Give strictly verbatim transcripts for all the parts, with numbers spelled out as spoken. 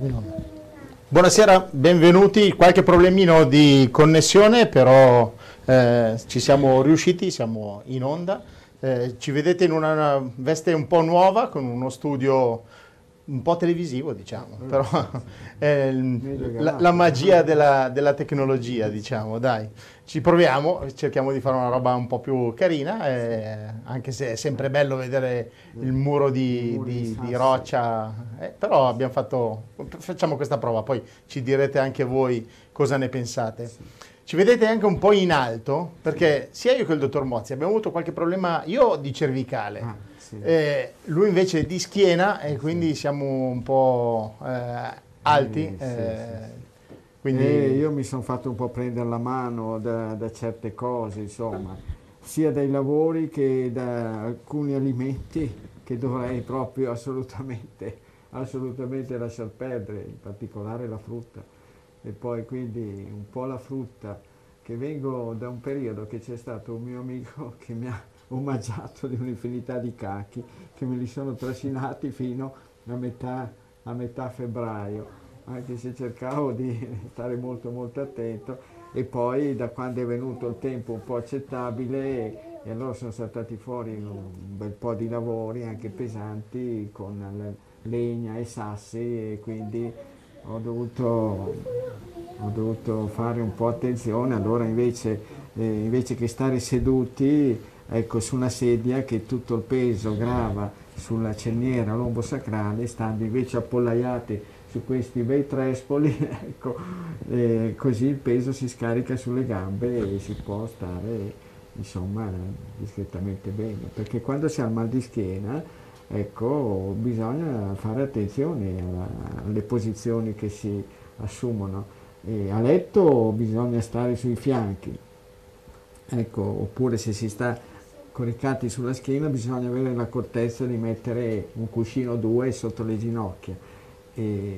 Buonasera, benvenuti. Qualche problemino di connessione, però eh, ci siamo riusciti, siamo in onda. Eh, ci vedete in una veste un po' nuova, con uno studio un po' televisivo, diciamo, mm, però è la, la magia della, della tecnologia, diciamo, dai. Ci proviamo, cerchiamo di fare una roba un po' più carina, eh, anche se è sempre bello vedere il muro di, di, di roccia, eh, però abbiamo fatto, facciamo questa prova, poi ci direte anche voi cosa ne pensate. Ci vedete anche un po' in alto, perché sia io che il dottor Mozzi abbiamo avuto qualche problema, io di cervicale, ah, sì. eh, lui invece di schiena, e quindi sì. siamo un po' eh, alti. Eh, eh, sì, sì. Quindi... Eh, io mi sono fatto un po' prendere la mano da, da certe cose, insomma, sia dai lavori che da alcuni alimenti che dovrei proprio assolutamente, assolutamente lasciar perdere, in particolare la frutta. E poi quindi un po' la frutta, che vengo da un periodo che c'è stato un mio amico che mi ha omaggiato di un'infinità di cacchi, che me li sono trascinati fino a metà, a metà febbraio. Anche se cercavo di stare molto molto attento, e poi da quando è venuto il tempo un po' accettabile, e allora sono saltati fuori un bel po' di lavori anche pesanti con legna e sassi, e quindi ho dovuto, ho dovuto fare un po' attenzione. Allora invece, eh, invece che stare seduti, ecco, su una sedia che tutto il peso grava sulla cerniera lombosacrale, stando invece appollaiati su questi bei trespoli, ecco, eh, così il peso si scarica sulle gambe e si può stare, insomma, discretamente bene, perché quando si ha il mal di schiena, ecco, bisogna fare attenzione alla, alle posizioni che si assumono. E a letto bisogna stare sui fianchi, ecco, oppure se si sta coricati sulla schiena bisogna avere l'accortezza di mettere un cuscino o due sotto le ginocchia. E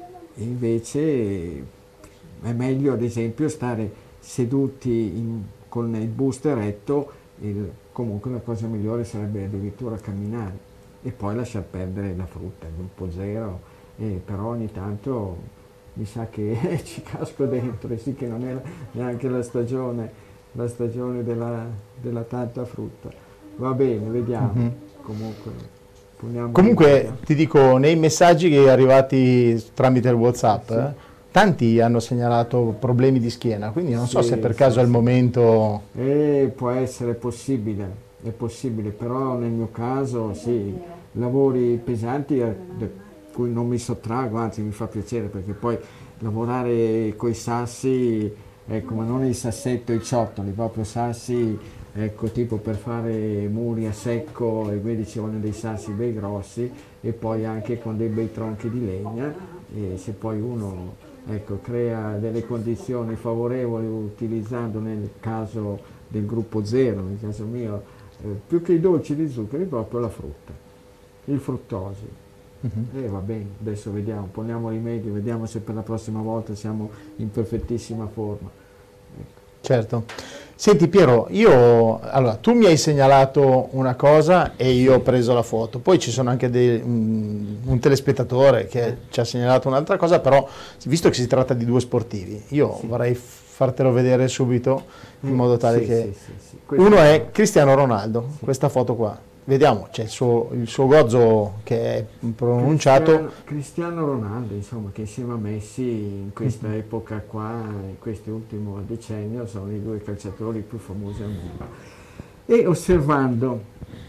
invece è meglio, ad esempio, stare seduti in, con il busto eretto. Il, comunque la cosa migliore sarebbe addirittura camminare, e poi lasciar perdere la frutta, il gruppo zero, eh, però ogni tanto mi sa che ci casco dentro, e sì che non è neanche la stagione, la stagione della, della tanta frutta. Va bene, vediamo. Mm-hmm. Comunque... Comunque ti dico, nei messaggi che arrivati tramite il WhatsApp, sì. eh, tanti hanno segnalato problemi di schiena, quindi non so sì, se per caso sì, è il sì. momento... Eh, può essere possibile, è possibile, però nel mio caso sì, lavori pesanti da cui non mi sottraggo, anzi mi fa piacere, perché poi lavorare coi sassi, ecco, ma non il sassetto, i ciottoli, proprio sassi... Ecco, tipo per fare muri a secco, e quindi ci vogliono dei sassi bei grossi, e poi anche con dei bei tronchi di legna, e se poi uno, ecco, crea delle condizioni favorevoli utilizzando, nel caso del gruppo zero, nel caso mio, eh, più che i dolci di zuccheri, proprio la frutta, il fruttosio. Uh-huh. E va bene, adesso vediamo, poniamo rimedio, vediamo se per la prossima volta siamo in perfettissima forma. Ecco. Certo. Senti Piero, io, allora, tu mi hai segnalato una cosa e io ho preso la foto, poi ci sono anche dei, un, un telespettatore che ci ha segnalato un'altra cosa, però visto che si tratta di due sportivi, io sì. vorrei fartelo vedere subito in modo tale sì, che... Sì, sì, sì. Uno è Cristiano Ronaldo, sì. questa foto qua. Vediamo, c'è il suo, il suo gozzo che è pronunciato. Cristiano, Cristiano Ronaldo, insomma, che insieme a Messi in questa mm-hmm. epoca qua, in questo ultimo decennio, sono i due calciatori più famosi al mondo. E osservando,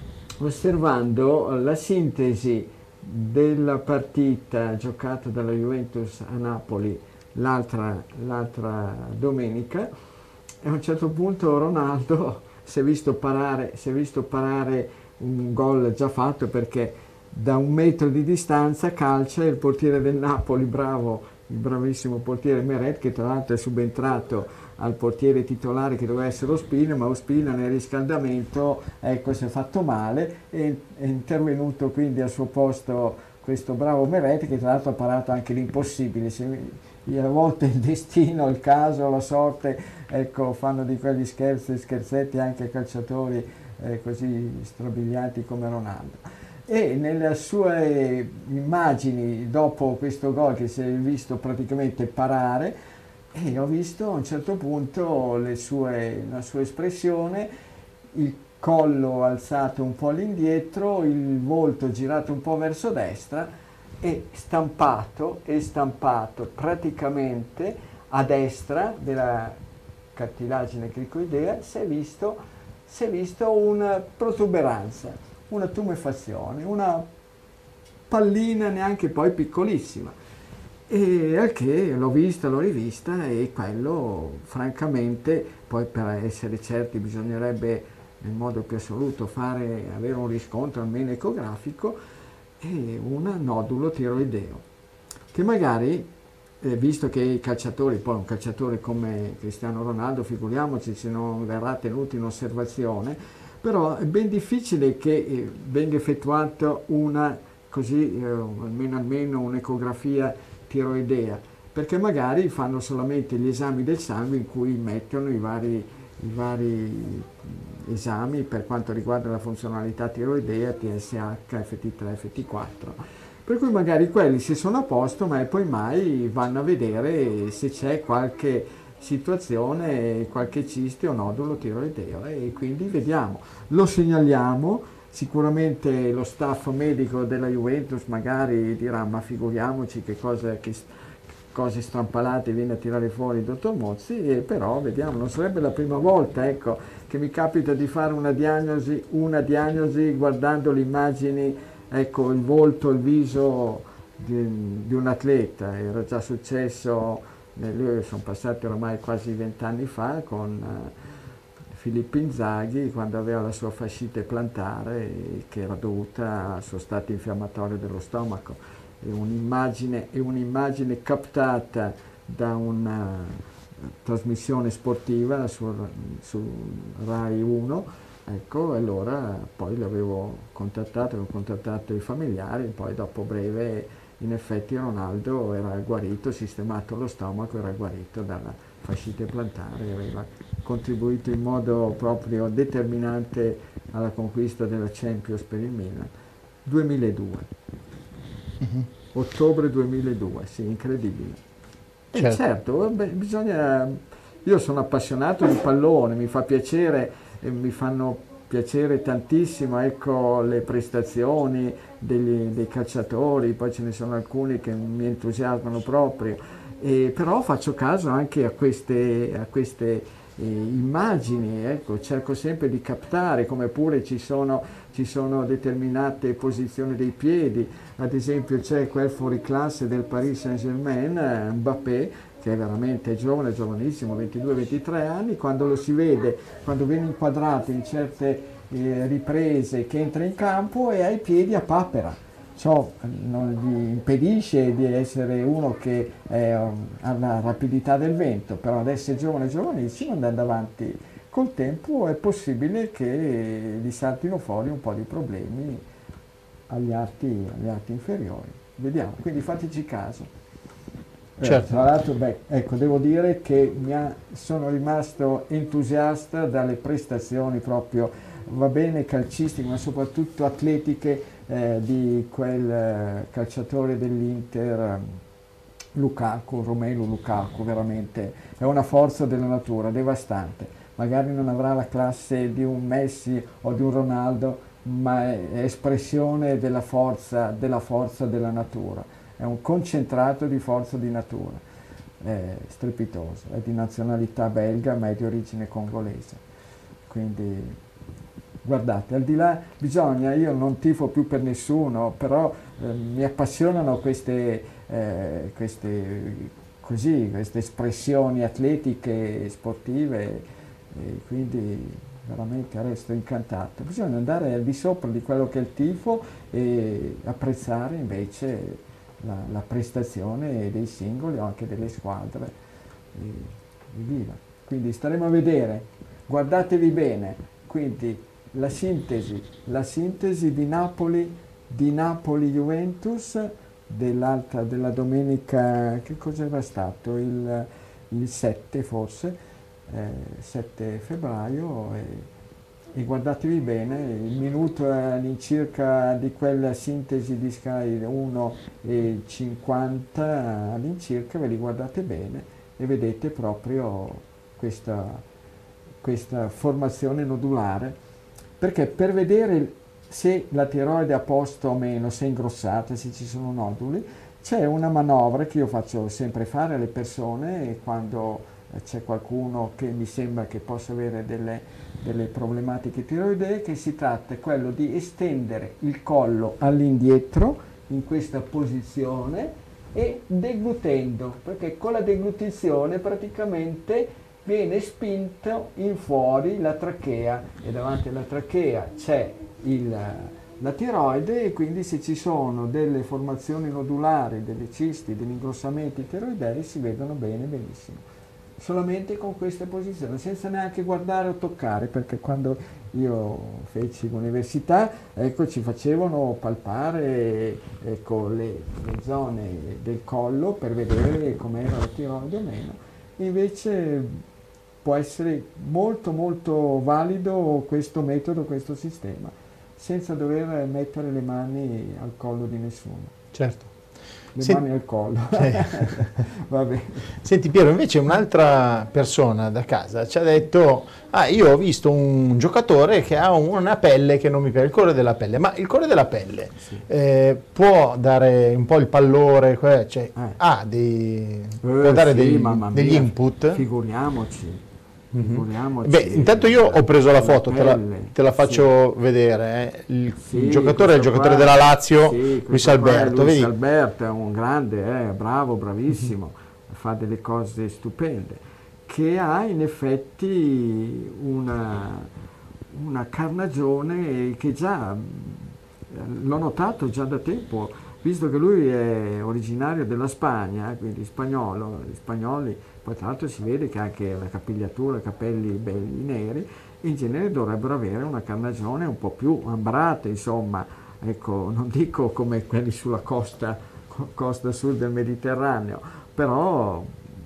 osservando la sintesi della partita giocata dalla Juventus a Napoli l'altra, l'altra domenica, a un certo punto Ronaldo si è visto parare, si è visto parare un gol già fatto, perché da un metro di distanza calcia il portiere del Napoli, bravo, il bravissimo portiere Meret, che tra l'altro è subentrato al portiere titolare che doveva essere Ospina, ma Ospina nel riscaldamento, ecco, si è fatto male, e è intervenuto quindi al suo posto questo bravo Meret, che tra l'altro ha parato anche l'impossibile. Se, a volte il destino, il caso, la sorte, ecco, fanno di quegli scherzi, scherzetti anche ai calciatori eh, così strabilianti come Ronaldo. e nelle sue immagini dopo questo gol che si è visto praticamente parare, e ho visto a un certo punto le sue, la sua espressione, il collo alzato un po' all'indietro, il volto girato un po' verso destra e stampato, e stampato praticamente a destra della cartilagine cricoidea si è visto, si è visto una protuberanza, una tumefazione, una pallina neanche poi piccolissima. E al che l'ho vista, l'ho rivista, e quello francamente, poi per essere certi bisognerebbe nel modo più assoluto fare, avere un riscontro almeno ecografico, è un nodulo tiroideo, che magari, eh, visto che i calciatori, poi un calciatore come Cristiano Ronaldo, figuriamoci se non verrà tenuto in osservazione, però è ben difficile che eh, venga effettuata una, così, eh, almeno, almeno un'ecografia tiroidea, perché magari fanno solamente gli esami del sangue in cui mettono i vari, i vari esami per quanto riguarda la funzionalità tiroidea, T S H, F T tre, F T quattro, per cui magari quelli si sono a posto, ma poi mai vanno a vedere se c'è qualche situazione, qualche ciste o nodulo tiroideo, e quindi vediamo, lo segnaliamo. Sicuramente lo staff medico della Juventus magari dirà: ma figuriamoci che cose, che cose strampalate viene a tirare fuori il dottor Mozzi, e però vediamo, non sarebbe la prima volta, ecco, che mi capita di fare una diagnosi, una diagnosi guardando le immagini, ecco, il volto, il viso di, di un atleta. Era già successo, lui, sono passati ormai quasi vent'anni fa, con uh, Filippo Inzaghi, quando aveva la sua fascite plantare, che era dovuta al suo stato infiammatorio dello stomaco. È un'immagine, è un'immagine captata da una trasmissione sportiva su, su Rai uno, ecco, e allora poi l'avevo contattato, avevo contattato i familiari, poi dopo breve in effetti Ronaldo era guarito, sistemato lo stomaco, era guarito dalla fascite plantare, aveva contribuito in modo proprio determinante alla conquista della Champions per il Milan. duemiladue, uh-huh. Ottobre duemiladue, sì, incredibile. Certo, e certo beh, bisogna, io sono appassionato di pallone, mi fa piacere, eh, mi fanno piacere tantissimo, ecco, le prestazioni degli, dei calciatori, poi ce ne sono alcuni che mi entusiasmano proprio, eh, però faccio caso anche a queste, a queste eh, immagini, ecco, cerco sempre di captare, come pure ci sono, ci sono determinate posizioni dei piedi. Ad esempio c'è quel fuoriclasse del Paris Saint-Germain, Mbappé, che è veramente giovane, giovanissimo, ventidue ventitré anni, quando lo si vede, quando viene inquadrato in certe eh, riprese che entra in campo e ha i piedi a papera. Ciò non gli impedisce di essere uno che eh, ha la rapidità del vento, però adesso è giovane, giovanissimo, andando avanti col tempo è possibile che gli saltino fuori un po' di problemi agli arti, agli arti inferiori. Vediamo, quindi fateci caso. Certo. Eh, tra l'altro, beh, ecco, devo dire che mi ha, sono rimasto entusiasta dalle prestazioni proprio, va bene, calcistiche, ma soprattutto atletiche eh, di quel eh, calciatore dell'Inter, eh, Lukaku, Romelu Lukaku, veramente è una forza della natura, devastante. Magari non avrà la classe di un Messi o di un Ronaldo, ma è espressione della forza, della forza della natura. È un concentrato di forza di natura, è strepitoso, è di nazionalità belga ma è di origine congolese. Quindi guardate, al di là, bisogna, io non tifo più per nessuno, però eh, mi appassionano queste, eh, queste, così, queste espressioni atletiche, sportive, e quindi veramente resto incantato. Bisogna andare al di sopra di quello che è il tifo e apprezzare invece la, la prestazione dei singoli o anche delle squadre. E, e viva. Quindi staremo a vedere, guardatevi bene, quindi la sintesi, la sintesi di Napoli, di Napoli-Juventus dell'altra, della domenica, che cosa era stato? Il, il sette forse, eh, sette febbraio, e e guardatevi bene, il minuto all'incirca di quella sintesi di Sky uno e cinquanta all'incirca, ve li guardate bene e vedete proprio questa, questa formazione nodulare, perché per vedere se la tiroide è a posto o meno, se è ingrossata, se ci sono noduli, c'è una manovra che io faccio sempre fare alle persone quando c'è qualcuno che mi sembra che possa avere delle, delle problematiche tiroidee, che si tratta quello di estendere il collo all'indietro in questa posizione e deglutendo, perché con la deglutizione praticamente viene spinto in fuori la trachea e davanti alla trachea c'è il, la tiroide, e quindi se ci sono delle formazioni nodulari, delle cisti, degli ingrossamenti tiroidei si vedono bene, benissimo. Solamente con queste posizioni, senza neanche guardare o toccare, perché quando io feci l'università, ecco, ci facevano palpare, ecco, le, le zone del collo per vedere com'era la tiroide o meno. Invece può essere molto molto valido questo metodo, questo sistema, senza dover mettere le mani al collo di nessuno. Certo. Le Senti, mani al collo. Va bene. Senti Piero, invece un'altra persona da casa ci ha detto: ah, io ho visto un giocatore che ha una pelle che non mi piace, il colore della pelle, ma il colore della pelle sì. eh, può dare un po' il pallore, cioè eh. ha dei, eh, può dare sì, dei, degli mia, input? Figuriamoci. Mm-hmm. Beh, intanto io ho preso la foto, te la, te la faccio sì. vedere. Eh. Il, sì, il giocatore è il giocatore della Lazio, sì, Luis Alberto. Luis vedi? Alberto è un grande, eh, bravo, bravissimo, mm-hmm. fa delle cose stupende, che ha in effetti una, una carnagione che già, l'ho notato già da tempo, visto che lui è originario della Spagna, quindi spagnolo, gli spagnoli. Poi tra l'altro si vede che anche la capigliatura, i capelli belli neri, in genere dovrebbero avere una carnagione un po' più ambrata, insomma, ecco, non dico come quelli sulla costa, costa sud del Mediterraneo, però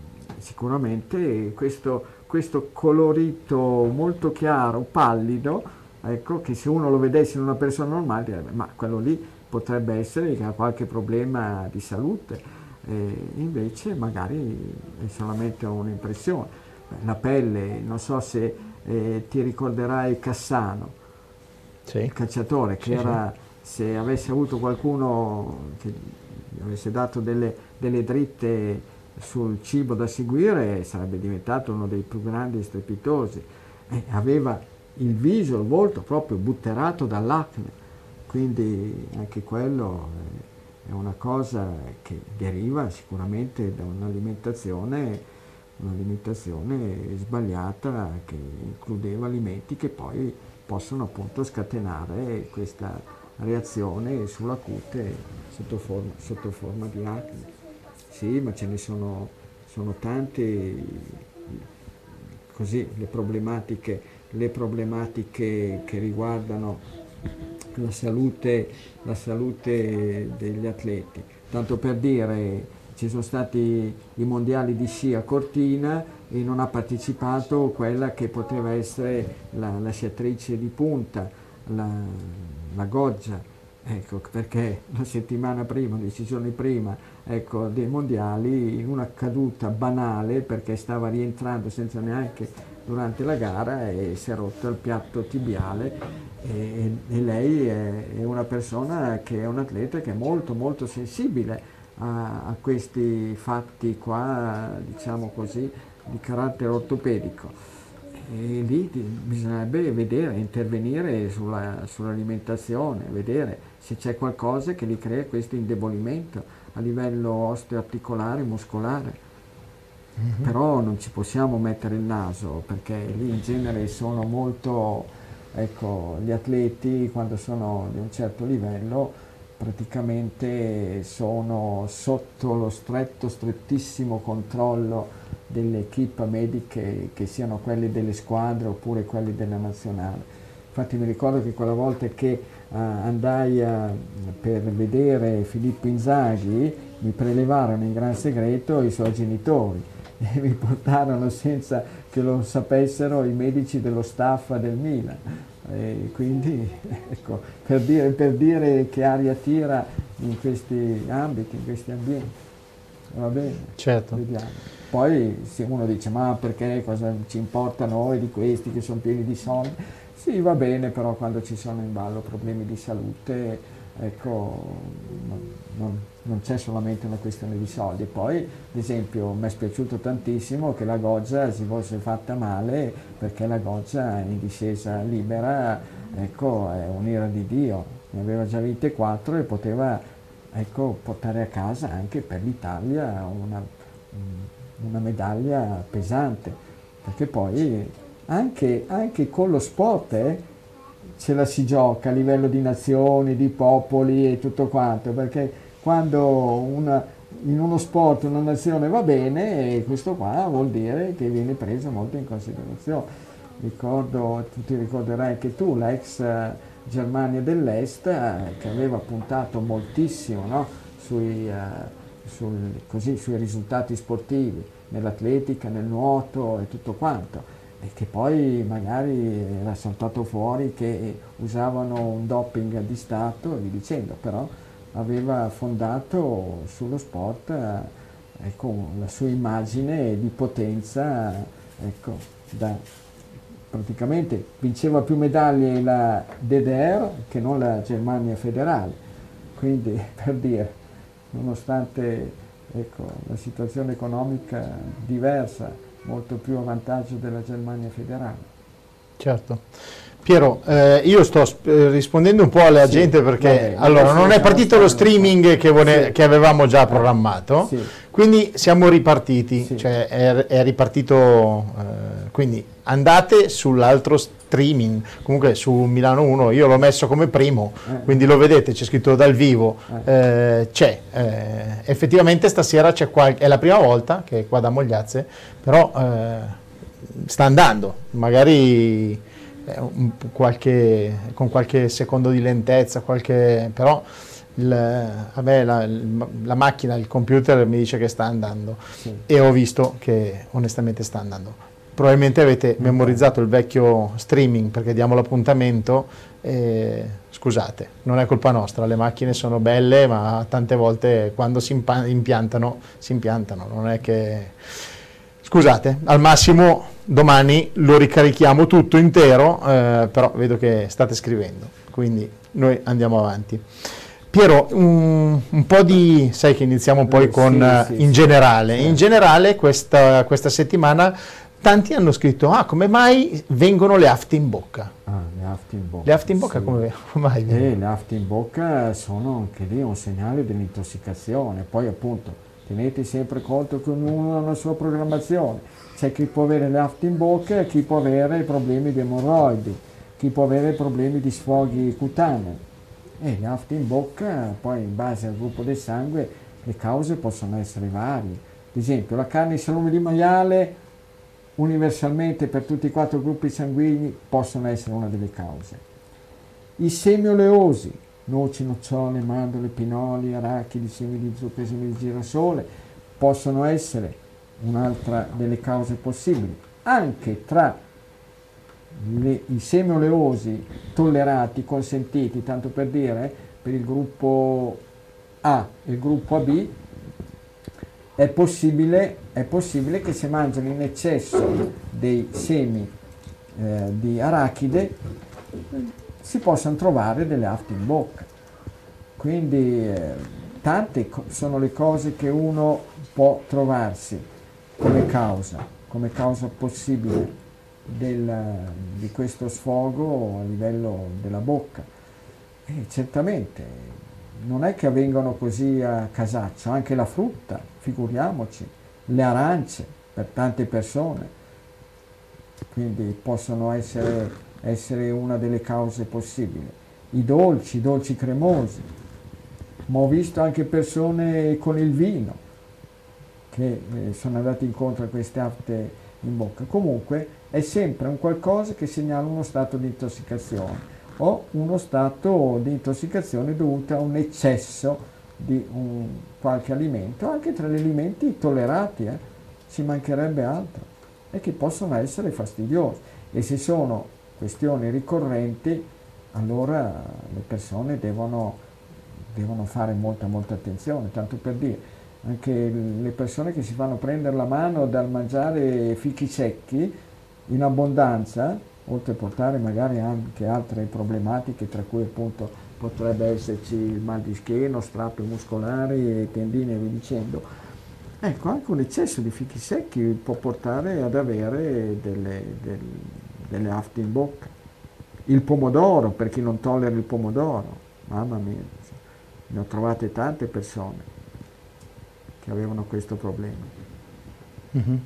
sicuramente questo, questo colorito molto chiaro, pallido, ecco, che se uno lo vedesse in una persona normale direbbe, ma quello lì potrebbe essere che ha qualche problema di salute. E invece magari è solamente un'impressione. La pelle, non so se eh, ti ricorderai Cassano, sì. il calciatore, che sì, era, sì. se avesse avuto qualcuno che gli avesse dato delle, delle dritte sul cibo da seguire, sarebbe diventato uno dei più grandi e strepitosi. Eh, aveva il viso, il volto proprio butterato dall'acne, quindi anche quello eh, è una cosa che deriva sicuramente da un'alimentazione, un'alimentazione sbagliata, che includeva alimenti che poi possono appunto scatenare questa reazione sulla cute sotto forma, sotto forma di acne. Sì, ma ce ne sono, sono tante, così, le problematiche, le problematiche che riguardano la salute, la salute degli atleti. Tanto per dire, ci sono stati i mondiali di sci a Cortina e non ha partecipato quella che poteva essere la, la sciatrice di punta, la, la Goggia, ecco, perché la settimana prima, dieci giorni prima, ecco, dei mondiali, in una caduta banale, perché stava rientrando senza neanche durante la gara e si è rotto il piatto tibiale. E, e lei è, è una persona che è un atleta che è molto molto sensibile a, a questi fatti qua, diciamo così, di carattere ortopedico, e lì bisognerebbe vedere, intervenire sulla, sull'alimentazione, vedere se c'è qualcosa che gli crea questo indebolimento a livello osteoarticolare, muscolare. Mm-hmm. Però non ci possiamo mettere il naso, perché lì in genere sono molto, ecco, gli atleti quando sono di un certo livello praticamente sono sotto lo stretto, strettissimo controllo delle equip mediche, che siano quelle delle squadre oppure quelle della nazionale. Infatti mi ricordo che quella volta che uh, andai a, per vedere Filippo Inzaghi, mi prelevarono in gran segreto i suoi genitori e mi portarono senza che lo sapessero i medici dello staff del Milan. E quindi ecco, per dire, per dire che aria tira in questi ambiti, in questi ambienti. Va bene, certo. vediamo. Poi se uno dice ma perché cosa ci importa a noi di questi che sono pieni di soldi? Sì, va bene, però quando ci sono in ballo problemi di salute, ecco, non, non, non c'è solamente una questione di soldi. Poi, ad esempio, mi è spiaciuto tantissimo che la Goggia si fosse fatta male, perché la Goggia in discesa libera, ecco, è un'ira di Dio. Ne aveva già vinte quattro e poteva, ecco, portare a casa anche per l'Italia una, una medaglia pesante, perché poi anche, anche con lo sport eh, ce la si gioca a livello di nazioni, di popoli e tutto quanto, perché quando una, in uno sport una nazione va bene, questo qua vuol dire che viene preso molto in considerazione. Ricordo, tu ti ricorderai anche tu, la ex Germania dell'Est eh, che aveva puntato moltissimo, no? sui, eh, sul, così, sui risultati sportivi, nell'atletica, nel nuoto e tutto quanto. E che poi magari era saltato fuori che usavano un doping di Stato e via dicendo, però aveva fondato sullo sport eh, ecco, la sua immagine di potenza, ecco, da, praticamente vinceva più medaglie la D D R che non la Germania federale, quindi per dire, nonostante ecco, la situazione economica diversa, molto più a vantaggio della Germania federale. Certo. Piero, eh, io sto eh, rispondendo un po' alla sì, gente perché bene, allora non è partito lo streaming che, vone, sì. che avevamo già programmato, sì. quindi siamo ripartiti, sì. cioè è, è ripartito, eh, quindi andate sull'altro streaming, comunque su Milano uno, io l'ho messo come primo, eh. quindi lo vedete, c'è scritto dal vivo, eh. Eh, c'è, eh, effettivamente stasera c'è qualche, è la prima volta che è qua da Mogliazze, però eh, sta andando, magari un, qualche, con qualche secondo di lentezza, qualche, però il, a me la, la macchina, il computer mi dice che sta andando sì. e ho visto che onestamente sta andando. Probabilmente avete memorizzato il vecchio streaming perché diamo l'appuntamento e, scusate, non è colpa nostra, le macchine sono belle ma tante volte quando si impiantano, si impiantano, non è che... Scusate, al massimo domani lo ricarichiamo tutto intero, eh, però vedo che state scrivendo, quindi noi andiamo avanti. Piero, un, un po' di... sai che iniziamo poi con sì, sì, in sì, generale. Sì. In generale questa, questa settimana tanti hanno scritto, ah, come mai vengono le afte in bocca? Ah, le afte in bocca. Le afte in bocca sì. come, come mai? Eh, le afte in bocca sono anche lì un segnale dell'intossicazione, poi appunto tenete sempre conto che ognuno ha la sua programmazione, c'è chi può avere le afte in bocca e chi può avere problemi di emorroidi, chi può avere problemi di sfoghi cutanei. E le afte in bocca, poi in base al gruppo del sangue, le cause possono essere varie. Ad esempio, la carne di salumi di maiale, universalmente per tutti i quattro gruppi sanguigni, possono essere una delle cause. I semi oleosi, noci, nocciole, mandorle, pinoli, arachidi, semi di zucchero, semi di girasole, possono essere un'altra delle cause possibili. Anche tra le, i semi oleosi tollerati, consentiti, tanto per dire, per il gruppo A e il gruppo A B, è possibile, è possibile che se mangiano in eccesso dei semi eh, di arachide si possano trovare delle afte in bocca. Quindi eh, tante co- sono le cose che uno può trovarsi come causa, come causa possibile del, di questo sfogo a livello della bocca. E certamente non è che avvengono così a casaccio, anche la frutta, figuriamoci, le arance per tante persone, quindi possono essere essere una delle cause possibili. I dolci, i dolci cremosi, ma ho visto anche persone con il vino che eh, sono andati incontro a queste afte in bocca. Comunque è sempre un qualcosa che segnala uno stato di intossicazione o uno stato di intossicazione dovuto a un eccesso di un, qualche alimento, anche tra gli alimenti tollerati, eh, ci mancherebbe altro, e che possono essere fastidiosi. E se sono questioni ricorrenti, allora le persone devono, devono fare molta molta attenzione, tanto per dire, anche le persone che si fanno prendere la mano dal mangiare fichi secchi in abbondanza, oltre a portare magari anche altre problematiche, tra cui appunto potrebbe esserci il mal di schiena, strappi muscolari, tendine e via dicendo. Ecco, anche un eccesso di fichi secchi può portare ad avere delle, del, delle afte in bocca. Il pomodoro, per chi non tollera il pomodoro, mamma mia, ne ho trovate tante persone che avevano questo problema. Mm-hmm.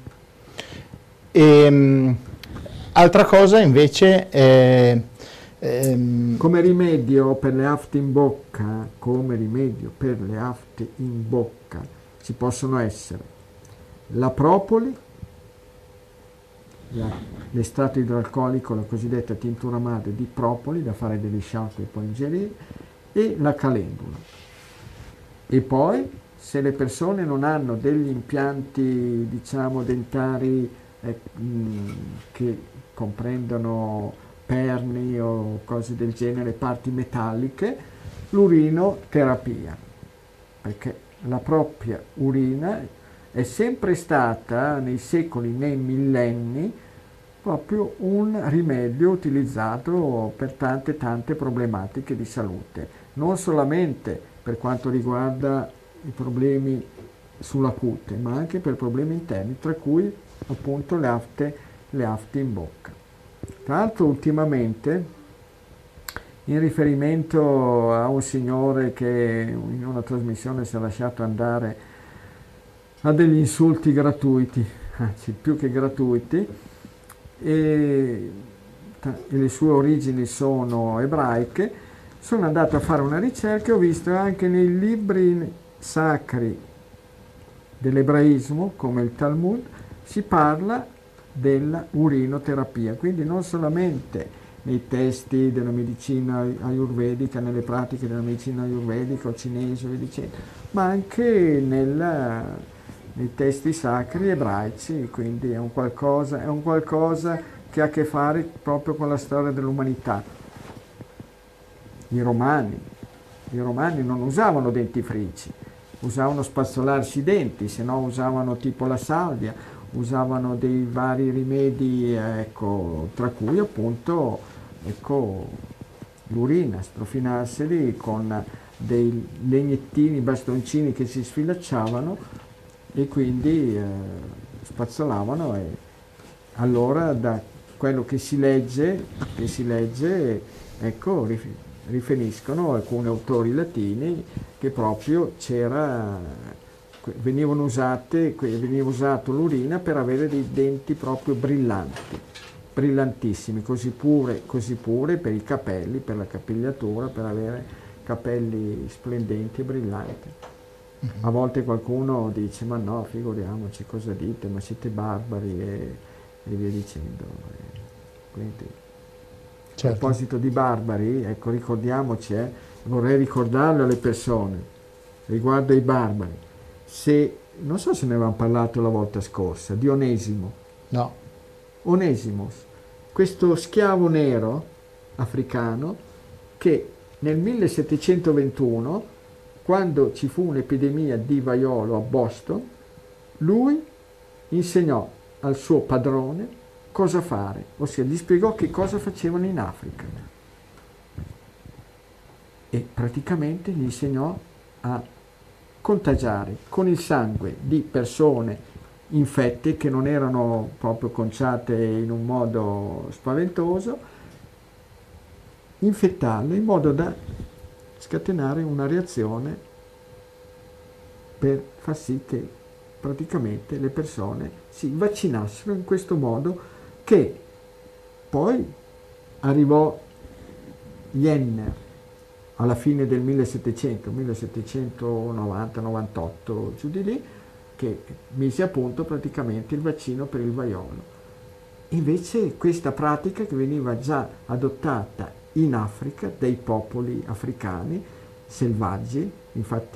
E, altra cosa invece è, ehm... come rimedio per le afte in bocca, come rimedio per le afte in bocca ci possono essere la propoli, la, l'estratto idroalcolico, la cosiddetta tintura madre di propoli da fare degli sciacqui e poi ingerire, e la calendula. E poi se le persone non hanno degli impianti, diciamo, dentari eh, mh, che comprendono perni o cose del genere, parti metalliche, l'urinoterapia, perché la propria urina è sempre stata nei secoli, nei millenni, proprio un rimedio utilizzato per tante tante problematiche di salute, non solamente per quanto riguarda i problemi sulla cute, ma anche per problemi interni, tra cui appunto le afte, le afte in bocca. Tra l'altro ultimamente, in riferimento a un signore che in una trasmissione si è lasciato andare a degli insulti gratuiti, anzi più che gratuiti, e, e le sue origini sono ebraiche, sono andato a fare una ricerca e ho visto anche nei libri sacri dell'ebraismo, come il Talmud, si parla della urinoterapia, quindi non solamente nei testi della medicina ayurvedica, nelle pratiche della medicina ayurvedica o cinese, dicendo, ma anche nella, nei testi sacri ebraici, quindi è un, qualcosa, è un qualcosa che ha a che fare proprio con la storia dell'umanità. I romani, i romani non usavano dentifrici, usavano spazzolarsi i denti, se no usavano tipo la salvia, usavano dei vari rimedi, ecco, tra cui appunto ecco, l'urina, strofinarseli con dei legnettini, bastoncini che si sfilacciavano e quindi eh, spazzolavano, e allora da quello che si legge, che si legge ecco, riferiscono alcuni autori latini che proprio c'era, venivano usate, veniva usato l'urina per avere dei denti proprio brillanti, brillantissimi, così pure, così pure per i capelli, per la capigliatura, per avere capelli splendenti e brillanti. A volte qualcuno dice, ma no, figuriamoci, cosa dite, ma siete barbari e, e via dicendo. Quindi, certo. A proposito di barbari, ecco, ricordiamoci, eh, vorrei ricordarlo alle persone, riguardo ai barbari, se, non so se ne avevamo parlato la volta scorsa, di Onesimo. No. Onesimos, questo schiavo nero africano che nel millesettecentoventuno, quando ci fu un'epidemia di vaiolo a Boston, lui insegnò al suo padrone cosa fare, ossia gli spiegò che cosa facevano in Africa e praticamente gli insegnò a contagiare con il sangue di persone infette che non erano proprio conciate in un modo spaventoso, infettarle in modo da scatenare una reazione per far sì che praticamente le persone si vaccinassero in questo modo, che poi arrivò Jenner alla fine del millesettecento, millesettecentonovanta novantotto, giù di lì, che mise a punto praticamente il vaccino per il vaiolo. Invece questa pratica, che veniva già adottata in Africa dai popoli africani selvaggi, infatti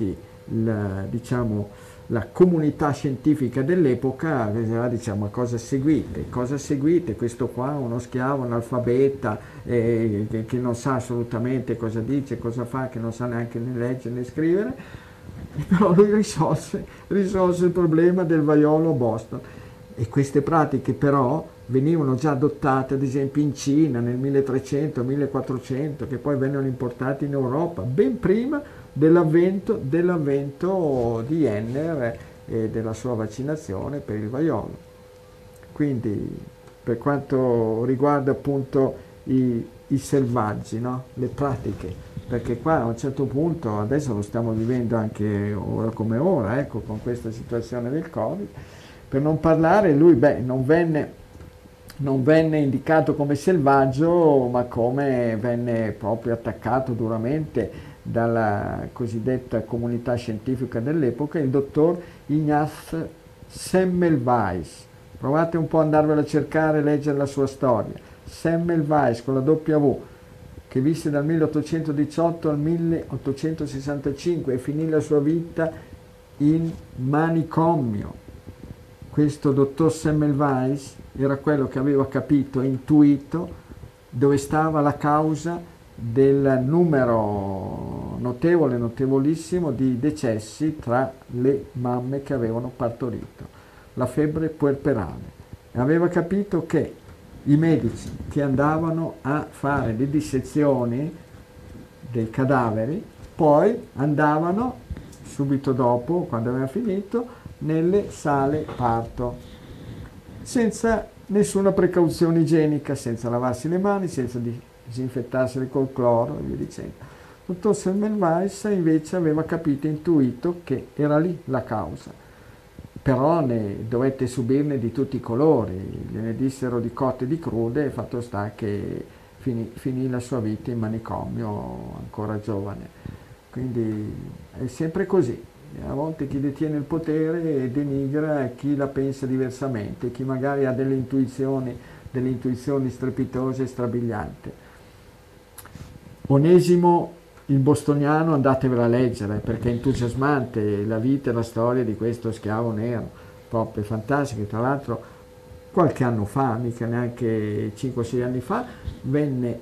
la, diciamo, la comunità scientifica dell'epoca, diciamo, cosa seguite? Cosa seguite? Questo qua, uno schiavo analfabeta eh, che, che non sa assolutamente cosa dice, cosa fa, che non sa neanche né leggere né scrivere, però lui risolse, risolse il problema del vaiolo a Boston. E queste pratiche però venivano già adottate ad esempio in Cina nel milletrecento millequattrocento, che poi vennero importate in Europa ben prima dell'avvento, dell'avvento di Jenner e della sua vaccinazione per il vaiolo. Quindi per quanto riguarda appunto i, i selvaggi, no? Le pratiche, perché qua a un certo punto, adesso lo stiamo vivendo anche ora come ora, ecco, con questa situazione del Covid, per non parlare, lui beh, non venne, non venne indicato come selvaggio, ma come venne proprio attaccato duramente dalla cosiddetta comunità scientifica dell'epoca, il dottor Ignaz Semmelweis. Provate un po' ad andarvelo a cercare e leggere la sua storia. Semmelweis con la W, che visse dal milleottocentodiciotto al milleottocentosessantacinque e finì la sua vita in manicomio. Questo dottor Semmelweis era quello che aveva capito e intuito dove stava la causa del numero notevole, notevolissimo di decessi tra le mamme che avevano partorito, la febbre puerperale. E aveva capito che i medici che andavano a fare le dissezioni dei cadaveri poi andavano subito dopo, quando aveva finito, nelle sale parto, senza nessuna precauzione igienica, senza lavarsi le mani, senza disinfettarsele col cloro e via dicendo. Il dottor Semmelweis invece aveva capito, intuito che era lì la causa, però ne dovette subirne di tutti i colori, gliene dissero di cotte e di crude, e fatto sta che finì, finì la sua vita in manicomio ancora giovane. Quindi è sempre così. A volte chi detiene il potere denigra chi la pensa diversamente, chi magari ha delle intuizioni, delle intuizioni strepitose e strabilianti. Onesimo il Bostoniano, andatevela a leggere perché è entusiasmante la vita e la storia di questo schiavo nero, proprio fantastico. Tra l'altro qualche anno fa, mica neanche cinque sei anni fa, venne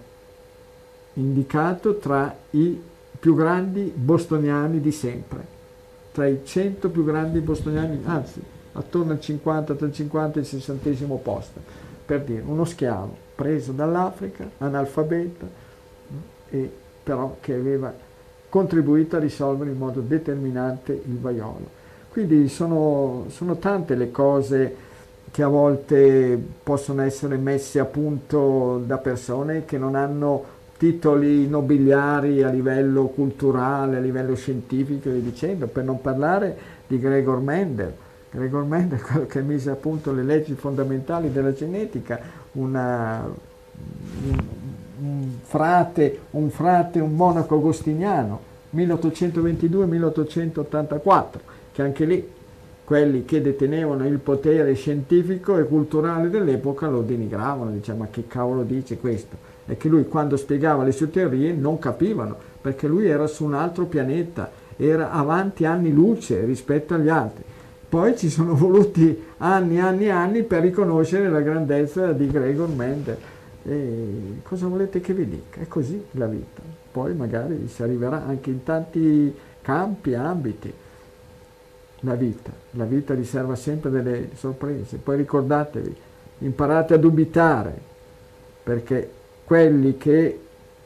indicato tra i più grandi bostoniani di sempre, tra i cento più grandi bostoniani, anzi attorno al cinquanta, tra il cinquanta e il sessantesimo posto, per dire, uno schiavo preso dall'Africa, analfabeta, e però che aveva contribuito a risolvere in modo determinante il vaiolo. Quindi sono, sono tante le cose che a volte possono essere messe a punto da persone che non hanno titoli nobiliari a livello culturale, a livello scientifico e via dicendo, per non parlare di Gregor Mendel. Gregor Mendel, quello che mise a punto le leggi fondamentali della genetica, una, un, un, frate, un frate, un monaco agostiniano, milleottocentoventidue milleottocentottantaquattro, che anche lì quelli che detenevano il potere scientifico e culturale dell'epoca lo denigravano, dicevano ma che cavolo dice questo? E che lui quando spiegava le sue teorie non capivano, perché lui era su un altro pianeta, era avanti anni luce rispetto agli altri. Poi ci sono voluti anni e anni e anni per riconoscere la grandezza di Gregor Mendel. E cosa volete che vi dica? È così la vita. Poi magari si arriverà anche in tanti campi e ambiti. La vita, la vita riserva sempre delle sorprese. Poi ricordatevi, imparate a dubitare, perché quelli che,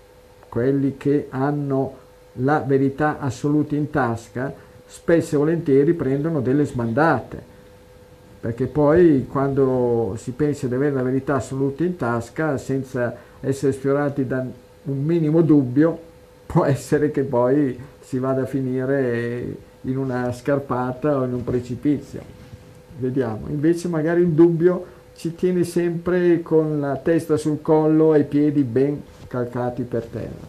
quelli che hanno la verità assoluta in tasca spesso e volentieri prendono delle sbandate, perché poi quando si pensa di avere la verità assoluta in tasca senza essere sfiorati da un minimo dubbio, può essere che poi si vada a finire in una scarpata o in un precipizio. Vediamo, invece magari il dubbio ci tiene sempre con la testa sul collo e i piedi ben calcati per terra.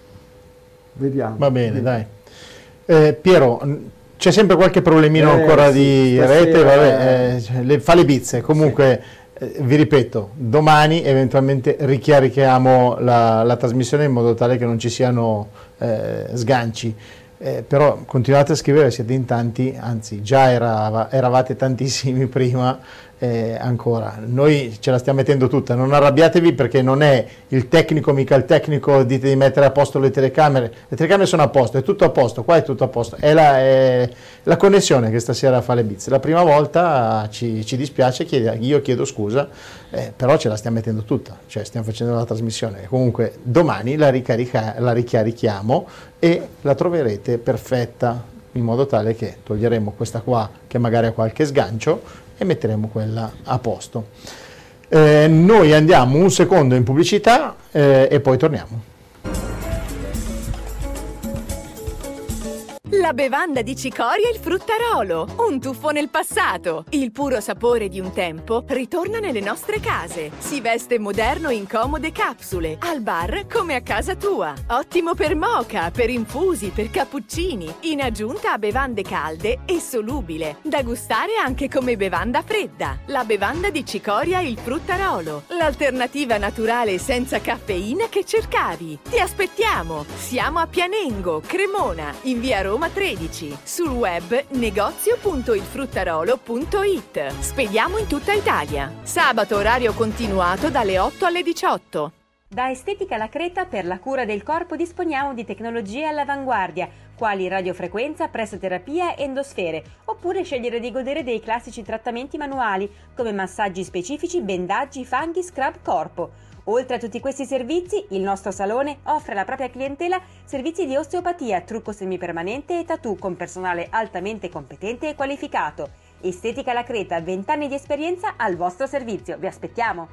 Vediamo. Va bene, vediamo. dai. Eh, Piero, c'è sempre qualche problemino eh, ancora sì, di stasera, rete, vabbè, eh, le, fa le bizze. Comunque, sì. eh, vi ripeto, domani eventualmente ricarichiamo la, la trasmissione in modo tale che non ci siano eh, sganci. Eh, però continuate a scrivere, siete in tanti, anzi già era, eravate tantissimi prima, eh, ancora. Noi ce la stiamo mettendo tutta, non arrabbiatevi perché non è il tecnico, mica il tecnico, dite di mettere a posto le telecamere, le telecamere sono a posto, è tutto a posto, qua è tutto a posto, è la, è la connessione che stasera fa le bizze. La prima volta ci, ci dispiace, chiede, io chiedo scusa, eh, però ce la stiamo mettendo tutta, cioè stiamo facendo la trasmissione. Comunque domani la, ricarica, la ricarichiamo e la troverete perfetta, in modo tale che toglieremo questa qua che magari ha qualche sgancio e metteremo quella a posto. Eh, noi andiamo un secondo in pubblicità eh, e poi torniamo. La bevanda di cicoria il fruttarolo, un tuffo nel passato. Il puro sapore di un tempo ritorna nelle nostre case. Si veste moderno in comode capsule, al bar come a casa tua. Ottimo per moka, per infusi, per cappuccini, in aggiunta a bevande calde e solubile, da gustare anche come bevanda fredda. La bevanda di cicoria il fruttarolo, l'alternativa naturale senza caffeina che cercavi. Ti aspettiamo! Siamo a Pianengo, Cremona, in via Roma tredici, sul web negozio punto il fruttarolo punto it. Spediamo in tutta Italia. Sabato orario continuato dalle otto alle diciotto. Da Estetica La Creta, per la cura del corpo disponiamo di tecnologie all'avanguardia, quali radiofrequenza, pressoterapia e endosfere, oppure scegliere di godere dei classici trattamenti manuali come massaggi specifici, bendaggi, fanghi, scrub corpo. Oltre a tutti questi servizi, il nostro salone offre alla propria clientela servizi di osteopatia, trucco semipermanente e tattoo con personale altamente competente e qualificato. Estetica La Creta, venti anni di esperienza al vostro servizio. Vi aspettiamo!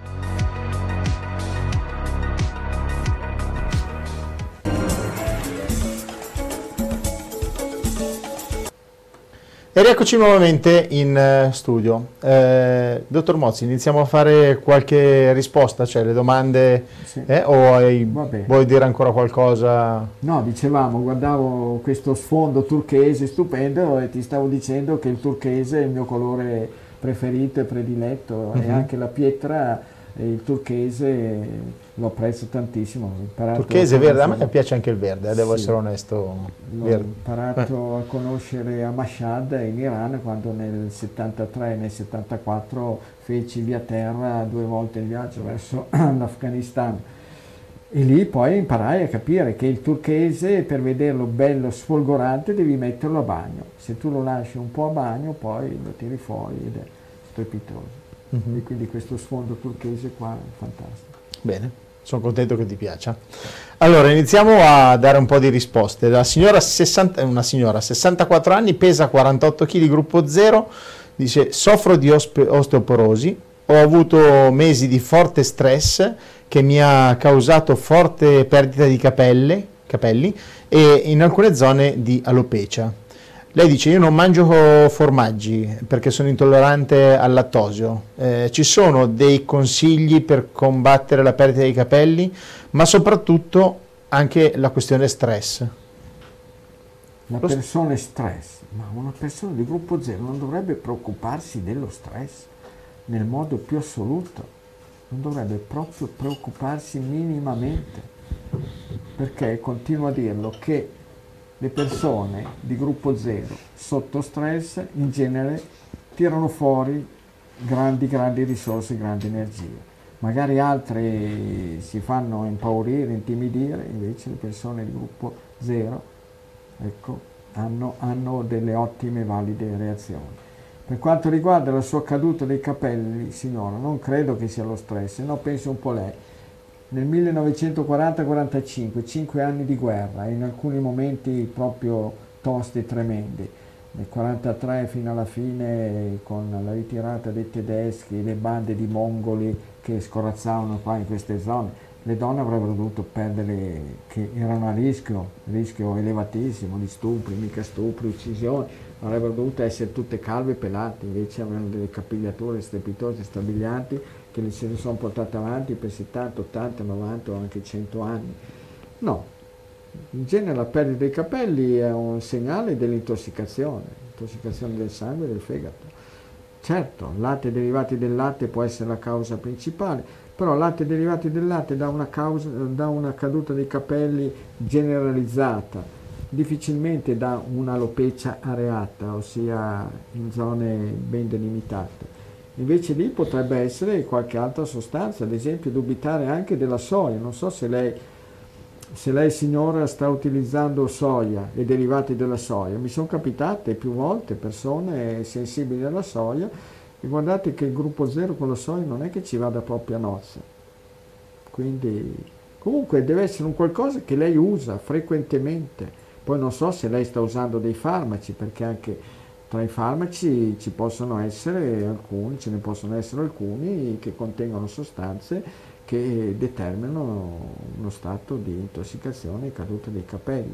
E rieccoci nuovamente in uh, studio. Eh, dottor Mozzi, iniziamo a fare qualche risposta, cioè le domande, sì. eh, o hai, vuoi dire ancora qualcosa? No, dicevamo, guardavo questo sfondo turchese stupendo e ti stavo dicendo che il turchese è il mio colore preferito e prediletto, uh-huh. E anche la pietra, il turchese lo apprezzo tantissimo. Turchese, verde, a me piace anche il verde, eh, devo sì. essere onesto. L'ho verde. imparato eh. a conoscere a Mashhad in Iran quando nel settantatré e nel settantaquattro feci via terra due volte il viaggio verso l'Afghanistan. E lì poi imparai a capire che il turchese, per vederlo bello sfolgorante, devi metterlo a bagno. Se tu lo lasci un po' a bagno, poi lo tiri fuori ed è strepitoso. Uh-huh. E quindi questo sfondo turchese qua è fantastico. Bene, sono contento che ti piaccia. Allora, iniziamo a dare un po' di risposte. La signora, sessanta, una signora, sessantaquattro anni, pesa quarantotto chili, gruppo zero, dice: soffro di ospe- osteoporosi, ho avuto mesi di forte stress che mi ha causato forte perdita di capelle, capelli e in alcune zone di alopecia. Lei dice: io non mangio formaggi perché sono intollerante al lattosio. Eh, ci sono dei consigli per combattere la perdita dei capelli, ma soprattutto anche la questione stress? La persona è stress, ma una persona di gruppo zero non dovrebbe preoccuparsi dello stress nel modo più assoluto, non dovrebbe proprio preoccuparsi minimamente, perché continuo a dirlo che le persone di gruppo zero sotto stress in genere tirano fuori grandi grandi risorse, grandi energie. Magari altre si fanno impaurire, intimidire, invece le persone di gruppo zero, ecco, hanno, hanno delle ottime, valide reazioni. Per quanto riguarda la sua caduta dei capelli, signora, non credo che sia lo stress, no, penso un po' lei. Nel millenovecentoquaranta quarantacinque, cinque anni di guerra, in alcuni momenti proprio tosti e tremendi. Nel quarantatré fino alla fine, con la ritirata dei tedeschi, le bande di mongoli che scorazzavano qua in queste zone, le donne avrebbero dovuto perdere, che erano a rischio, rischio elevatissimo di stupri, mica stupri, uccisioni, avrebbero dovuto essere tutte calve e pelate, invece avevano delle capigliature strepitose, strabilianti, che se ne sono portate avanti per settanta, ottanta, novanta o anche cento anni. No, in genere la perdita dei capelli è un segnale dell'intossicazione, intossicazione del sangue e del fegato. Certo, latte e derivati del latte può essere la causa principale, però latte e derivati del latte da una, causa, da una caduta dei capelli generalizzata, difficilmente dà un'alopecia areata, ossia in zone ben delimitate. Invece lì potrebbe essere qualche altra sostanza, ad esempio dubitare anche della soia. Non so se lei, se lei signora sta utilizzando soia e derivati della soia. Mi sono capitate più volte persone sensibili alla soia e guardate che il gruppo zero con la soia non è che ci vada proprio a nozze. Quindi comunque deve essere un qualcosa che lei usa frequentemente. Poi non so se lei sta usando dei farmaci, perché anche tra i farmaci ci possono essere alcuni, ce ne possono essere alcuni che contengono sostanze che determinano uno stato di intossicazione e caduta dei capelli.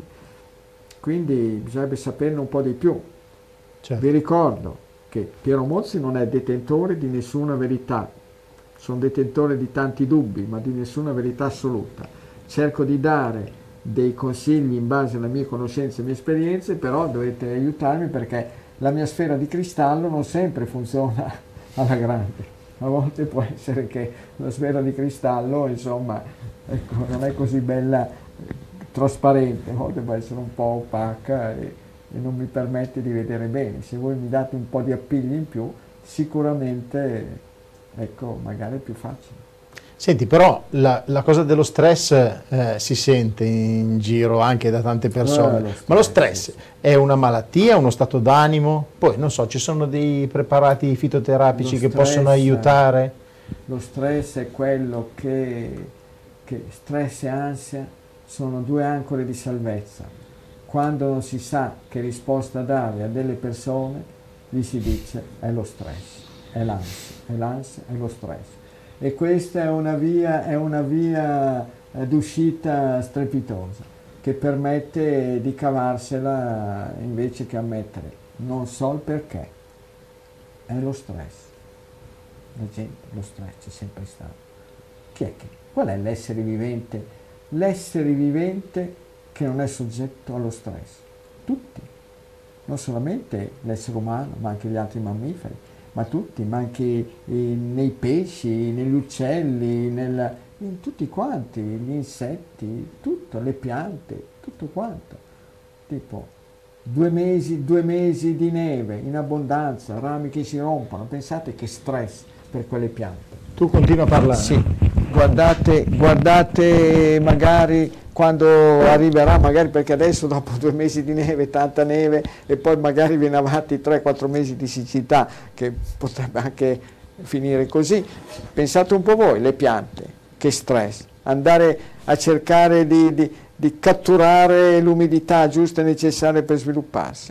Quindi bisognerebbe saperne un po' di più. Certo. Vi ricordo che Piero Mozzi non è detentore di nessuna verità, sono detentore di tanti dubbi, ma di nessuna verità assoluta. Cerco di dare dei consigli in base alle mie conoscenze e alle mie esperienze, però dovete aiutarmi perché la mia sfera di cristallo non sempre funziona alla grande. A volte può essere che la sfera di cristallo, insomma, ecco, non è così bella, trasparente, a volte può essere un po' opaca e, e non mi permette di vedere bene. Se voi mi date un po' di appigli in più, sicuramente, ecco, magari è più facile. Senti, però la, la cosa dello stress eh, si sente in giro anche da tante persone, eh, lo stress, ma lo stress sì. È una malattia, uno stato d'animo? Poi non so, ci sono dei preparati fitoterapici lo che stress, possono aiutare? Lo stress è quello che, che stress e ansia sono due ancore di salvezza. Quando non si sa che risposta dare a delle persone, gli si dice è lo stress, è l'ansia, è l'ansia, è lo stress. E questa è una via, è una via d'uscita strepitosa che permette di cavarsela invece che ammettere non so il perché, è lo stress. La gente, lo stress c'è sempre stato. Chi è che? Qual è l'essere vivente? L'essere vivente che non è soggetto allo stress. Tutti, non solamente l'essere umano, ma anche gli altri mammiferi. Ma tutti, ma anche nei pesci, negli uccelli, nel, in tutti quanti, gli insetti, tutto, le piante, tutto quanto. Tipo, due mesi, due mesi di neve in abbondanza, rami che si rompono, pensate che stress per quelle piante. Tu continua a parlare. Sì, guardate, guardate magari quando arriverà, magari perché adesso dopo due mesi di neve, tanta neve, e poi magari viene avanti tre quattro mesi di siccità, che potrebbe anche finire così. Pensate un po' voi, le piante, che stress, andare a cercare di, di, di catturare l'umidità giusta e necessaria per svilupparsi.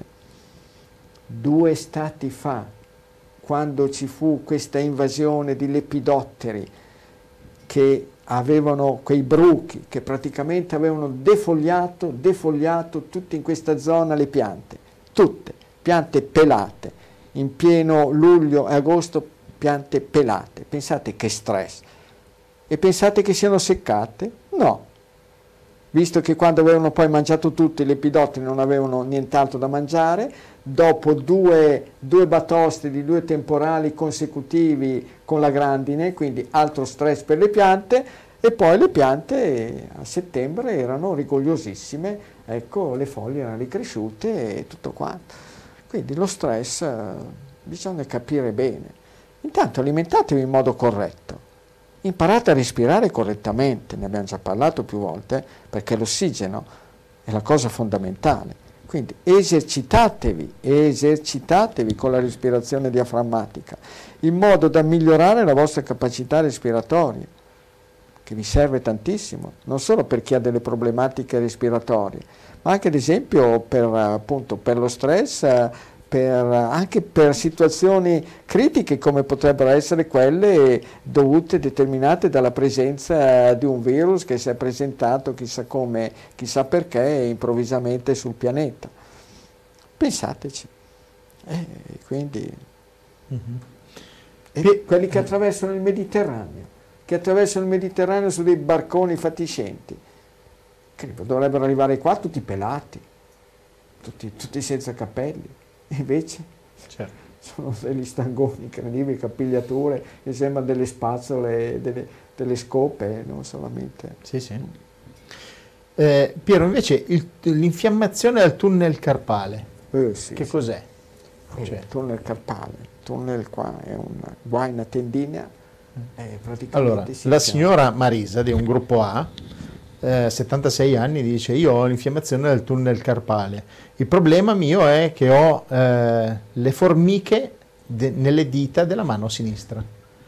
Due estati fa, quando ci fu questa invasione di lepidotteri che avevano quei bruchi che praticamente avevano defogliato, defogliato tutte in questa zona le piante, tutte, piante pelate, in pieno luglio e agosto piante pelate. Pensate che stress. E pensate che siano seccate? No. Visto che quando avevano poi mangiato tutti i lepidotteri non avevano nient'altro da mangiare, dopo due, due batoste di due temporali consecutivi con la grandine, quindi altro stress per le piante, e poi le piante a settembre erano rigogliosissime, ecco, le foglie erano ricresciute e tutto quanto. Quindi lo stress eh, bisogna capire bene. Intanto alimentatevi in modo corretto. Imparate a respirare correttamente, ne abbiamo già parlato più volte, perché l'ossigeno è la cosa fondamentale. Quindi esercitatevi, esercitatevi con la respirazione diaframmatica, in modo da migliorare la vostra capacità respiratoria, che vi serve tantissimo, non solo per chi ha delle problematiche respiratorie, ma anche ad esempio per, appunto, per lo stress, per, anche per situazioni critiche come potrebbero essere quelle dovute, determinate dalla presenza di un virus che si è presentato chissà come, chissà perché improvvisamente sul pianeta. Pensateci. Eh, quindi mm-hmm. e quelli che attraversano il Mediterraneo, che attraversano il Mediterraneo su dei barconi fatiscenti, credo dovrebbero arrivare qua tutti pelati, tutti, tutti senza capelli. Invece certo. Sono degli stangoni incredibili, capigliature che sembrano delle spazzole, delle, delle scope, non solamente. Sì, sì. Eh, Piero, invece il- l'infiammazione al tunnel carpale, Eh, sì, che sì. cos'è? Eh, Cioè, il tunnel carpale, il tunnel qua è una guaina tendinea, eh, praticamente allora, si la infiamma. signora Marisa di un gruppo A, eh, settantasei anni, dice: io ho l'infiammazione del tunnel carpale. Il problema mio è che ho eh, le formiche de- nelle dita della mano sinistra.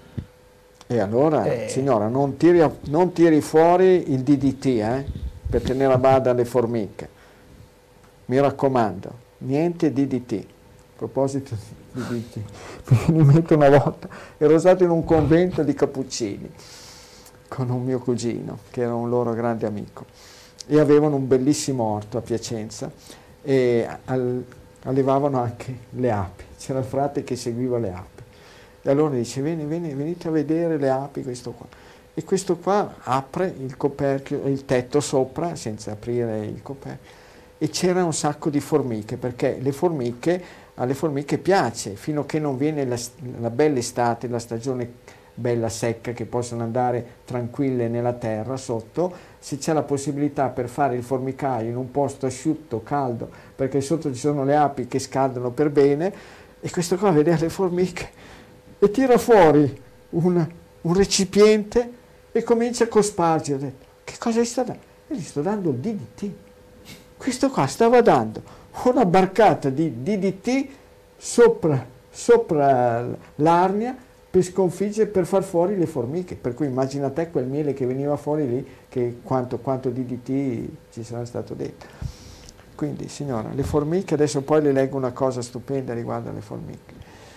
E allora, Eh. signora, non tiri, non tiri fuori il D D T eh, per tenere a bada le formiche. Mi raccomando, niente D D T. A proposito di D D T, mi viene in mente una volta, ero stato in un convento di cappuccini con un mio cugino, che era un loro grande amico, e avevano un bellissimo orto a Piacenza e al- allevavano anche le api. C'era il frate che seguiva le api. E allora dice: vieni, vieni, venite a vedere le api, questo qua. E questo qua apre il coperchio, il tetto sopra, senza aprire il coperchio, e c'era un sacco di formiche, perché le formiche, alle formiche piace, fino a che non viene la, la bella estate, la stagione bella secca, che possono andare tranquille nella terra sotto, se c'è la possibilità per fare il formicaio in un posto asciutto, caldo, perché sotto ci sono le api che scaldano per bene, e questo qua vede le formiche e tira fuori un, un recipiente e comincia a cospargere. Ho detto: che cosa gli sta dando? E gli sto dando il D D T. Questo qua stava dando una barcata di D D T sopra, sopra l'arnia per sconfiggere, per far fuori le formiche. Per cui immagina te quel miele che veniva fuori lì, che quanto, quanto D D T ci sarà stato dentro. Quindi, signora, le formiche, adesso poi le leggo una cosa stupenda riguardo alle formiche.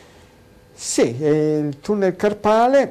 Sì, eh, il tunnel carpale,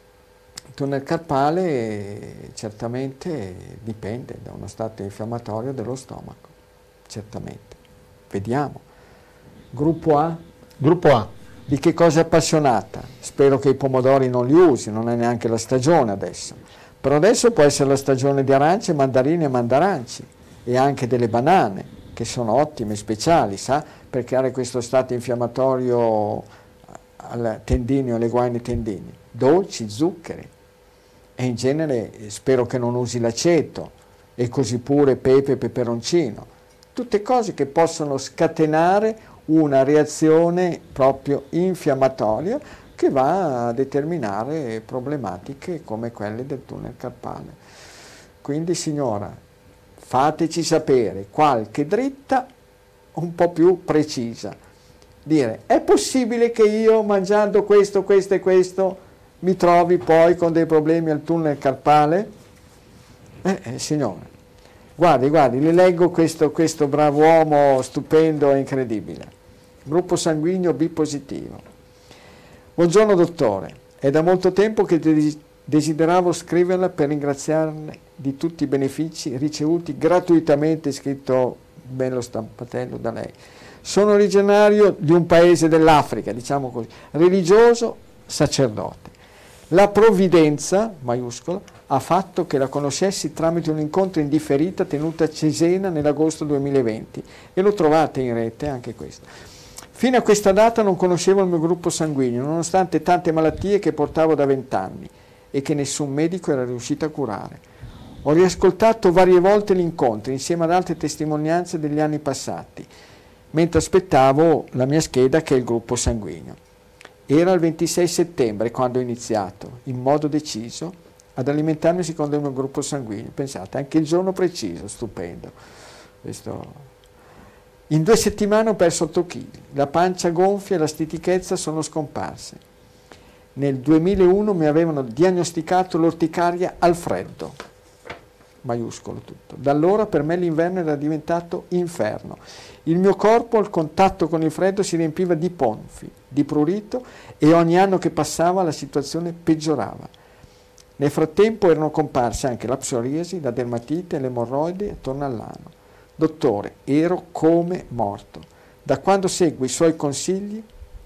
il tunnel carpale eh, certamente dipende da uno stato infiammatorio dello stomaco, certamente. Vediamo. Gruppo A, Gruppo A. di che cosa è appassionata? Spero che i pomodori non li usi, non è neanche la stagione adesso. Però adesso può essere la stagione di arance, mandarini e mandaranci, e anche delle banane, che sono ottime, speciali, sa, per creare questo stato infiammatorio al tendineo, alle guaine tendinee. Dolci, zuccheri, e in genere spero che non usi l'aceto, e così pure pepe e peperoncino. Tutte cose che possono scatenare una reazione proprio infiammatoria che va a determinare problematiche come quelle del tunnel carpale. Quindi, signora, fateci sapere qualche dritta un po' più precisa. Dire: è possibile che io, mangiando questo, questo e questo, mi trovi poi con dei problemi al tunnel carpale? Eh, eh, signora, guardi, guardi, le leggo questo, questo bravo uomo stupendo e incredibile. Gruppo sanguigno B positivo. Buongiorno dottore, è da molto tempo che des- desideravo scriverla per ringraziarle di tutti i benefici ricevuti gratuitamente, scritto bello stampatello da lei. Sono originario di un paese dell'Africa, diciamo così, religioso, sacerdote. La provvidenza, maiuscola, ha fatto che la conoscessi tramite un incontro in differita tenuto a Cesena nell'agosto duemilaventi, e lo trovate in rete anche questo. Fino a questa data non conoscevo il mio gruppo sanguigno, nonostante tante malattie che portavo da vent'anni e che nessun medico era riuscito a curare. Ho riascoltato varie volte l'incontro insieme ad altre testimonianze degli anni passati, mentre aspettavo la mia scheda, che è il gruppo sanguigno. Era il ventisei settembre quando ho iniziato, in modo deciso, ad alimentarmi secondo il mio gruppo sanguigno. Pensate, anche il giorno preciso, stupendo. Questo... In due settimane ho perso otto chili, la pancia gonfia e la stitichezza sono scomparse. Nel duemilauno mi avevano diagnosticato l'orticaria al freddo, maiuscolo tutto. Da allora per me l'inverno era diventato inferno. Il mio corpo al contatto con il freddo si riempiva di ponfi, di prurito, e ogni anno che passava la situazione peggiorava. Nel frattempo erano comparse anche la psoriasi, la dermatite e le emorroidi attorno all'ano. Dottore, ero come morto. Da quando seguo i suoi consigli,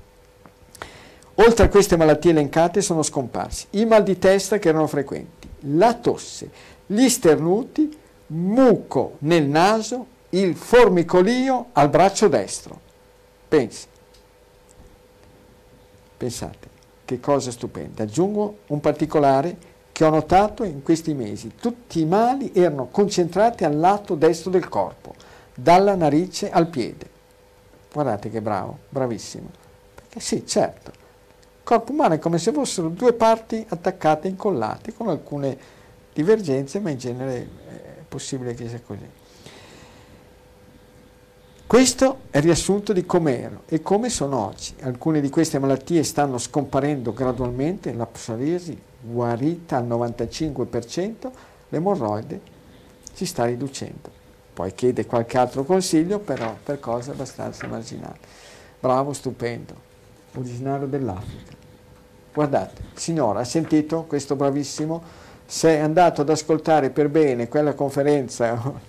oltre a queste malattie elencate, sono scomparsi i mal di testa, che erano frequenti, la tosse, gli sternuti, muco nel naso, il formicolio al braccio destro. Pensi. Pensate, che cosa stupenda. Aggiungo un particolare che ho notato in questi mesi. Tutti i mali erano concentrati al lato destro del corpo, dalla narice al piede. Guardate che bravo, bravissimo. Perché sì, certo, il corpo umano è come se fossero due parti attaccate, incollate, con alcune divergenze, ma in genere è possibile che sia così. Questo è il riassunto di come ero e come sono oggi. Alcune di queste malattie stanno scomparendo gradualmente, la psoriasi guarita al novantacinque per cento, l'emorroide si sta riducendo. Poi chiede qualche altro consiglio, però per cose abbastanza marginali. Bravo, stupendo, originario dell'Africa. Guardate, signora, ha sentito questo bravissimo? Se è andato ad ascoltare per bene quella conferenza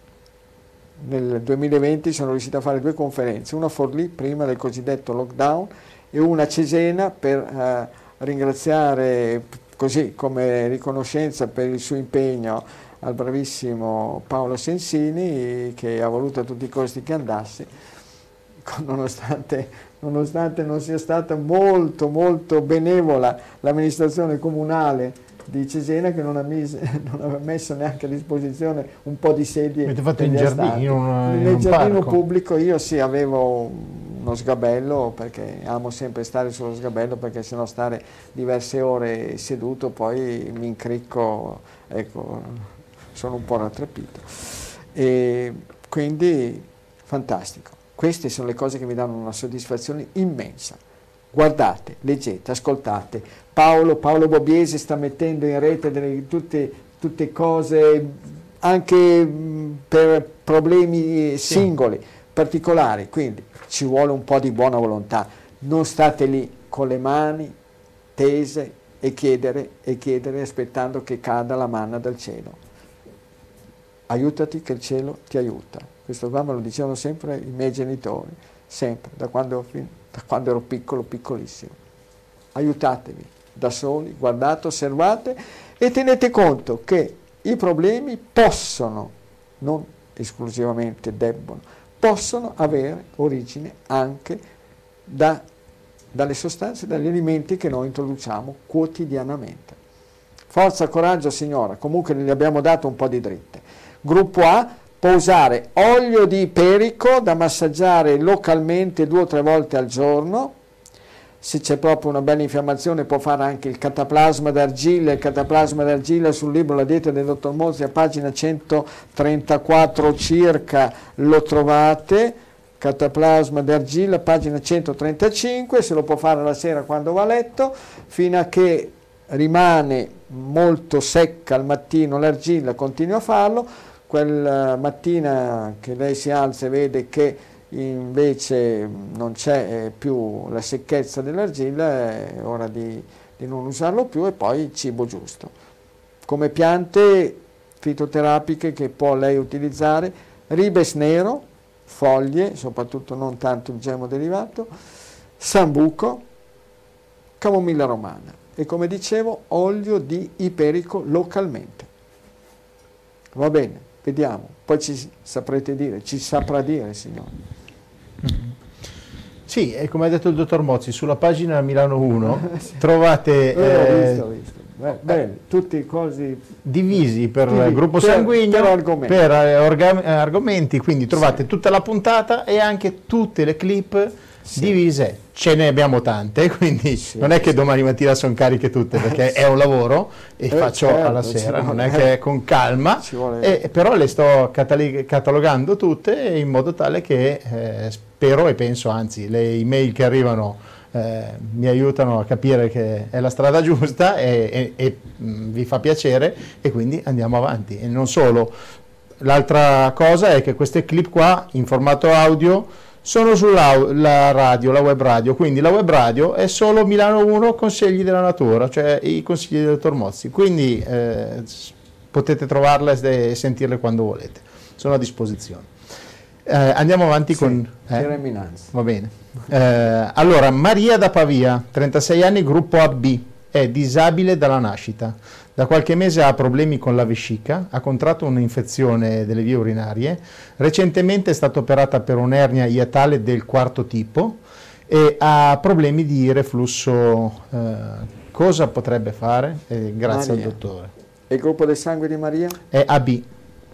nel duemilaventi, sono riuscito a fare due conferenze, una a Forlì prima del cosiddetto lockdown e una a Cesena per eh, ringraziare così come riconoscenza per il suo impegno al bravissimo Paolo Sensini, che ha voluto a tutti i costi che andasse, nonostante, nonostante non sia stata molto molto benevola l'amministrazione comunale di Cesena, che non ha, mise, non aveva messo neanche a disposizione un po' di sedie. Avete fatto in giardino, in un, in nel un giardino parco. pubblico. Io sì, avevo uno sgabello, perché amo sempre stare sullo sgabello, perché sennò stare diverse ore seduto poi mi incricco, ecco, sono un po' rattrepito. E quindi fantastico. Queste sono le cose che mi danno una soddisfazione immensa. Guardate, leggete, ascoltate. Paolo, Paolo Bobiese sta mettendo in rete delle, tutte, tutte cose anche mh, per problemi singoli, sì, particolari, quindi ci vuole un po' di buona volontà. Non state lì con le mani tese e chiedere e chiedere aspettando che cada la manna dal cielo. Aiutati che il cielo ti aiuta. Questo qua me lo dicevano sempre i miei genitori, sempre, da quando, da quando ero piccolo, piccolissimo. Aiutatevi da soli, guardate, osservate e tenete conto che i problemi possono, non esclusivamente debbono, possono avere origine anche da, dalle sostanze, dagli alimenti che noi introduciamo quotidianamente. Forza, coraggio signora, comunque ne abbiamo dato un po' di dritte. Gruppo A può usare olio di iperico da massaggiare localmente due o tre volte al giorno. Se c'è proprio una bella infiammazione può fare anche il cataplasma d'argilla. Il cataplasma d'argilla sul libro La dieta del dottor Mozzi a pagina centotrentaquattro circa lo trovate. Cataplasma d'argilla, pagina centotrentacinque, se lo può fare la sera quando va a letto, fino a che rimane molto secca al mattino l'argilla, continua a farlo. Quella mattina che lei si alza e vede che invece non c'è più la secchezza dell'argilla, è ora di, di non usarlo più, e poi il cibo giusto. Come piante fitoterapiche che può lei utilizzare: ribes nero, foglie, soprattutto non tanto il gemo derivato, sambuco, camomilla romana e, come dicevo, olio di iperico localmente. Va bene, vediamo, poi ci saprete dire, ci saprà dire, signore. Sì, e come ha detto il dottor Mozzi, sulla pagina Milano uno trovate eh, eh, visto, visto. Beh, bene, tutti cosi divisi per Divi, gruppo per, sanguigno, per argomenti, per, eh, orga- argomenti quindi trovate sì, tutta la puntata e anche tutte le clip sì, divise. Ce ne abbiamo tante, quindi sì, non è che sì, domani mattina sono cariche tutte, perché è un lavoro e eh, faccio certo, alla sera, vuole, non è che è con calma, e, però le sto catali- catalogando tutte in modo tale che eh, spero e penso, anzi le email che arrivano eh, mi aiutano a capire che è la strada giusta e, e, e mh, vi fa piacere, e quindi andiamo avanti. E non solo, l'altra cosa è che queste clip qua in formato audio sono sulla la radio, la web radio, quindi la web radio è solo Milano uno Consigli della Natura, cioè i consigli del dottor Mozzi, quindi eh, potete trovarle e sentirle quando volete, sono a disposizione. Eh, andiamo avanti, sì, con... Eh? Va bene. Eh, allora, Maria da Pavia, trentasei anni, gruppo A B, è disabile dalla nascita. Da qualche mese ha problemi con la vescica, ha contratto un'infezione delle vie urinarie, recentemente è stata operata per un'ernia iatale del quarto tipo e ha problemi di reflusso. Eh, cosa potrebbe fare? Eh, grazie Maria. al dottore. E il gruppo del sangue di Maria? È A B.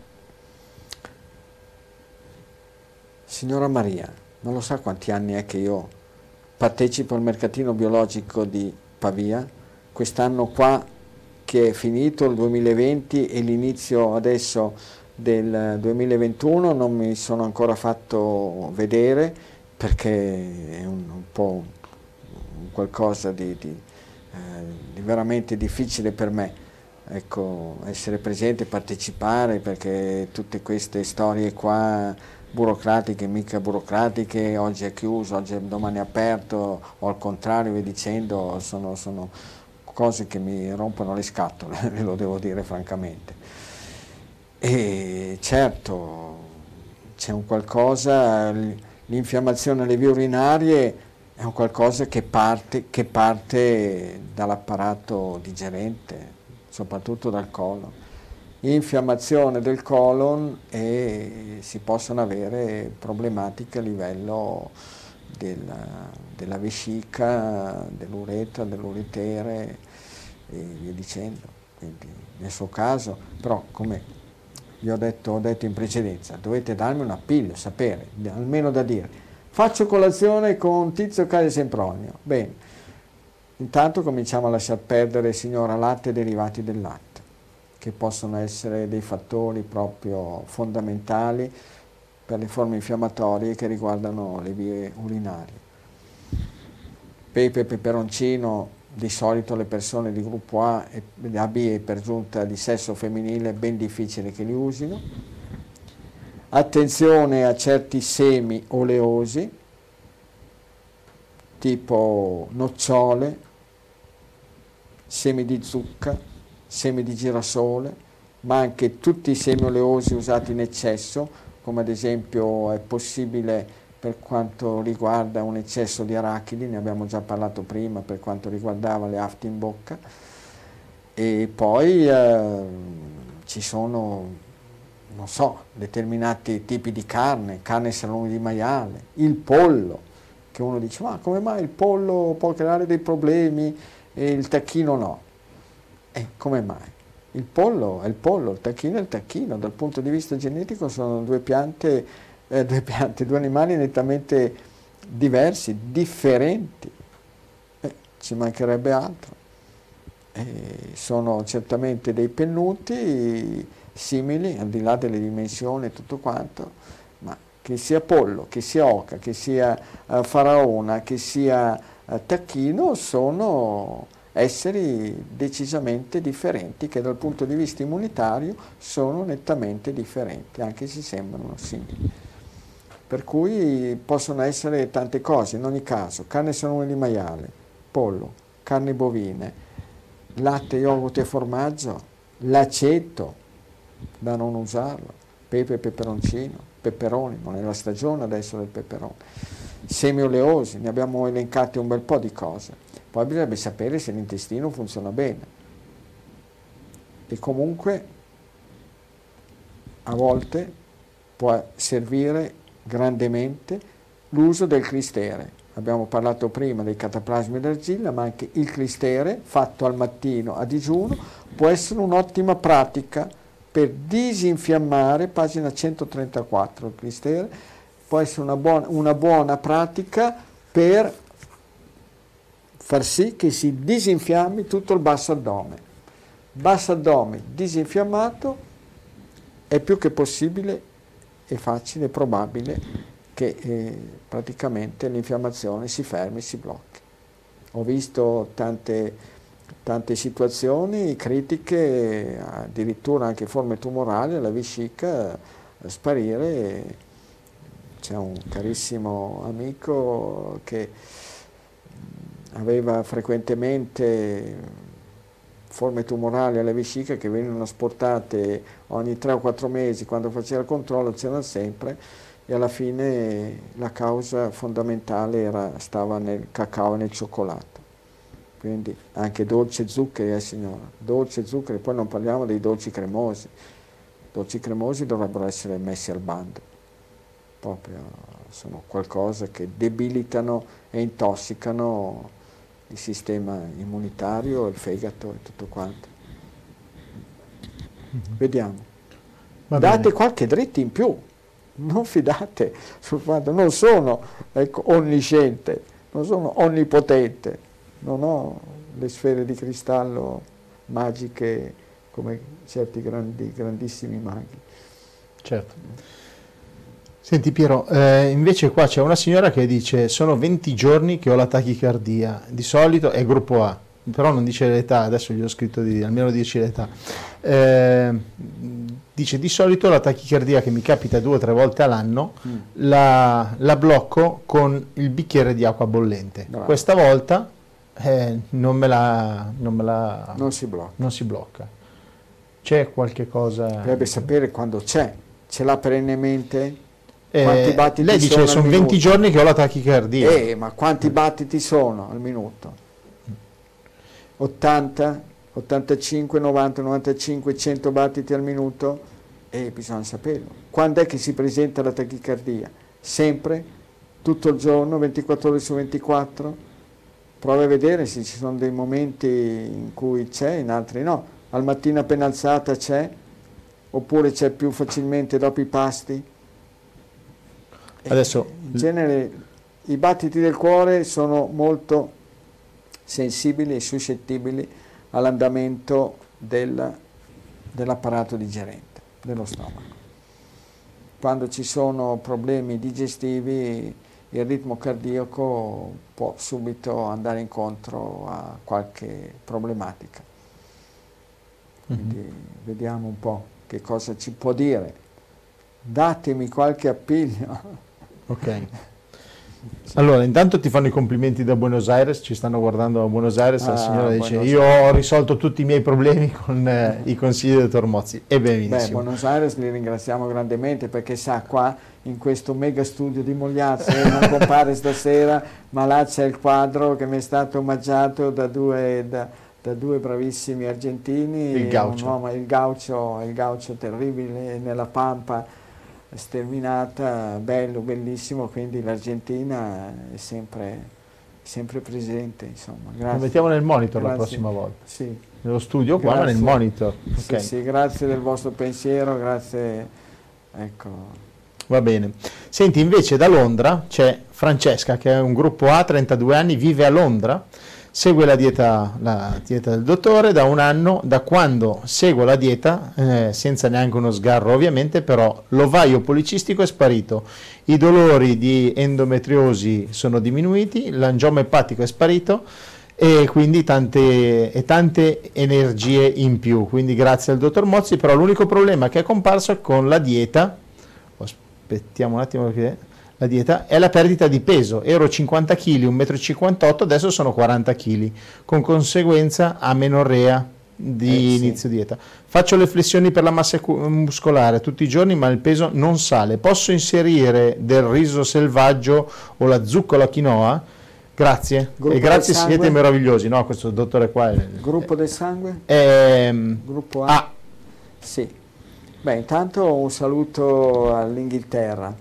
Signora Maria, non lo sa quanti anni è che io partecipo al mercatino biologico di Pavia, quest'anno qua che è finito il duemilaventi e l'inizio adesso del duemilaventuno non mi sono ancora fatto vedere perché è un, un po' un qualcosa di, di, eh, di veramente difficile per me, ecco, essere presente, partecipare, perché tutte queste storie qua burocratiche, mica burocratiche, oggi è chiuso, oggi è, domani è aperto, o al contrario, vi dicendo, sono, sono cose che mi rompono le scatole, ve lo devo dire francamente. E certo, c'è un qualcosa, l'infiammazione alle vie urinarie è un qualcosa che parte, che parte dall'apparato digerente, soprattutto dal colon. Infiammazione del colon e si possono avere problematiche a livello della, della vescica, dell'uretra, dell'uritere e via dicendo. Quindi nel suo caso, però come vi ho detto, ho detto in precedenza, dovete darmi una pilla, sapere, almeno da dire. Faccio colazione con Tizio Caio Sempronio. Bene, intanto cominciamo a lasciar perdere, signora, latte e derivati del latte, che possono essere dei fattori proprio fondamentali per le forme infiammatorie che riguardano le vie urinarie. Pepe e peperoncino, di solito le persone di gruppo A e A B e per giunta di sesso femminile è ben difficile che li usino. Attenzione a certi semi oleosi, tipo nocciole, semi di zucca, semi di girasole, ma anche tutti i semi oleosi usati in eccesso, come ad esempio è possibile per quanto riguarda un eccesso di arachidi, ne abbiamo già parlato prima per quanto riguardava le afte in bocca, e poi eh, ci sono, non so, determinati tipi di carne, carne salumi di maiale, il pollo, che uno dice ma come mai il pollo può creare dei problemi e il tacchino no? E come mai? Il pollo è il pollo, il tacchino è il tacchino, dal punto di vista genetico sono due piante, eh, due piante, due animali nettamente diversi, differenti, eh, ci mancherebbe altro. Eh, sono certamente dei pennuti simili, al di là delle dimensioni e tutto quanto, ma che sia pollo, che sia oca, che sia uh, faraona, che sia uh, tacchino, sono esseri decisamente differenti, che dal punto di vista immunitario sono nettamente differenti, anche se sembrano simili. Per cui possono essere tante cose, in ogni caso, carne salumi di maiale, pollo, carni bovine, latte, yogurt e formaggio, l'aceto, da non usarlo, pepe e peperoncino, peperoni, non è la stagione adesso del peperone, semi oleosi, ne abbiamo elencati un bel po' di cose. Poi bisognerebbe sapere se l'intestino funziona bene. E comunque a volte può servire grandemente l'uso del clistere. Abbiamo parlato prima dei cataplasmi d'argilla, ma anche il clistere fatto al mattino a digiuno può essere un'ottima pratica per disinfiammare, pagina centotrentaquattro, il clistere può essere una buona, una buona pratica per far sì che si disinfiammi tutto il basso addome. Basso addome disinfiammato è più che possibile e facile e probabile che eh, praticamente l'infiammazione si fermi, si blocchi. Ho visto tante, tante situazioni critiche, addirittura anche forme tumorali alla vescica eh, sparire. C'è un carissimo amico che aveva frequentemente forme tumorali alla vescica che venivano asportate ogni tre o quattro mesi, quando faceva il controllo c'erano sempre, e alla fine la causa fondamentale era, stava nel cacao e nel cioccolato. Quindi anche dolci e zuccheri, eh signora, dolci e zuccheri, poi non parliamo dei dolci cremosi. I dolci cremosi dovrebbero essere messi al bando, proprio sono qualcosa che debilitano e intossicano il sistema immunitario, il fegato e tutto quanto. Mm-hmm. Vediamo. Va Date bene. Qualche dritto in più, non fidate sul fatto, non sono ecco, onnisciente, non sono onnipotente, non ho le sfere di cristallo magiche come certi grandi, grandissimi maghi. Certo. Senti Piero, eh, invece qua c'è una signora che dice sono venti giorni che ho la tachicardia, di solito è gruppo A, però non dice l'età, adesso gli ho scritto di almeno dieci l'età. Eh, dice di solito la tachicardia che mi capita due o tre volte all'anno mm. la, la blocco con il bicchiere di acqua bollente. Bravo. Questa volta eh, non me la... Non, me la non si blocca. Non si blocca. C'è qualche cosa... Dovrebbe sapere quando c'è. Ce l'ha perennemente? Eh, lei dice sono, sono venti giorni che ho la tachicardia. Eh, ma quanti battiti sono al minuto? ottanta, ottantacinque, novanta, novantacinque, cento battiti al minuto? E eh, bisogna saperlo. Quando è che si presenta la tachicardia? Sempre? Tutto il giorno? ventiquattro ore su ventiquattro? Prova a vedere se ci sono dei momenti in cui c'è, in altri no. Al mattino appena alzata c'è? Oppure c'è più facilmente dopo i pasti? Adesso, in genere i battiti del cuore sono molto sensibili e suscettibili all'andamento del, dell'apparato digerente, dello stomaco. Quando ci sono problemi digestivi il ritmo cardiaco può subito andare incontro a qualche problematica. Quindi mm-hmm. vediamo un po' che cosa ci può dire. Datemi qualche appiglio. Ok. Allora, intanto ti fanno i complimenti da Buenos Aires, ci stanno guardando a Buenos Aires, ah, la signora dice Buenos io Aires. Ho risolto tutti i miei problemi con eh, i consigli del dottor Mozzi. E benissimo. Beh, Buenos Aires li ringraziamo grandemente perché sa qua in questo mega studio di Mogliazzo non compare stasera, ma là c'è il quadro che mi è stato omaggiato da due, da, da due bravissimi argentini. Il Gaucho. Un uomo, il Gaucho, il Gaucho terribile nella Pampa, sterminata, bello, bellissimo, quindi l'Argentina è sempre, sempre presente, insomma. Grazie. Lo mettiamo nel monitor grazie. La prossima volta. Sì. Nello studio qua, ma nel monitor. Sì, okay. sì, grazie del vostro pensiero, grazie, ecco. Va bene. Senti, invece da Londra c'è Francesca, che è un gruppo A, trentadue anni, vive a Londra, segue la dieta, la dieta del dottore da un anno. Da quando seguo la dieta, eh, senza neanche uno sgarro ovviamente, però l'ovaio policistico è sparito, i dolori di endometriosi sono diminuiti, l'angioma epatico è sparito e quindi tante, e tante energie in più. Quindi grazie al dottor Mozzi, però l'unico problema che è comparso è con la dieta, aspettiamo un attimo perché... La dieta è la perdita di peso, ero cinquanta chili, uno virgola cinquantotto metri, adesso sono quaranta chili, con conseguenza amenorrea di eh, inizio sì. dieta. Faccio le flessioni per la massa muscolare tutti i giorni, ma il peso non sale. Posso inserire del riso selvaggio o la zucca o la quinoa? Grazie. Gruppo e grazie, siete meravigliosi. No, questo dottore qua è... Gruppo del sangue? È, Gruppo A? A. Sì. Beh, intanto un saluto all'Inghilterra.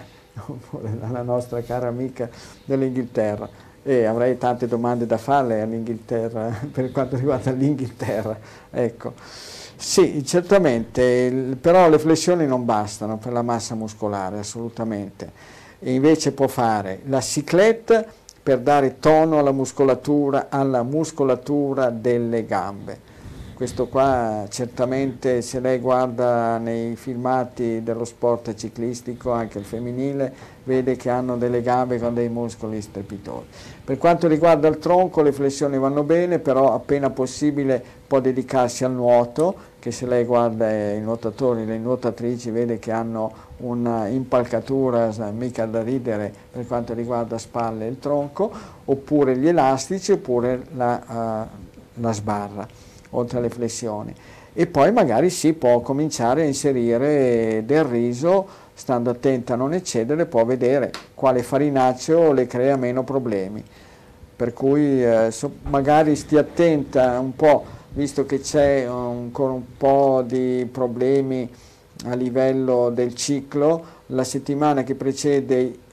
La nostra cara amica dell'Inghilterra, e avrei tante domande da farle all'Inghilterra per quanto riguarda l'Inghilterra, ecco. Sì, certamente, però le flessioni non bastano per la massa muscolare, assolutamente. E invece può fare la cyclette per dare tono alla muscolatura, alla muscolatura delle gambe. Questo qua certamente, se lei guarda nei filmati dello sport ciclistico, anche il femminile, vede che hanno delle gambe con dei muscoli strepitosi. Per quanto riguarda il tronco, le flessioni vanno bene, però appena possibile può dedicarsi al nuoto, che se lei guarda i nuotatori, le nuotatrici, vede che hanno una impalcatura mica da ridere per quanto riguarda spalle e il tronco, oppure gli elastici, oppure la, uh, la sbarra, oltre alle flessioni. E poi magari si può cominciare a inserire del riso, stando attenta a non eccedere, può vedere quale farinaceo le crea meno problemi. Per cui eh, so, magari stia attenta un po', visto che c'è ancora un po' di problemi a livello del ciclo, la settimana che precede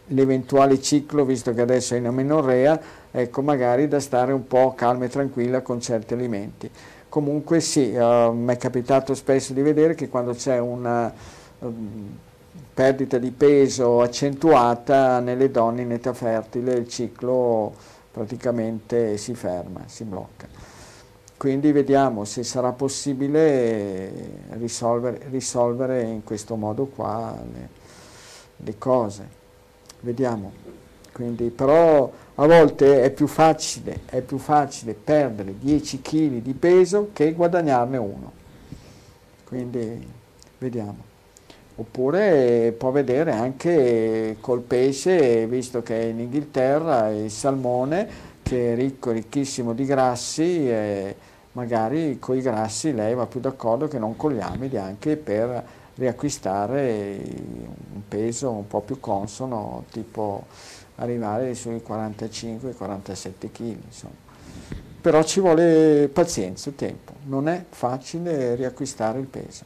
l'eventuale ciclo, visto che adesso è in amenorrea, ecco, magari da stare un po' calma e tranquilla con certi alimenti. Comunque sì, uh, mi è capitato spesso di vedere che quando c'è una um, perdita di peso accentuata nelle donne in età fertile il ciclo praticamente si ferma, si blocca. Quindi vediamo se sarà possibile risolvere, risolvere in questo modo qua le, le cose. Vediamo. Quindi, però a volte è più facile, è più facile perdere dieci chili di peso che guadagnarne uno. Quindi vediamo. Oppure può vedere anche col pesce, visto che in Inghilterra il salmone, che è ricco, ricchissimo di grassi, e magari con i grassi lei va più d'accordo che non con gli amidi, anche per riacquistare un peso un po' più consono, tipo arrivare sui quarantacinque quarantasette chili, insomma. Però ci vuole pazienza, tempo, non è facile riacquistare il peso.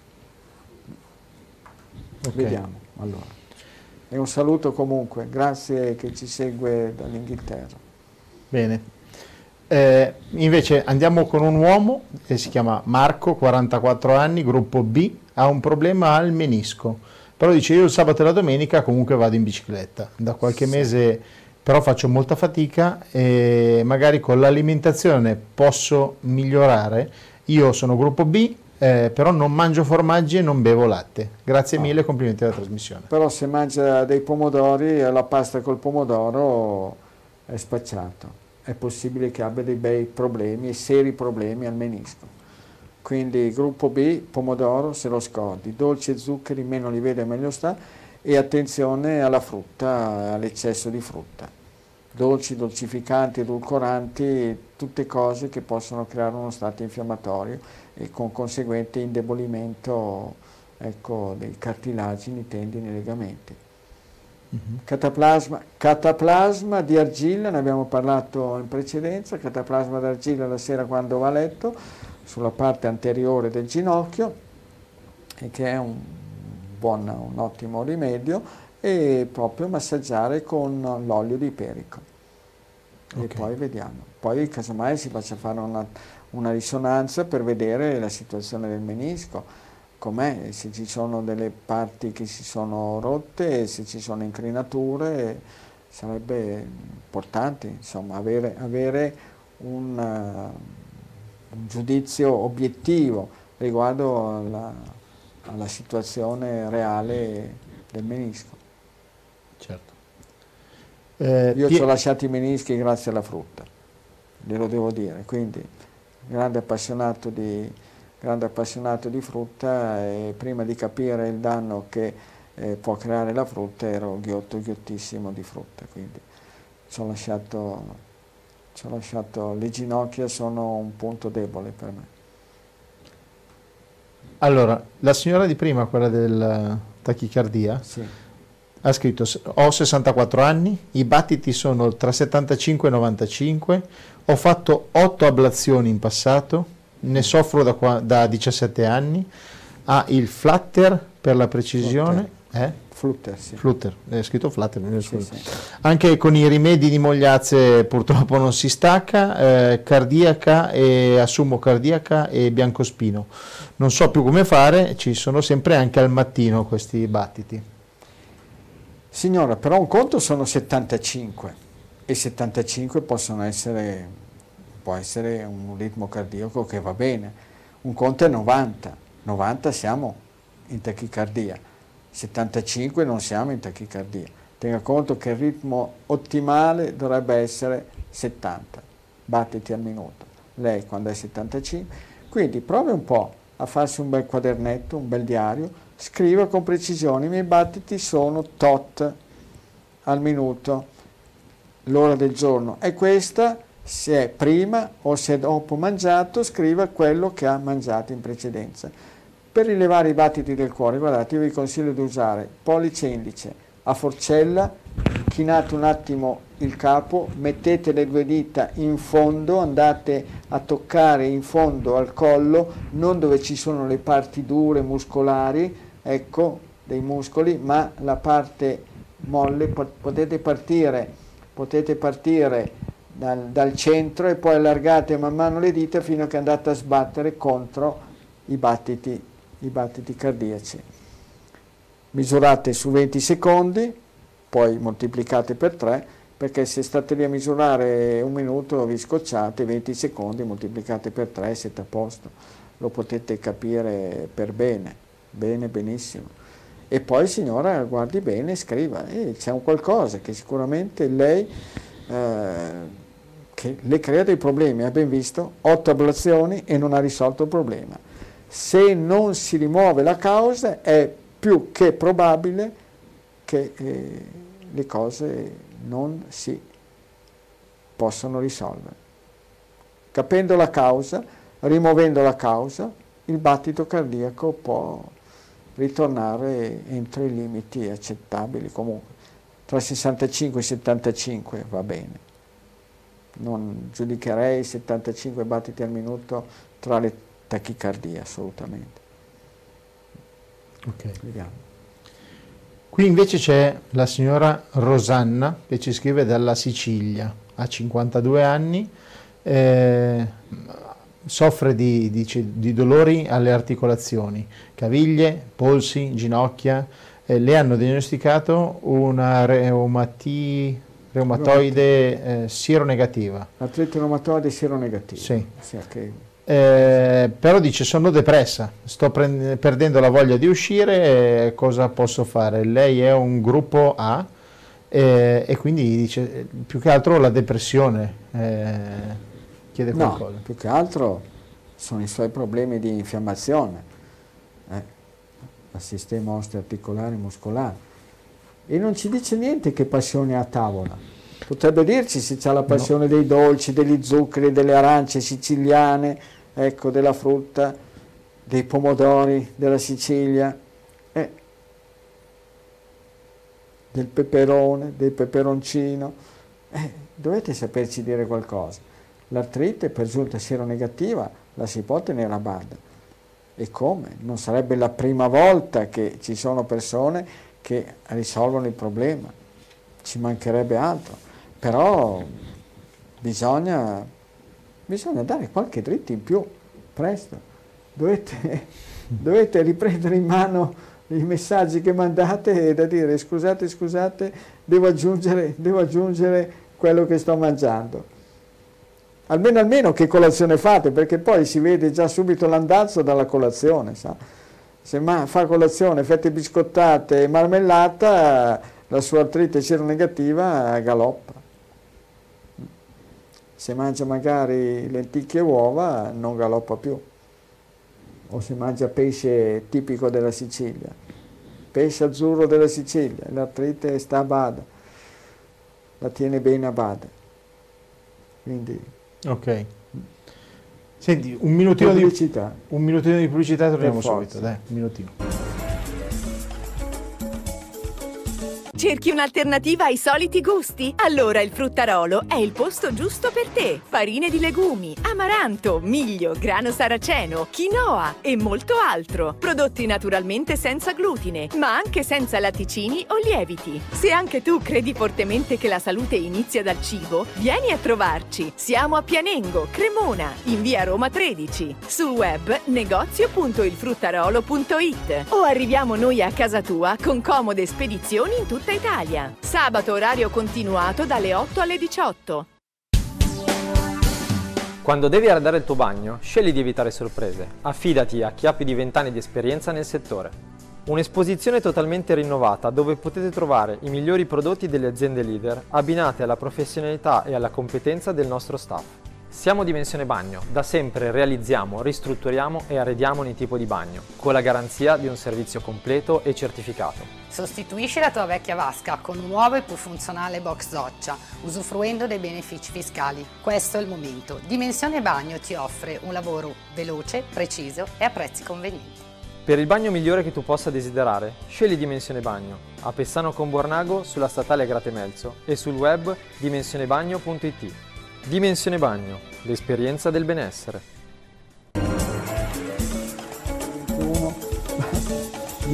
Okay. Vediamo, allora. E un saluto comunque, grazie che ci segue dall'Inghilterra. Bene. Eh, invece andiamo con un uomo che si chiama Marco, quarantaquattro anni, gruppo B, ha un problema al menisco, però dice io il sabato e la domenica comunque vado in bicicletta, da qualche sì. mese però faccio molta fatica e magari con l'alimentazione posso migliorare. Io sono gruppo B, eh, però non mangio formaggi e non bevo latte. Grazie ah. mille, complimenti alla trasmissione. Però se mangia dei pomodori, la pasta col pomodoro è spacciato. È possibile che abbia dei bei problemi, seri problemi al menisco. Quindi gruppo B, pomodoro, se lo scordi, dolci e zuccheri, meno li vede meglio sta, e attenzione alla frutta, all'eccesso di frutta. Dolci, dolcificanti, edulcoranti, tutte cose che possono creare uno stato infiammatorio e con conseguente indebolimento, ecco, dei cartilagini, tendini e legamenti. Cataplasma, cataplasma di argilla, ne abbiamo parlato in precedenza, cataplasma d'argilla la sera quando va a letto, sulla parte anteriore del ginocchio, e che è un, buon, un ottimo rimedio, e proprio massaggiare con l'olio di iperico. Okay. E poi vediamo. Poi casomai si faccia fare una, una risonanza per vedere la situazione del menisco, com'è, se ci sono delle parti che si sono rotte, se ci sono incrinature, sarebbe importante insomma avere, avere un, uh, un giudizio obiettivo riguardo alla, alla situazione reale del menisco. Certo. Eh, Io ti... ci ho lasciato i menischi grazie alla frutta, glielo devo dire, quindi grande appassionato di grande appassionato di frutta, e prima di capire il danno che eh, può creare la frutta ero ghiotto ghiottissimo di frutta, quindi ci ho lasciato, ci ho lasciato le ginocchia sono un punto debole per me. Allora, la signora di prima, quella del tachicardia, sì. ha scritto ho sessantaquattro anni, i battiti sono tra settantacinque e novantacinque, ho fatto otto ablazioni in passato, ne soffro da, qua, da diciassette anni, ha il flutter per la precisione, flutter, eh? flutter, sì. flutter, è scritto flutter, sì, sì. Anche con i rimedi di Mogliazze purtroppo non si stacca, eh, cardiaca e assumo cardiaca e biancospino, non so più come fare, ci sono sempre anche al mattino questi battiti. Signora, però un conto sono settantacinque e settantacinque possono essere... può essere un ritmo cardiaco che va bene, un conto è novanta, novanta siamo in tachicardia, settantacinque non siamo in tachicardia. Tenga conto che il ritmo ottimale dovrebbe essere settanta battiti al minuto, lei quando è settantacinque, quindi provi un po' a farsi un bel quadernetto, un bel diario, scriva con precisione, i miei battiti sono tot al minuto, l'ora del giorno è questa, se è prima o se è dopo mangiato, scriva quello che ha mangiato in precedenza. Per rilevare i battiti del cuore, guardate, io vi consiglio di usare pollice e indice a forcella, chinate un attimo il capo, mettete le due dita in fondo, andate a toccare in fondo al collo, non dove ci sono le parti dure muscolari, ecco, dei muscoli, ma la parte molle, potete partire, potete partire dal, dal centro e poi allargate man mano le dita fino a che andate a sbattere contro i battiti, i battiti cardiaci. Misurate su venti secondi, poi moltiplicate per tre, perché se state lì a misurare un minuto vi scocciate, venti secondi moltiplicate per tre siete a posto, lo potete capire per bene, bene, benissimo. E poi signora guardi bene, scriva, eh, c'è un qualcosa che sicuramente lei, eh, che le crea dei problemi, ha ben visto, otto ablazioni e non ha risolto il problema. Se non si rimuove la causa è più che probabile che eh, le cose non si possono risolvere. Capendo la causa, rimuovendo la causa, il battito cardiaco può ritornare entro i limiti accettabili, comunque tra sessantacinque e settantacinque va bene. Non giudicherei settantacinque battiti al minuto tra le tachicardie, assolutamente. Ok. Vediamo. Qui invece c'è la signora Rosanna che ci scrive dalla Sicilia, ha cinquantadue anni, eh, soffre di, di, di dolori alle articolazioni, caviglie, polsi, ginocchia, eh, le hanno diagnosticato una reumati, reumatoide eh, sieronegativa. Artrite reumatoide sieronegativa. Sì. Sì, okay. Eh, però dice sono depressa, sto perdendo la voglia di uscire, eh, cosa posso fare? Lei è un gruppo A eh, e quindi dice più che altro la depressione, eh, chiede qualcosa. No, più che altro sono i suoi problemi di infiammazione eh, al sistema osteoarticolare e muscolare e non ci dice niente che passione ha a tavola. Potrebbe dirci se c'ha la passione no. dei dolci, degli zuccheri, delle arance siciliane, ecco, della frutta, dei pomodori della Sicilia, eh, del peperone, del peperoncino. Eh, dovete saperci dire qualcosa. L'artrite per giunta sieronegativa la si può tenere a bada. E come? Non sarebbe la prima volta che ci sono persone che risolvono il problema. Ci mancherebbe altro. Però bisogna, bisogna dare qualche dritto in più, presto. Dovete, dovete riprendere in mano i messaggi che mandate e da dire scusate, scusate, devo aggiungere, devo aggiungere quello che sto mangiando. Almeno, almeno che colazione fate, perché poi si vede già subito l'andazzo dalla colazione. Sa? Se ma, fa colazione, fette biscottate e marmellata, la sua artrite sieronegativa galoppa. Se mangia magari lenticchie e uova non galoppa più, o se mangia pesce tipico della Sicilia, pesce azzurro della Sicilia, l'artrite sta a bada, la tiene bene a bada. Quindi, ok. Senti, un minutino pubblicità. di un minutino di pubblicità, torniamo Per subito, forza. dai, un minutino. Cerchi un'alternativa ai soliti gusti? Allora il Fruttarolo è il posto giusto per te. Farine di legumi, amaranto, miglio, grano saraceno, quinoa e molto altro. Prodotti naturalmente senza glutine, ma anche senza latticini o lieviti. Se anche tu credi fortemente che la salute inizia dal cibo, vieni a trovarci. Siamo a Pianengo, Cremona, in via Roma tredici. Sul web negozio punto il fruttarolo punto it o arriviamo noi a casa tua con comode spedizioni in tutta Italia. Sabato orario continuato dalle otto alle diciotto. Quando devi arredare il tuo bagno, scegli di evitare sorprese. Affidati a chi ha più di venti anni di esperienza nel settore. Un'esposizione totalmente rinnovata dove potete trovare i migliori prodotti delle aziende leader abbinate alla professionalità e alla competenza del nostro staff. Siamo Dimensione Bagno, da sempre realizziamo, ristrutturiamo e arrediamo ogni tipo di bagno, con la garanzia di un servizio completo e certificato. Sostituisci la tua vecchia vasca con un nuovo e più funzionale box doccia, usufruendo dei benefici fiscali. Questo è il momento. Dimensione Bagno ti offre un lavoro veloce, preciso e a prezzi convenienti. Per il bagno migliore che tu possa desiderare, scegli Dimensione Bagno, a Pessano con Bornago sulla statale Gratemelzo e sul web dimensione bagno punto it. Dimensione Bagno, l'esperienza del benessere.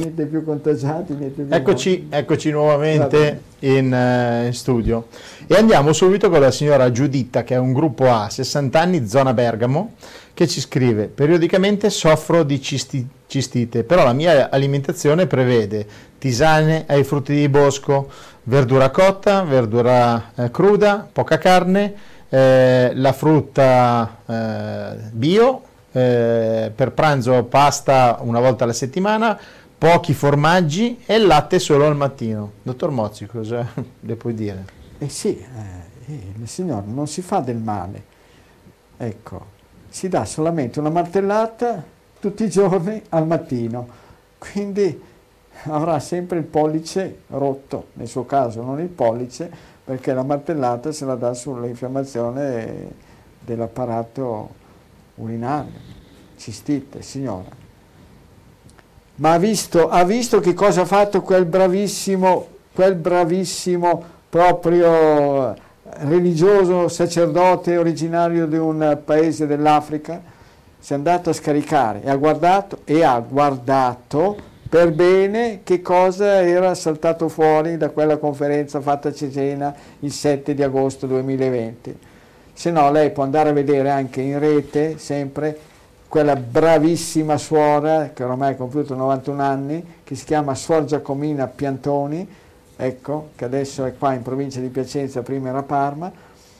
niente più contagiati, niente più Eccoci, eccoci nuovamente in, uh, in studio e andiamo subito con la signora Giuditta, che è un gruppo A, sessanta anni, zona Bergamo, che ci scrive: periodicamente soffro di cisti, cistite, però la mia alimentazione prevede tisane ai frutti di bosco, verdura cotta, verdura eh, cruda, poca carne, eh, la frutta eh, bio, eh, per pranzo pasta una volta alla settimana, pochi formaggi e il latte solo al mattino. Dottor Mozzi, cosa le puoi dire? Eh sì, eh, eh, signore, non si fa del male, ecco, si dà solamente una martellata tutti i giorni al mattino, quindi avrà sempre il pollice rotto, nel suo caso non il pollice, perché la martellata se la dà sull'infiammazione dell'apparato urinario, cistite, signora. Ma ha visto, ha visto che cosa ha fatto quel bravissimo, quel bravissimo proprio religioso sacerdote originario di un paese dell'Africa? Si è andato a scaricare e ha guardato, e ha guardato per bene che cosa era saltato fuori da quella conferenza fatta a Cesena il sette di agosto duemilaventi. Se no lei può andare a vedere anche in rete sempre quella bravissima suora che ormai ha compiuto novantuno anni, che si chiama Suor Giacomina Piantoni, ecco, che adesso è qua in provincia di Piacenza, prima era Parma,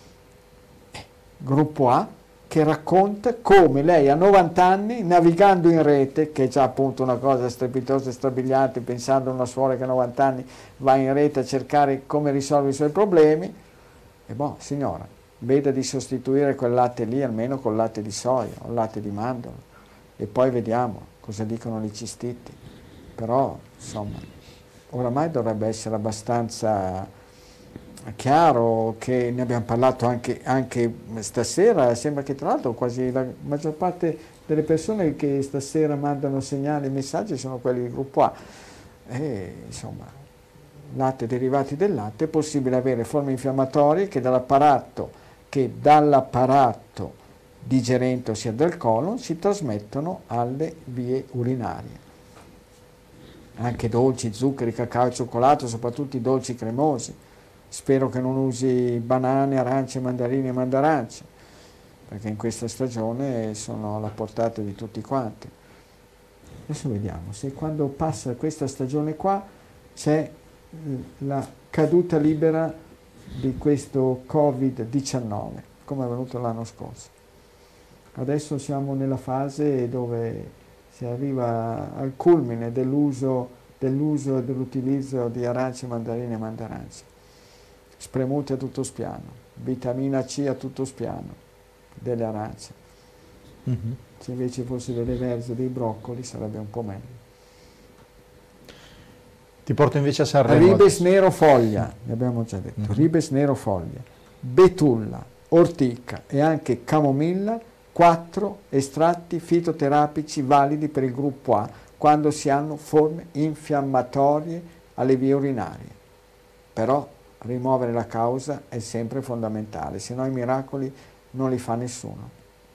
gruppo A, che racconta come lei a novanta anni, navigando in rete, che è già appunto una cosa strepitosa e strabiliante, pensando a una suora che a novanta anni va in rete a cercare come risolvere i suoi problemi, e boh, signora, veda di sostituire quel latte lì almeno col latte di soia o latte di mandorla e poi vediamo cosa dicono le cistiti. Però insomma oramai dovrebbe essere abbastanza chiaro, che ne abbiamo parlato anche, anche stasera. Sembra che tra l'altro quasi la maggior parte delle persone che stasera mandano segnali e messaggi sono quelli del gruppo A. E insomma, latte, derivati del latte, è possibile avere forme infiammatorie che dall'apparato che dall'apparato digerente, ossia del colon, si trasmettono alle vie urinarie. Anche dolci, zuccheri, cacao e cioccolato, soprattutto i dolci cremosi. Spero che non usi banane, arance, mandarini e mandarance, perché in questa stagione sono alla portata di tutti quanti. Adesso vediamo se quando passa questa stagione qua c'è la caduta libera di questo covid diciannove, come è avvenuto l'anno scorso. Adesso siamo nella fase dove si arriva al culmine dell'uso dell'uso e dell'utilizzo di arance, mandarine e mandarance. Spremute a tutto spiano, vitamina C a tutto spiano delle arance. Mm-hmm. Se invece fosse delle verze, dei broccoli, sarebbe un po' meglio. Ti porto invece a Sanremo. Ribes nero foglia, ne abbiamo già detto, mm-hmm. Ribes nero foglia, betulla, ortica e anche camomilla, quattro estratti fitoterapici validi per il gruppo A quando si hanno forme infiammatorie alle vie urinarie. Però rimuovere la causa è sempre fondamentale, se no i miracoli non li fa nessuno.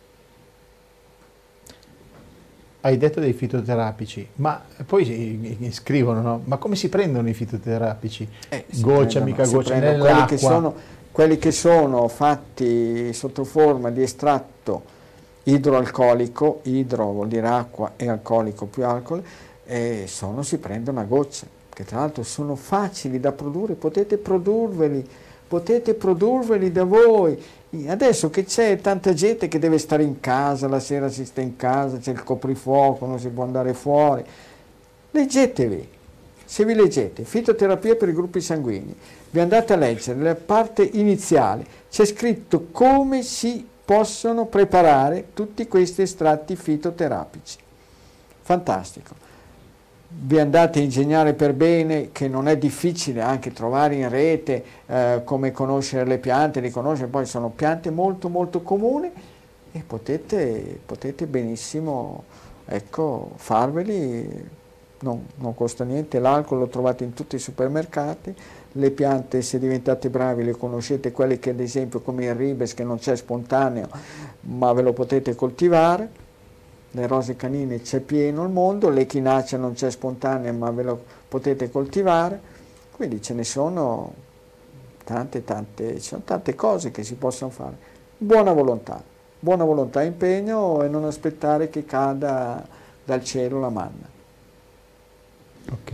Hai detto dei fitoterapici, ma poi scrivono, no? Ma come si prendono i fitoterapici? Eh, goccia, mica goccia, nell'acqua? Quelli che sono, quelli che sono fatti sotto forma di estratto idroalcolico, idro vuol dire acqua e alcolico più alcol, e sono, si prendono a gocce, che tra l'altro sono facili da produrre, potete produrveli, potete produrveli da voi. Adesso che c'è tanta gente che deve stare in casa, la sera si sta in casa, c'è il coprifuoco, non si può andare fuori, leggetevi, se vi leggete fitoterapia per i gruppi sanguigni, vi andate a leggere la parte iniziale, c'è scritto come si possono preparare tutti questi estratti fitoterapici. Fantastico. Vi andate a ingegnare per bene, che non è difficile anche trovare in rete eh, come conoscere le piante, riconoscere, poi sono piante molto molto comuni e potete, potete benissimo, ecco, farveli, non, non costa niente, l'alcol lo trovate in tutti i supermercati, le piante, se diventate bravi, le conoscete, quelle che ad esempio come il ribes, che non c'è spontaneo ma ve lo potete coltivare, le rose canine c'è pieno il mondo, l'echinacea non c'è spontanea ma ve lo potete coltivare, quindi ce ne sono tante, tante, ci sono tante cose che si possono fare. Buona volontà, buona volontà, impegno e non aspettare che cada dal cielo la manna. Ok.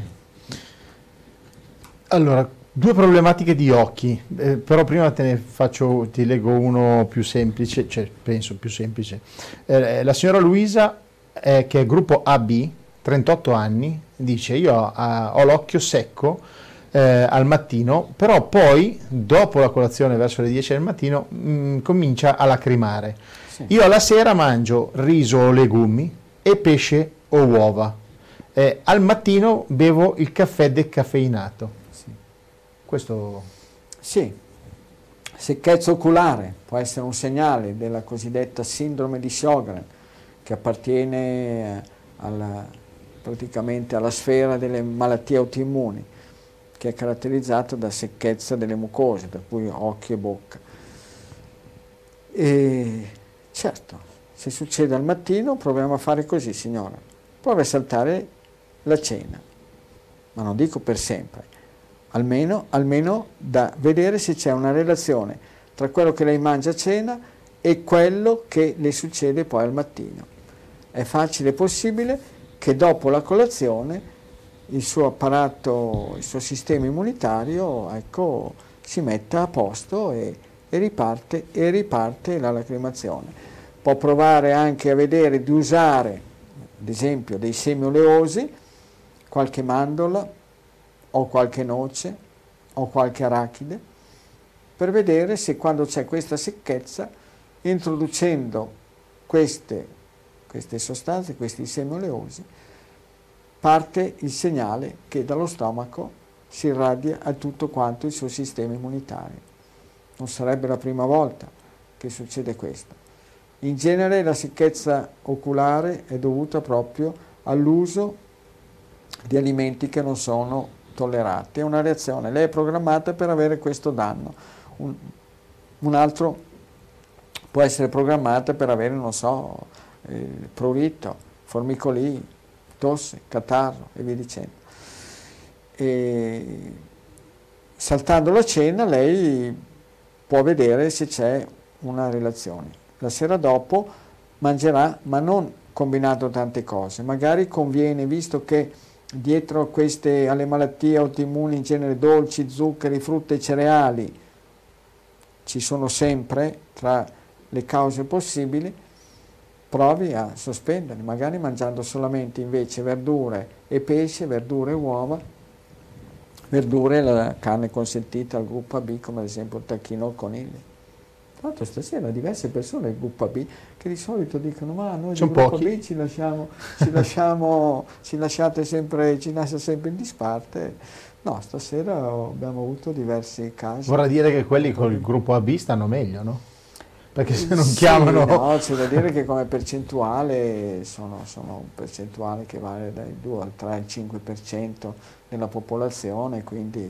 Allora, due problematiche di occhi, eh, però prima te ne faccio, ti leggo uno più semplice, cioè penso più semplice. Eh, la signora Luisa, eh, che è gruppo A B, trentotto anni, dice io ah, ho l'occhio secco eh, al mattino, però poi dopo la colazione verso le dieci del mattino mh, comincia a lacrimare. Sì. Io alla sera mangio riso o legumi e pesce o uova. Eh, al mattino bevo il caffè decaffeinato. Questo... Sì, secchezza oculare può essere un segnale della cosiddetta sindrome di Sjögren, che appartiene alla, praticamente alla sfera delle malattie autoimmuni, che è caratterizzata da secchezza delle mucose, per cui occhi e bocca. E certo, se succede al mattino proviamo a fare così, signora, provi a saltare la cena, ma non dico per sempre. Almeno, almeno da vedere se c'è una relazione tra quello che lei mangia a cena e quello che le succede poi al mattino. È facile possibile che dopo la colazione il suo apparato, il suo sistema immunitario, ecco, si metta a posto e, e, riparte, e riparte la lacrimazione. Può provare anche a vedere di usare, ad esempio, dei semi oleosi, qualche mandorla, o qualche noce o qualche arachide, per vedere se quando c'è questa secchezza, introducendo queste, queste sostanze, questi semi oleosi, parte il segnale che dallo stomaco si irradia a tutto quanto il suo sistema immunitario. Non sarebbe la prima volta che succede questo. In genere la secchezza oculare è dovuta proprio all'uso di alimenti che non sono tollerati, è una reazione, lei è programmata per avere questo danno, un, un altro può essere programmata per avere, non so, eh, prurito, formicolii, tosse, catarro e via dicendo. E, saltando la cena lei può vedere se c'è una relazione. La sera dopo mangerà, ma non combinando tante cose, magari conviene, visto che dietro queste, alle malattie autoimmuni in genere dolci, zuccheri, frutta e cereali ci sono sempre tra le cause possibili, provi a sospenderli, magari mangiando solamente invece verdure e pesce, verdure e uova, verdure e la carne consentita al gruppo A B, come ad esempio il tacchino o il coniglio. Tra l'altro stasera diverse persone del gruppo A B che di solito dicono ma noi del gruppo pochi. A B ci lasciamo, ci lasciamo, ci lasciate sempre, ci lascia sempre in disparte. No, stasera abbiamo avuto diversi casi. Vorrà dire che quelli con il gruppo A B stanno meglio, no? Perché se non sì, chiamano... No, c'è da dire che come percentuale sono, sono un percentuale che vale dai due al tre al cinque per cento della popolazione, quindi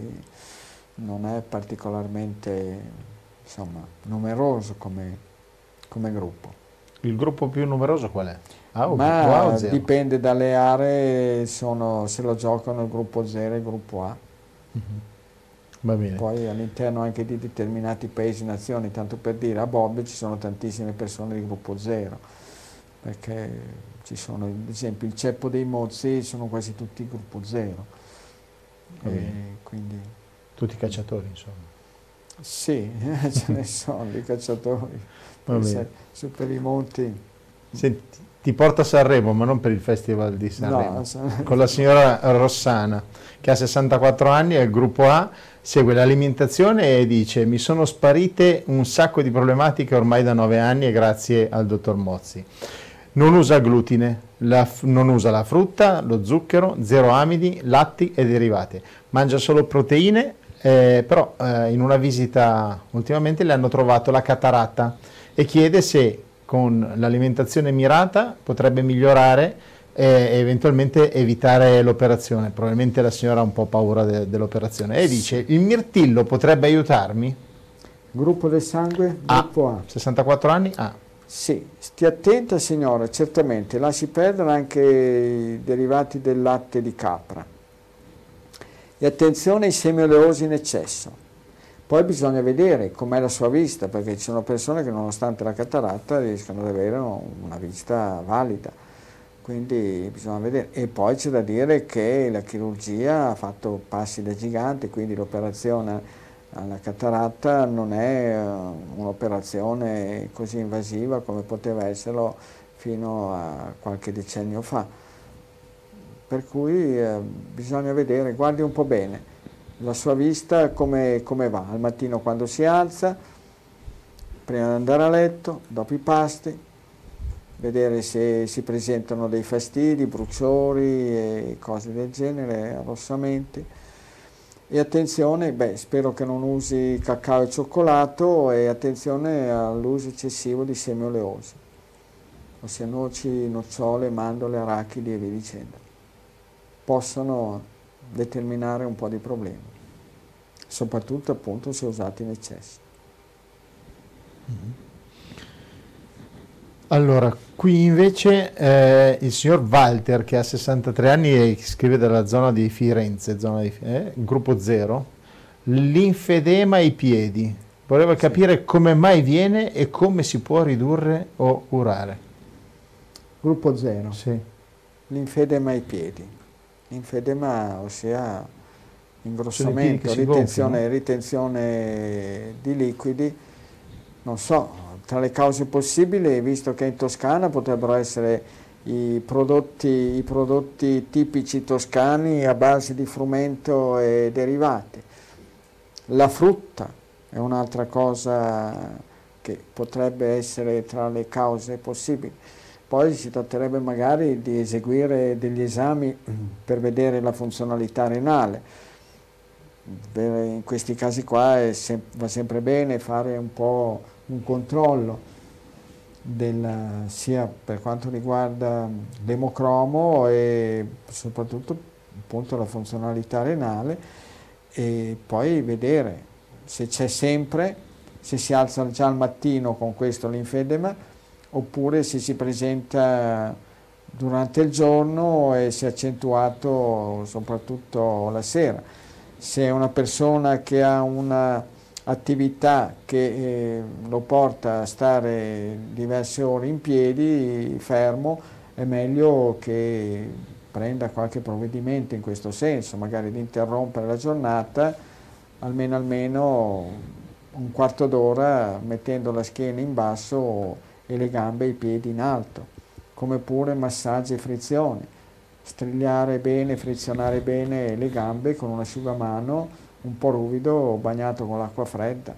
non è particolarmente... insomma, numeroso come, come gruppo. Il gruppo più numeroso qual è? A o Ma A o zero? Dipende dalle aree, sono, se lo giocano il gruppo zero e il gruppo A. Mm-hmm. Va bene. Poi all'interno anche di determinati paesi, nazioni, tanto per dire, a Bobbio ci sono tantissime persone di gruppo zero, perché ci sono, ad esempio, il ceppo dei Mozzi sono quasi tutti gruppo zero. E quindi... Tutti cacciatori, insomma. Sì, ce ne sono di cacciatori, su per i monti. Senti, ti porto a Sanremo, ma non per il Festival di Sanremo, no, con la signora Rossana, che ha sessantaquattro anni, è il gruppo A, segue l'alimentazione e dice mi sono sparite un sacco di problematiche ormai da nove anni e grazie al dottor Mozzi. Non usa glutine, la, non usa la frutta, lo zucchero, zero amidi, latti e derivati, mangia solo proteine. Eh, però eh, in una visita ultimamente le hanno trovato la cataratta e chiede se con l'alimentazione mirata potrebbe migliorare e eventualmente evitare l'operazione. Probabilmente la signora ha un po' paura de dell'operazione e dice il mirtillo potrebbe aiutarmi? Gruppo del sangue, gruppo A. sessantaquattro anni? A. Sì, stia attenta signora, certamente, lasci perdere anche i derivati del latte di capra. E attenzione ai semi oleosi in eccesso. Poi bisogna vedere com'è la sua vista, perché ci sono persone che nonostante la cataratta riescono ad avere una vista valida, quindi bisogna vedere. E poi c'è da dire che la chirurgia ha fatto passi da gigante, quindi l'operazione alla cataratta non è uh, un'operazione così invasiva come poteva esserlo fino a qualche decennio fa. Per cui uh, bisogna vedere, guardi un po' bene la sua vista come, come va, al mattino quando si alza, prima di andare a letto, dopo i pasti, vedere se si presentano dei fastidi, bruciori e cose del genere, arrossamenti. E attenzione, beh, spero che non usi cacao e cioccolato, e attenzione all'uso eccessivo di semi oleosi, ossia noci, nocciole, mandorle, arachidi e via dicendo. Possono determinare un po' di problemi, soprattutto appunto se usati in eccesso. Mm-hmm. Allora, qui invece eh, il signor Walter, che ha sessantatré anni e scrive dalla zona di Firenze, zona di, eh, gruppo zero, linfedema ai piedi. Voleva capire sì. come mai viene e come si può ridurre o curare. Gruppo zero. Sì. Linfedema ai piedi. Linfedema, ossia ingrossamento, ritenzione, ritenzione di liquidi, non so. Tra le cause possibili, visto che in Toscana potrebbero essere i prodotti, i prodotti tipici toscani a base di frumento e derivati. La frutta è un'altra cosa che potrebbe essere tra le cause possibili. Poi si tratterebbe magari di eseguire degli esami per vedere la funzionalità renale. In questi casi qua è sem- va sempre bene fare un po' un controllo del, sia per quanto riguarda l'emocromo e soprattutto appunto la funzionalità renale, e poi vedere se c'è sempre, se si alza già al mattino con questo linfedema, oppure se si presenta durante il giorno e si è accentuato soprattutto la sera. Se è una persona che ha una attività che eh, lo porta a stare diverse ore in piedi, fermo, è meglio che prenda qualche provvedimento in questo senso, magari di interrompere la giornata almeno almeno un quarto d'ora mettendo la schiena in basso e le gambe e i piedi in alto, come pure massaggi e frizioni, strigliare bene, frizionare bene le gambe con un asciugamano un po' ruvido bagnato con l'acqua fredda.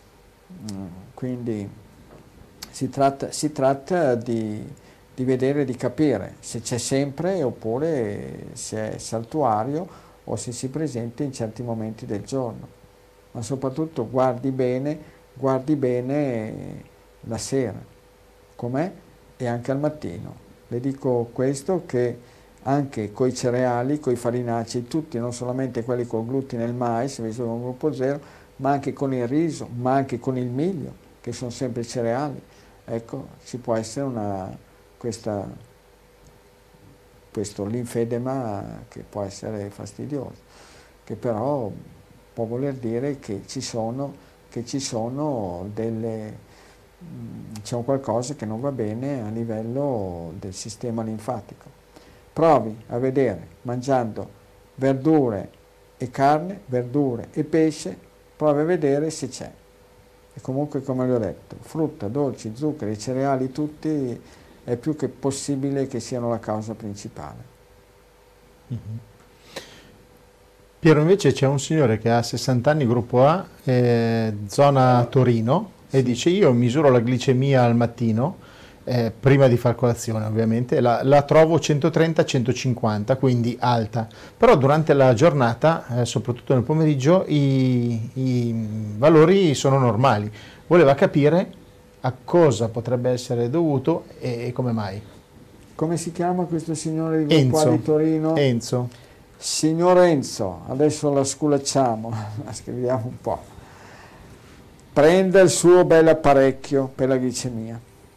Quindi si tratta, si tratta di, di vedere, di capire se c'è sempre oppure se è saltuario o se si presenta in certi momenti del giorno, ma soprattutto guardi bene, guardi bene la sera com'è e anche al mattino. Le dico questo, che anche coi cereali, coi farinacei, tutti, non solamente quelli col glutine e il mais, visto che è un gruppo zero, ma anche con il riso, ma anche con il miglio, che sono sempre cereali. Ecco, ci può essere una, questa, questo linfedema che può essere fastidioso, che però può voler dire che ci sono, che ci sono delle, c'è un qualcosa che non va bene a livello del sistema linfatico. Provi a vedere, mangiando verdure e carne, verdure e pesce, provi a vedere se c'è. E comunque, come vi ho detto, frutta, dolci, zuccheri, cereali, tutti, è più che possibile che siano la causa principale. Mm-hmm. Piero, invece c'è un signore che ha sessanta anni, gruppo A, eh, zona Torino, e sì. dice: io misuro la glicemia al mattino, Eh, prima di far colazione ovviamente, la, la trovo centotrenta centocinquanta, quindi alta, però durante la giornata, eh, soprattutto nel pomeriggio, i, i valori sono normali. Voleva capire a cosa potrebbe essere dovuto e, e come mai. Come si chiama questo signore di gruppo A di Torino? Enzo. Signor Enzo, adesso la sculacciamo, la scriviamo un po'. Prenda il suo bel apparecchio per la glicemia.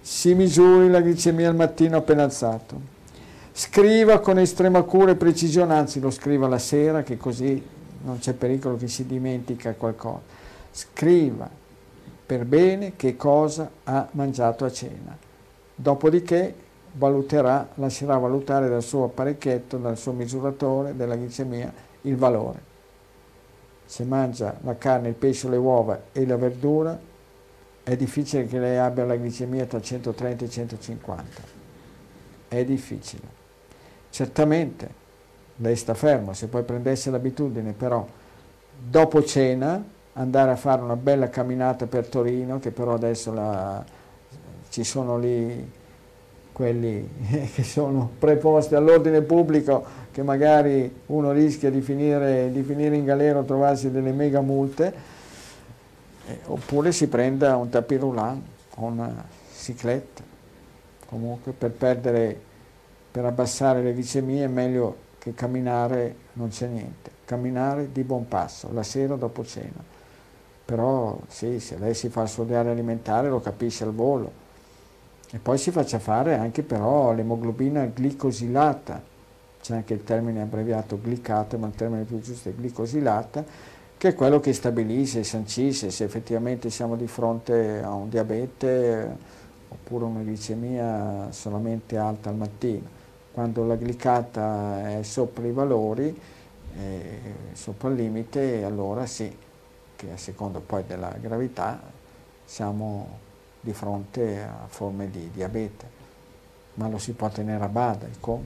Si misuri la glicemia al mattino appena alzato. Scriva con estrema cura e precisione, anzi lo scriva la sera, che così non c'è pericolo che si dimentica qualcosa. Scriva per bene che cosa ha mangiato a cena. Dopodiché valuterà, lascerà valutare dal suo apparecchietto, dal suo misuratore della glicemia, il valore. Se mangia la carne, il pesce, le uova e la verdura, è difficile che lei abbia la glicemia tra centotrenta e centocinquanta. È difficile. Certamente lei sta fermo, se poi prendesse l'abitudine, però dopo cena andare a fare una bella camminata per Torino, che però adesso la, ci sono lì quelli che sono preposti all'ordine pubblico, che magari uno rischia di finire, di finire in galera o trovarsi delle mega multe, eh, oppure si prenda un tapis roulant o una cicletta. Comunque per perdere, per abbassare le glicemie è meglio che camminare, non c'è niente. Camminare di buon passo, la sera dopo cena. Però sì, se lei si fa il suo diario alimentare lo capisce al volo. E poi si faccia fare anche però l'emoglobina glicosilata, c'è anche il termine abbreviato glicata, ma il termine più giusto è glicosilata, che è quello che stabilisce e sancisce se effettivamente siamo di fronte a un diabete oppure una glicemia solamente alta al mattino. Quando la glicata è sopra i valori, eh, sopra il limite, allora sì, che a seconda poi della gravità siamo di fronte a forme di diabete, ma lo si può tenere a bada, il come.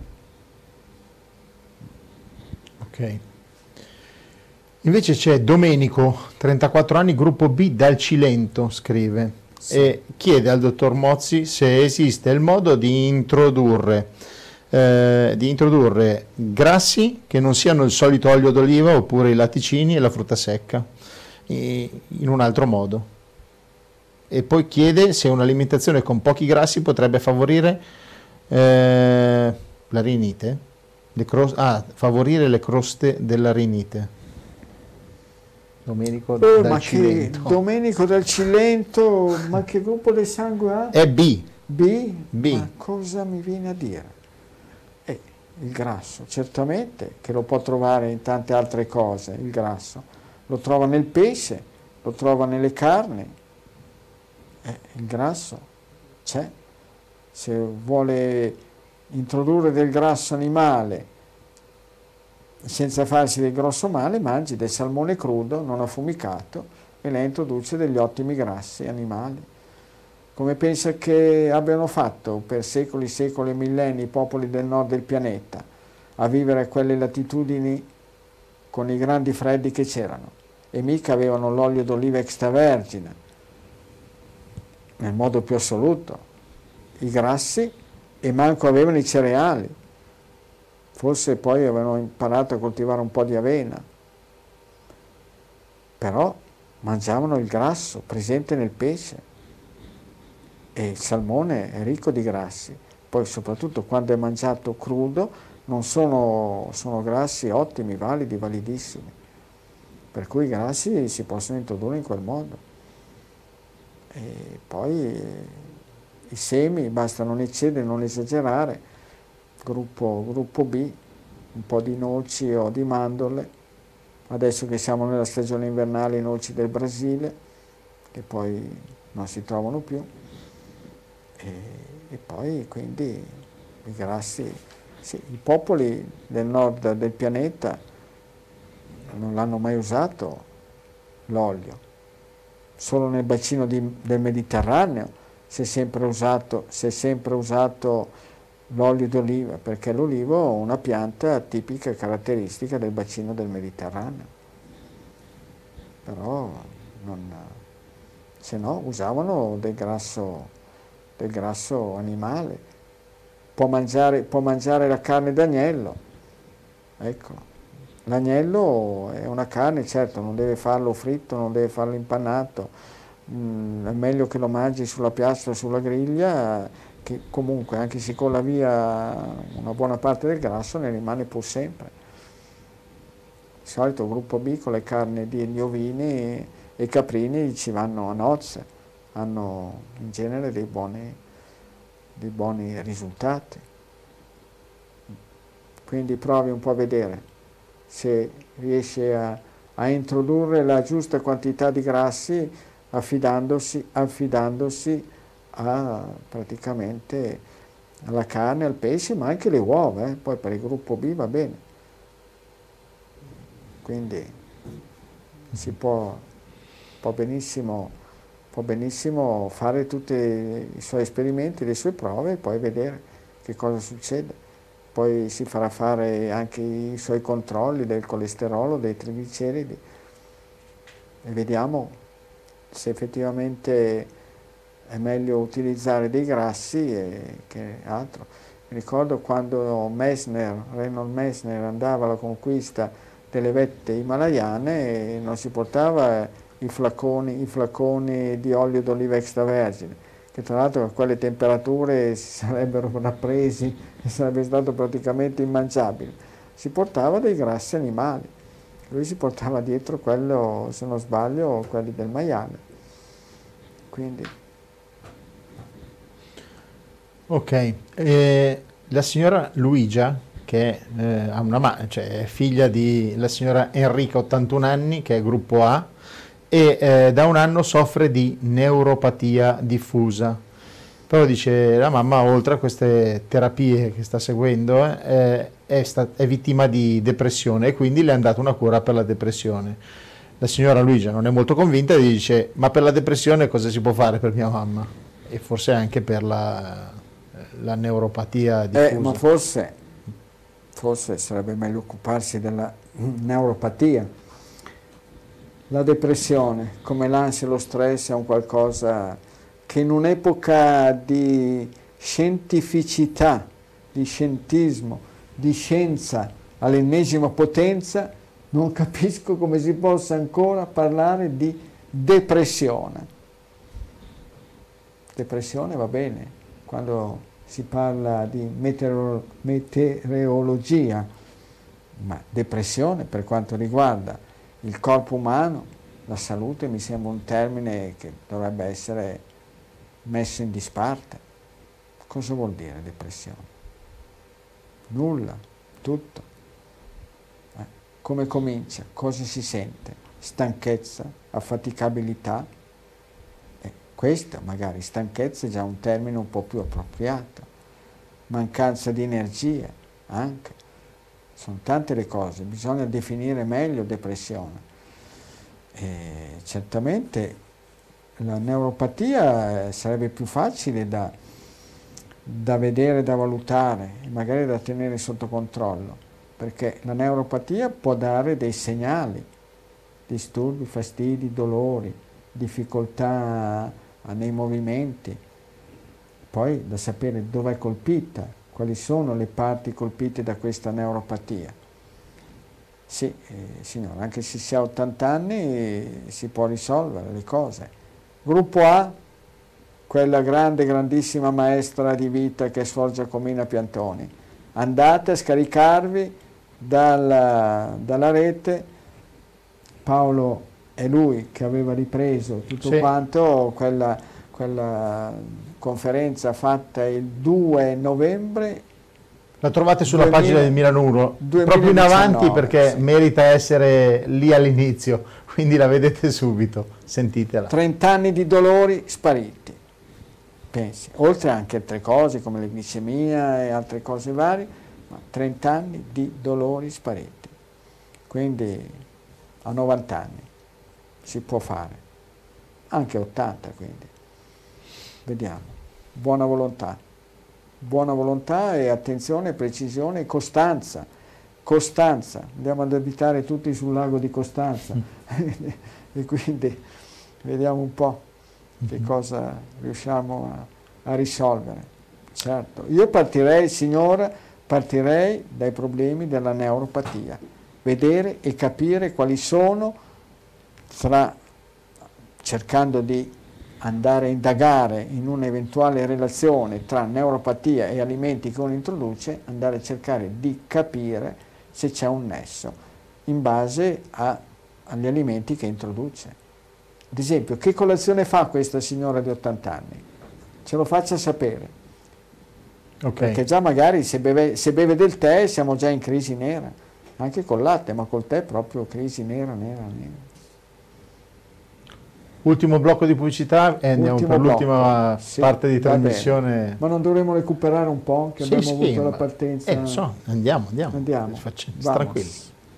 Ok. Invece c'è Domenico, trentaquattro anni, gruppo B, dal Cilento, scrive, sì, e chiede al dottor Mozzi se esiste il modo di introdurre, eh, di introdurre grassi che non siano il solito olio d'oliva oppure i latticini e la frutta secca, e in un altro modo. E poi chiede se un'alimentazione con pochi grassi potrebbe favorire eh, la rinite, le ah, favorire le croste della rinite. Domenico eh, dal ma Cilento. Che, Domenico dal Cilento, ma che gruppo del sangue ha? È B. B? B. Ma cosa mi viene a dire? Eh, il grasso, certamente, che lo può trovare in tante altre cose, il grasso. Lo trova nel pesce, lo trova nelle carni. Eh, il grasso c'è. Se vuole introdurre del grasso animale senza farsi del grosso male, mangi del salmone crudo, non affumicato, e lei introduce degli ottimi grassi animali. Come pensa che abbiano fatto per secoli, secoli e millenni i popoli del nord del pianeta a vivere a quelle latitudini con i grandi freddi che c'erano? E mica avevano l'olio d'oliva extravergine, nel modo più assoluto, i grassi, e manco avevano i cereali. Forse poi avevano imparato a coltivare un po' di avena, però mangiavano il grasso presente nel pesce, e il salmone è ricco di grassi. Poi soprattutto quando è mangiato crudo non sono, sono grassi ottimi, validi, validissimi, per cui i grassi si possono introdurre in quel modo. E poi eh, i semi, basta non eccedere, non esagerare. Gruppo, gruppo B, un po' di noci o di mandorle, adesso che siamo nella stagione invernale, i noci del Brasile, che poi non si trovano più, e, e poi quindi i grassi, sì, i popoli del nord del pianeta non l'hanno mai usato l'olio, solo nel bacino di, del Mediterraneo si è sempre usato, si è sempre usato l'olio d'oliva, perché l'olivo è una pianta tipica e caratteristica del bacino del Mediterraneo. Però non, se no usavano del grasso, del grasso animale. Può mangiare, può mangiare la carne d'agnello, ecco. L'agnello è una carne, certo, non deve farlo fritto, non deve farlo impannato, mm, è meglio che lo mangi sulla piastra o sulla griglia, che comunque anche se colla via una buona parte del grasso ne rimane pur sempre. Di solito il gruppo B con le carni di, di ovini e caprini ci vanno a nozze, hanno in genere dei buoni, di buoni risultati. Quindi provi un po' a vedere se riesce a, a introdurre la giusta quantità di grassi affidandosi, affidandosi a praticamente alla carne, al pesce, ma anche le uova, eh? Poi per il gruppo B va bene. Quindi si può, può, benissimo, può benissimo fare tutti i suoi esperimenti, le sue prove e poi vedere che cosa succede. Poi si farà fare anche i suoi controlli del colesterolo, dei trigliceridi e vediamo se effettivamente è meglio utilizzare dei grassi e che altro. Mi ricordo quando Messner, Reinhold Messner andava alla conquista delle vette himalayane e non si portava i flaconi, i flaconi di olio d'oliva extravergine, che tra l'altro a quelle temperature si sarebbero rappresi e sarebbe stato praticamente immangiabile. Si portava dei grassi animali, lui si portava dietro quello, se non sbaglio, quelli del maiale. Quindi... Ok, eh, la signora Luigia, che eh, ha una ma- cioè è figlia della signora Enrica, ottantuno anni, che è gruppo A, e eh, da un anno soffre di neuropatia diffusa. Però dice la mamma, oltre a queste terapie che sta seguendo, eh, è, sta- è vittima di depressione e quindi le hanno dato una cura per la depressione. La signora Luigia non è molto convinta e dice, ma per la depressione cosa si può fare per mia mamma? E forse anche per la, la neuropatia diffusa. Eh, ma forse, forse sarebbe meglio occuparsi della neuropatia. La depressione, come l'ansia e lo stress, è un qualcosa che in un'epoca di scientificità, di scientismo, di scienza all'ennesima potenza, non capisco come si possa ancora parlare di depressione. Depressione va bene, quando si parla di meteoro- meteorologia, ma depressione per quanto riguarda il corpo umano, la salute, mi sembra un termine che dovrebbe essere messo in disparte. Cosa vuol dire depressione? Nulla, tutto. Eh, come comincia? Cosa si sente? Stanchezza, affaticabilità. Eh, questa magari stanchezza è già un termine un po' più appropriato. Mancanza di energia anche. Sono tante le cose, bisogna definire meglio depressione. E certamente la neuropatia sarebbe più facile da, da vedere, da valutare e magari da tenere sotto controllo, perché la neuropatia può dare dei segnali, disturbi, fastidi, dolori, difficoltà nei movimenti, poi da sapere dove è colpita, quali sono le parti colpite da questa neuropatia. Sì, eh, signora, anche se si ha ottanta anni eh, si può risolvere le cose. Gruppo A, quella grande, grandissima maestra di vita che è Suor Giacomina Piantoni. Andate a scaricarvi dalla, dalla rete. Paolo è lui che aveva ripreso tutto sì. quanto, quella, quella conferenza fatta il due novembre. La trovate sulla duemila, pagina del Milano uno, duemiladiciannove, proprio in avanti perché sì. merita essere lì all'inizio, quindi la vedete subito, sentitela. trenta anni di dolori spariti, pensi, oltre anche altre cose come la glicemia e altre cose varie, ma trenta anni di dolori spariti, quindi a novanta anni si può fare, anche ottanta quindi, vediamo. Buona volontà, buona volontà e attenzione, precisione e costanza, costanza, andiamo ad abitare tutti sul lago di Costanza mm. e quindi vediamo un po' che cosa riusciamo a, a risolvere. Certo, io partirei, signora, partirei dai problemi della neuropatia, vedere e capire quali sono, tra, cercando di andare a indagare in un'eventuale relazione tra neuropatia e alimenti che uno introduce, andare a cercare di capire se c'è un nesso in base a, agli alimenti che introduce. Ad esempio, che colazione fa questa signora di ottanta anni? Ce lo faccia sapere. Okay. Perché già magari se beve, se beve del tè siamo già in crisi nera, anche col latte, ma col tè proprio crisi nera, nera, nera. Ultimo blocco di pubblicità e andiamo Ultimo per l'ultima sì, parte di va trasmissione. bene. Ma non dovremmo recuperare un po', che Sì, abbiamo sì, avuto la ma- partenza? Eh, so, andiamo, andiamo. Andiamo. Facciamo, Vamos. tranquilli.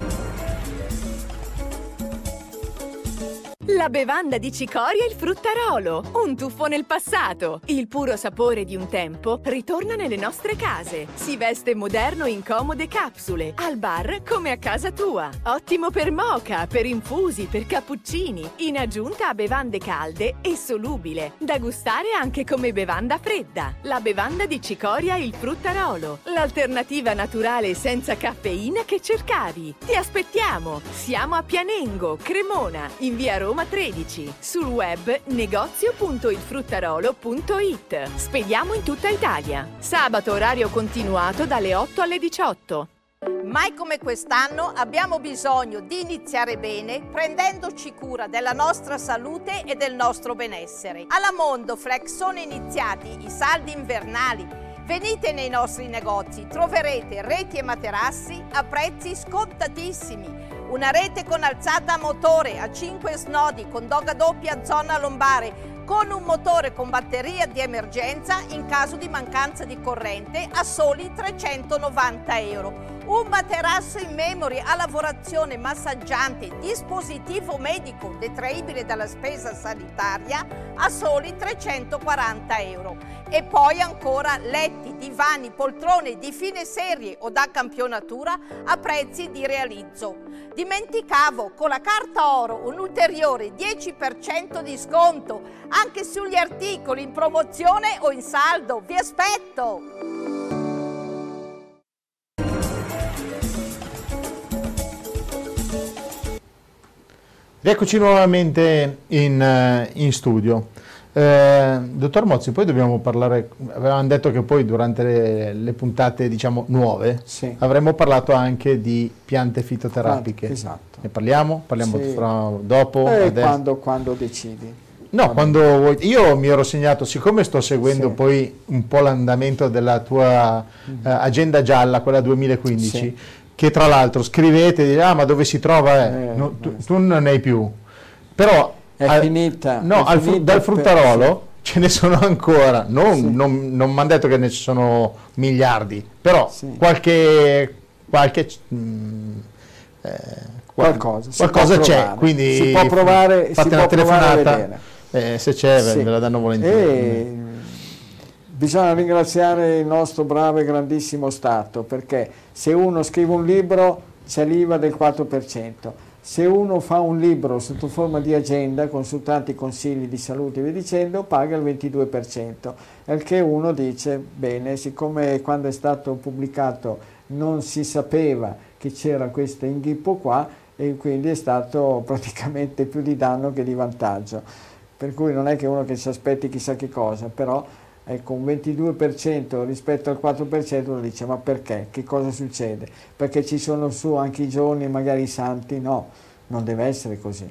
La bevanda di cicoria il fruttarolo, un tuffo nel passato. Il puro sapore di un tempo ritorna nelle nostre case. Si veste moderno in comode capsule, al bar come a casa tua. Ottimo per moka, per infusi, per cappuccini, in aggiunta a bevande calde e solubile, da gustare anche come bevanda fredda. La bevanda di cicoria il fruttarolo, l'alternativa naturale senza caffeina che cercavi. Ti aspettiamo! Siamo a Pianengo, Cremona, in via Roma tredici, sul web negozio punto il fruttarolo punto it. Spediamo in tutta Italia. Sabato orario continuato dalle otto alle diciotto. Mai come quest'anno abbiamo bisogno di iniziare bene prendendoci cura della nostra salute e del nostro benessere. Alla Mondoflex sono iniziati i saldi invernali. Venite nei nostri negozi, troverete reti e materassi a prezzi scontatissimi. Una rete con alzata a motore a cinque snodi con doga doppia zona lombare, con un motore con batteria di emergenza in caso di mancanza di corrente a soli trecentonovanta euro. Un materasso in memory a lavorazione massaggiante, dispositivo medico detraibile dalla spesa sanitaria a soli trecentoquaranta euro. E poi ancora letti, divani, poltrone di fine serie o da campionatura a prezzi di realizzo. Dimenticavo, con la carta oro un ulteriore dieci per cento di sconto anche sugli articoli in promozione o in saldo. Vi aspetto! Rieccoci nuovamente in, eh, in studio. Eh, dottor Mozzi, poi dobbiamo parlare, avevamo detto che poi durante le, le puntate diciamo nuove Sì. avremmo parlato anche di piante fitoterapiche. Esatto. Ne parliamo? Parliamo Sì. fra, dopo? Eh, adesso? quando, quando decidi. No, quando vuoi. Io mi ero segnato, siccome sto seguendo Sì. poi un po' l'andamento della tua Mm. eh, agenda gialla, quella duemilaquindici, Sì. che tra l'altro scrivete, dite, ah ma dove si trova? Eh? Eh, No, tu, eh. tu non ne hai più. Però È al- finita. no, è al fru- finita dal per- fruttarolo ce ne sono ancora, non, Sì. non, non mi hanno detto che ne ci sono miliardi, però Sì. qualche, qualche mm, eh, qual- Qualcosa, si qualcosa può c'è, provare. quindi Si può provare- fate si una può provare a telefonata, vedere. eh, se c'è Sì. ve la danno volentieri. E bisogna ringraziare il nostro bravo e grandissimo Stato, perché se uno scrive un libro c'è l'I V A del quattro per cento. Se uno fa un libro sotto forma di agenda con su tanti consigli di salute e via dicendo, paga il ventidue per cento, al che uno dice, bene, siccome quando è stato pubblicato non si sapeva che c'era questo inghippo qua, e quindi è stato praticamente più di danno che di vantaggio. Per cui non è che uno che si aspetti chissà che cosa, però ecco, un ventidue per cento rispetto al quattro per cento uno dice, ma perché? Che cosa succede? Perché ci sono su anche i giorni, magari i santi? No, non deve essere così.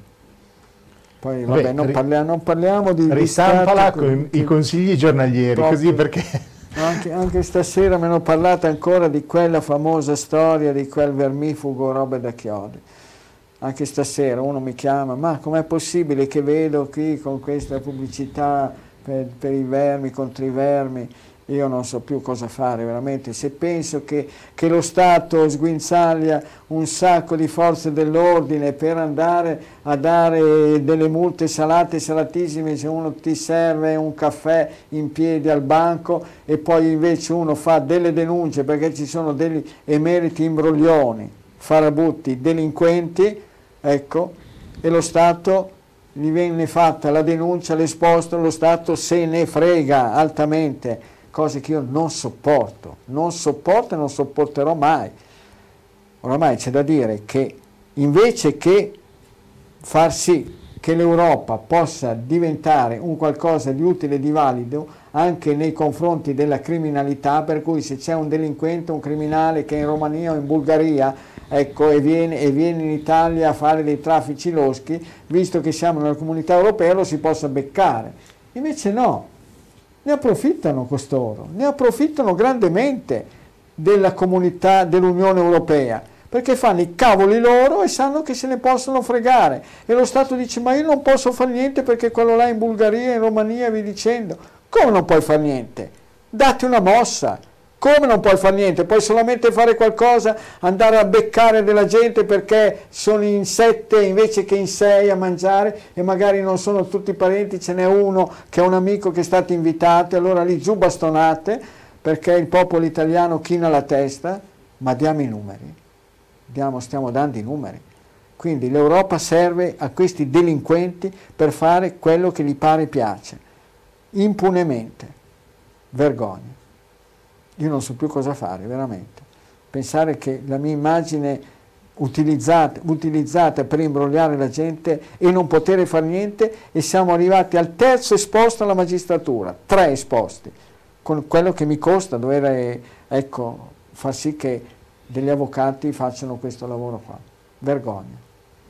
Poi vabbè, Vabbè, non, ri- parliamo, non parliamo di... di Ristampala stati con che- i consigli giornalieri, proprio- così perché... Anche, anche stasera mi hanno parlato ancora di quella famosa storia di quel vermifugo roba da chiodi. Anche stasera uno mi chiama, ma com'è possibile che vedo qui con questa pubblicità per, per i vermi, contro i vermi? Io non so più cosa fare veramente. Se penso che, che lo Stato sguinzaglia un sacco di forze dell'ordine per andare a dare delle multe salate salatissime se uno ti serve un caffè in piedi al banco, e poi invece uno fa delle denunce perché ci sono degli emeriti imbroglioni, farabutti, delinquenti, ecco, e lo Stato gli viene fatta la denuncia, l'esposto, lo Stato se ne frega altamente. Cose che io non sopporto, non sopporto e non sopporterò mai. Oramai c'è da dire che invece che far sì che l'Europa possa diventare un qualcosa di utile e di valido anche nei confronti della criminalità, per cui se c'è un delinquente, un criminale che è in Romania o in Bulgaria, ecco, e viene, e viene in Italia a fare dei traffici loschi, visto che siamo nella comunità europea lo si possa beccare. Invece no. ne approfittano costoro, ne approfittano grandemente della comunità dell'Unione Europea, perché fanno i cavoli loro e sanno che se ne possono fregare, e lo Stato dice ma io non posso fare niente perché quello là in Bulgaria, in Romania, vi dicendo. Come non puoi fare niente? Dati una mossa. Come non puoi fare niente? Puoi solamente fare qualcosa, andare a beccare della gente perché sono in sette invece che in sei a mangiare, e magari non sono tutti parenti, ce n'è uno che è un amico che è stato invitato, e allora lì giù bastonate perché il popolo italiano china la testa. Ma diamo i numeri, diamo, stiamo dando i numeri. Quindi l'Europa serve a questi delinquenti per fare quello che gli pare e piace, impunemente. Vergogna. Io non so più cosa fare, veramente. Pensare che la mia immagine utilizzata, utilizzata per imbrogliare la gente e non poter fare niente, e siamo arrivati al terzo esposto alla magistratura, tre esposti, con quello che mi costa dover, ecco, far sì che degli avvocati facciano questo lavoro qua. Vergogna.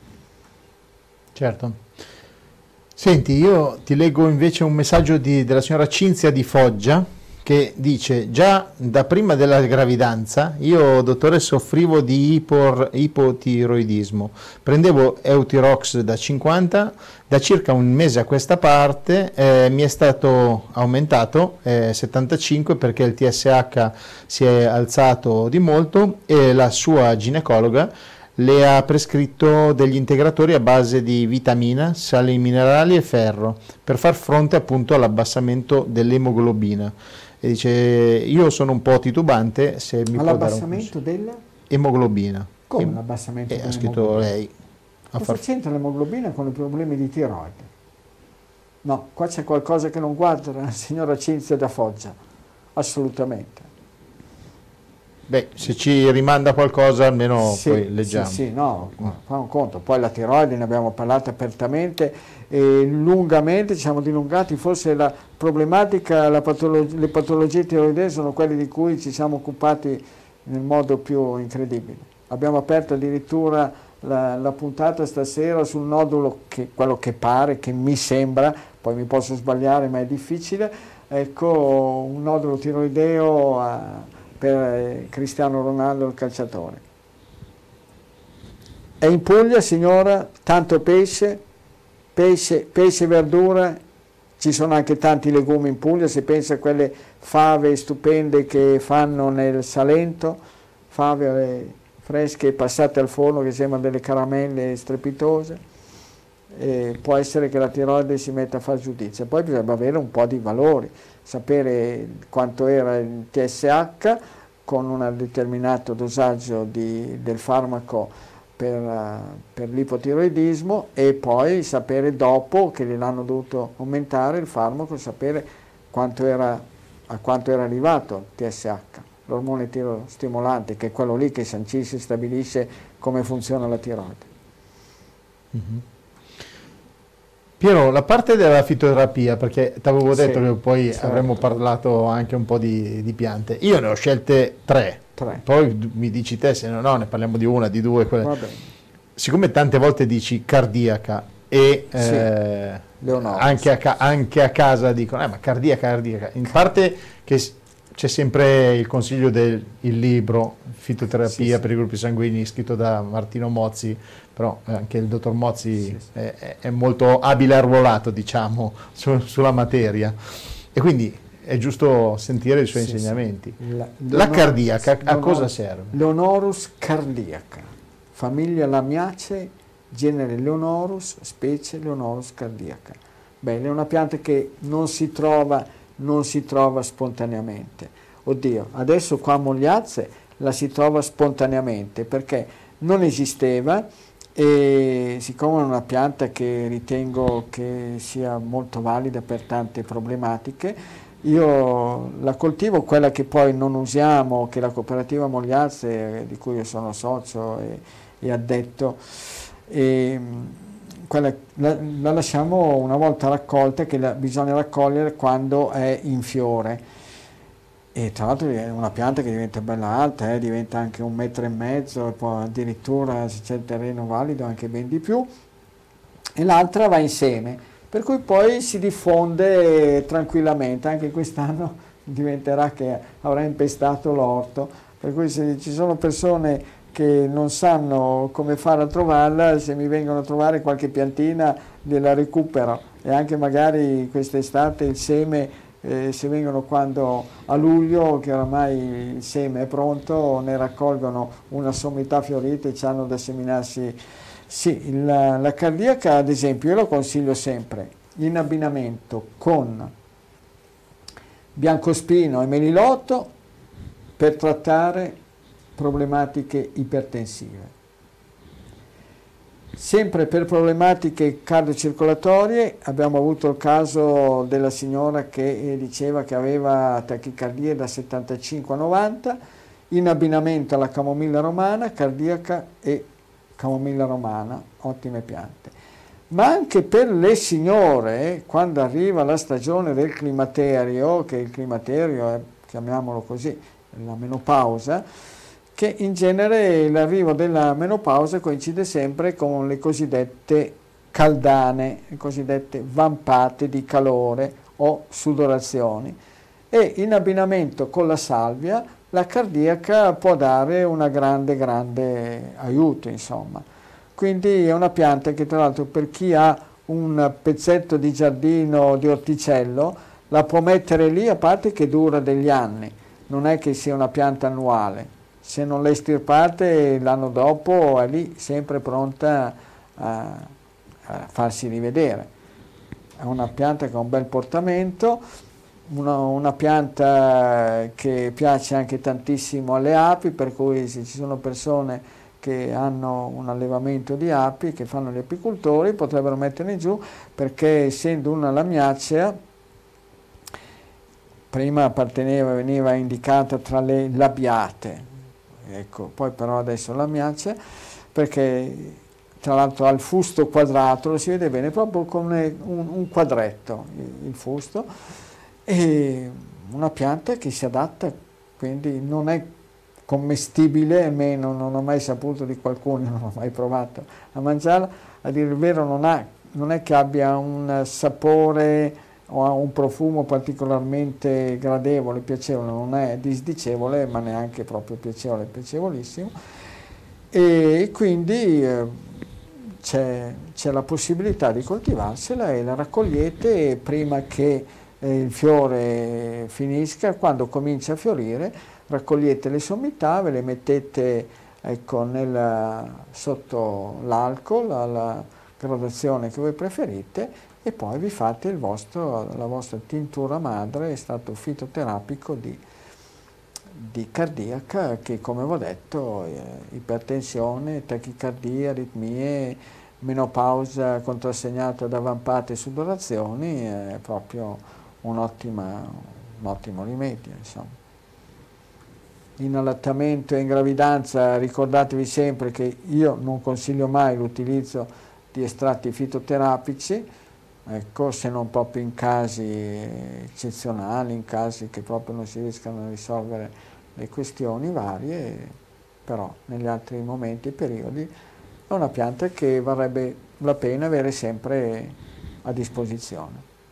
Certo. Senti, io ti leggo invece un messaggio di, della signora Cinzia di Foggia, che dice: già da prima della gravidanza io, dottore, soffrivo di ipor, ipotiroidismo, prendevo Eutirox da cinquanta, da circa un mese a questa parte eh, mi è stato aumentato eh, settantacinque, perché il T S H si è alzato di molto, e la sua ginecologa le ha prescritto degli integratori a base di vitamina, sali minerali e ferro per far fronte appunto all'abbassamento dell'emoglobina. E dice: io sono un po' titubante, se mi può dare un All'abbassamento della? Emoglobina. Come Em- l'abbassamento eh, ha scritto dell'emoglobina? lei. A Cosa far... c'entra l'emoglobina con i problemi di tiroide? No, qua c'è qualcosa che non guarda la signora Cinzia da Foggia, assolutamente. Beh, se ci rimanda qualcosa almeno Sì, poi leggiamo. Sì, sì, no, fa un conto. Poi la tiroide ne abbiamo parlato apertamente e lungamente, ci siamo dilungati. Forse la problematica, la patolo- le patologie tiroidee sono quelle di cui ci siamo occupati nel modo più incredibile. Abbiamo aperto addirittura la, la puntata stasera sul nodulo, che, quello che pare, che mi sembra, poi mi posso sbagliare ma è difficile, ecco, un nodulo tiroideo a, per Cristiano Ronaldo, il calciatore. E in Puglia, signora, tanto pesce, pesce, pesce e verdura, ci sono anche tanti legumi in Puglia, si pensa a quelle fave stupende che fanno nel Salento, fave fresche passate al forno che sembrano delle caramelle strepitose. E può essere che la tiroide si metta a fare giudizio. Poi bisogna avere un po' di valori, sapere quanto era il T S H con un determinato dosaggio di, del farmaco per, uh, per l'ipotiroidismo, e poi sapere dopo che gliel'hanno dovuto aumentare il farmaco, sapere quanto era, a quanto era arrivato il T S H, l'ormone tirostimolante, che è quello lì che sancisce e stabilisce come funziona la tiroide. Mm-hmm. Piero, la parte della fitoterapia, perché ti avevo detto sì, che poi certo. avremmo parlato anche un po' di, di piante. Io ne ho scelte tre, tre. Poi mi dici te se no, no, ne parliamo di una, di due. Quelle. Va bene. Siccome tante volte dici cardiaca e sì, eh, anche, a ca- anche a casa dicono, eh, ma cardiaca, cardiaca. In parte che c'è sempre il consiglio del il libro Fitoterapia sì, per sì. i gruppi sanguigni, scritto da Martino Mozzi, però anche il dottor Mozzi sì, sì. È, è molto abile arruolato, diciamo, su, sulla materia, e quindi è giusto sentire i suoi sì, insegnamenti. Sì. La, la cardiaca a cosa serve? Leonorus cardiaca, famiglia Lamiaceae, genere Leonorus, specie Leonorus cardiaca. Bene, è una pianta che non si trova, non si trova spontaneamente. Oddio, adesso qua a Mogliazze la si trova spontaneamente perché non esisteva, e siccome è una pianta che ritengo che sia molto valida per tante problematiche, io la coltivo, quella che poi non usiamo, che è la cooperativa Mogliazze, di cui io sono socio e, e addetto, e quella, la, la lasciamo una volta raccolta, che la, bisogna raccogliere quando è in fiore. E tra l'altro è una pianta che diventa bella alta, eh, diventa anche un metro e mezzo, e poi addirittura se c'è il terreno valido anche ben di più. E l'altra va insieme, per cui poi si diffonde tranquillamente. Anche quest'anno diventerà che avrà impestato l'orto, per cui se ci sono persone che non sanno come fare a trovarla, se mi vengono a trovare qualche piantina gliela recupero, e anche magari quest'estate il seme, eh, se vengono quando a luglio, che oramai il seme è pronto, ne raccolgono una sommità fiorita e ci hanno da seminarsi. Sì, il, la cardiaca ad esempio io lo consiglio sempre in abbinamento con biancospino e melilotto per trattare problematiche ipertensive. Sempre per problematiche cardiocircolatorie abbiamo avuto il caso della signora che diceva che aveva tachicardie da settantacinque a novanta, in abbinamento alla camomilla romana, cardiaca e camomilla romana, ottime piante. Ma anche per le signore, quando arriva la stagione del climaterio, che il climaterio è, chiamiamolo così, la menopausa, che in genere l'arrivo della menopausa coincide sempre con le cosiddette caldane, le cosiddette vampate di calore o sudorazioni, e in abbinamento con la salvia la cardiaca può dare una grande grande aiuto, insomma. Quindi è una pianta che tra l'altro per chi ha un pezzetto di giardino di orticello la può mettere lì, a parte che dura degli anni, non è che sia una pianta annuale. Se non l'hai estirpate l'anno dopo è lì sempre pronta a, a farsi rivedere. È una pianta che ha un bel portamento, una, una pianta che piace anche tantissimo alle api, per cui se ci sono persone che hanno un allevamento di api, che fanno gli apicoltori, potrebbero metterne giù, perché essendo una lamiacea, prima apparteneva, veniva indicata tra le labiate, ecco, poi però adesso la lamiacea, perché tra l'altro ha il fusto quadrato, lo si vede bene, proprio come un, un quadretto il, il fusto, e una pianta che si adatta, quindi non è commestibile, almeno non ho mai saputo di qualcuno, non ho mai provato a mangiarla, a dire il vero non, ha, non è che abbia un sapore o ha un profumo particolarmente gradevole, piacevole, non è disdicevole, ma neanche proprio piacevole, piacevolissimo, e quindi eh, c'è, c'è la possibilità di coltivarsela e la raccogliete prima che eh, il fiore finisca. Quando comincia a fiorire raccogliete le sommità, ve le mettete, ecco, nel, sotto l'alcol, alla gradazione che voi preferite, e poi vi fate il vostro, la vostra tintura madre, stato fitoterapico di, di cardiaca, che come vi ho detto, eh, ipertensione, tachicardia, aritmie, menopausa contrassegnata da vampate e sudorazioni, è proprio un, ottima, un ottimo rimedio, insomma. In allattamento e in gravidanza ricordatevi sempre che io non consiglio mai l'utilizzo di estratti fitoterapici, ecco, se non proprio in casi eccezionali, in casi che proprio non si riescano a risolvere le questioni varie, però negli altri momenti e periodi è una pianta che varrebbe la pena avere sempre a disposizione.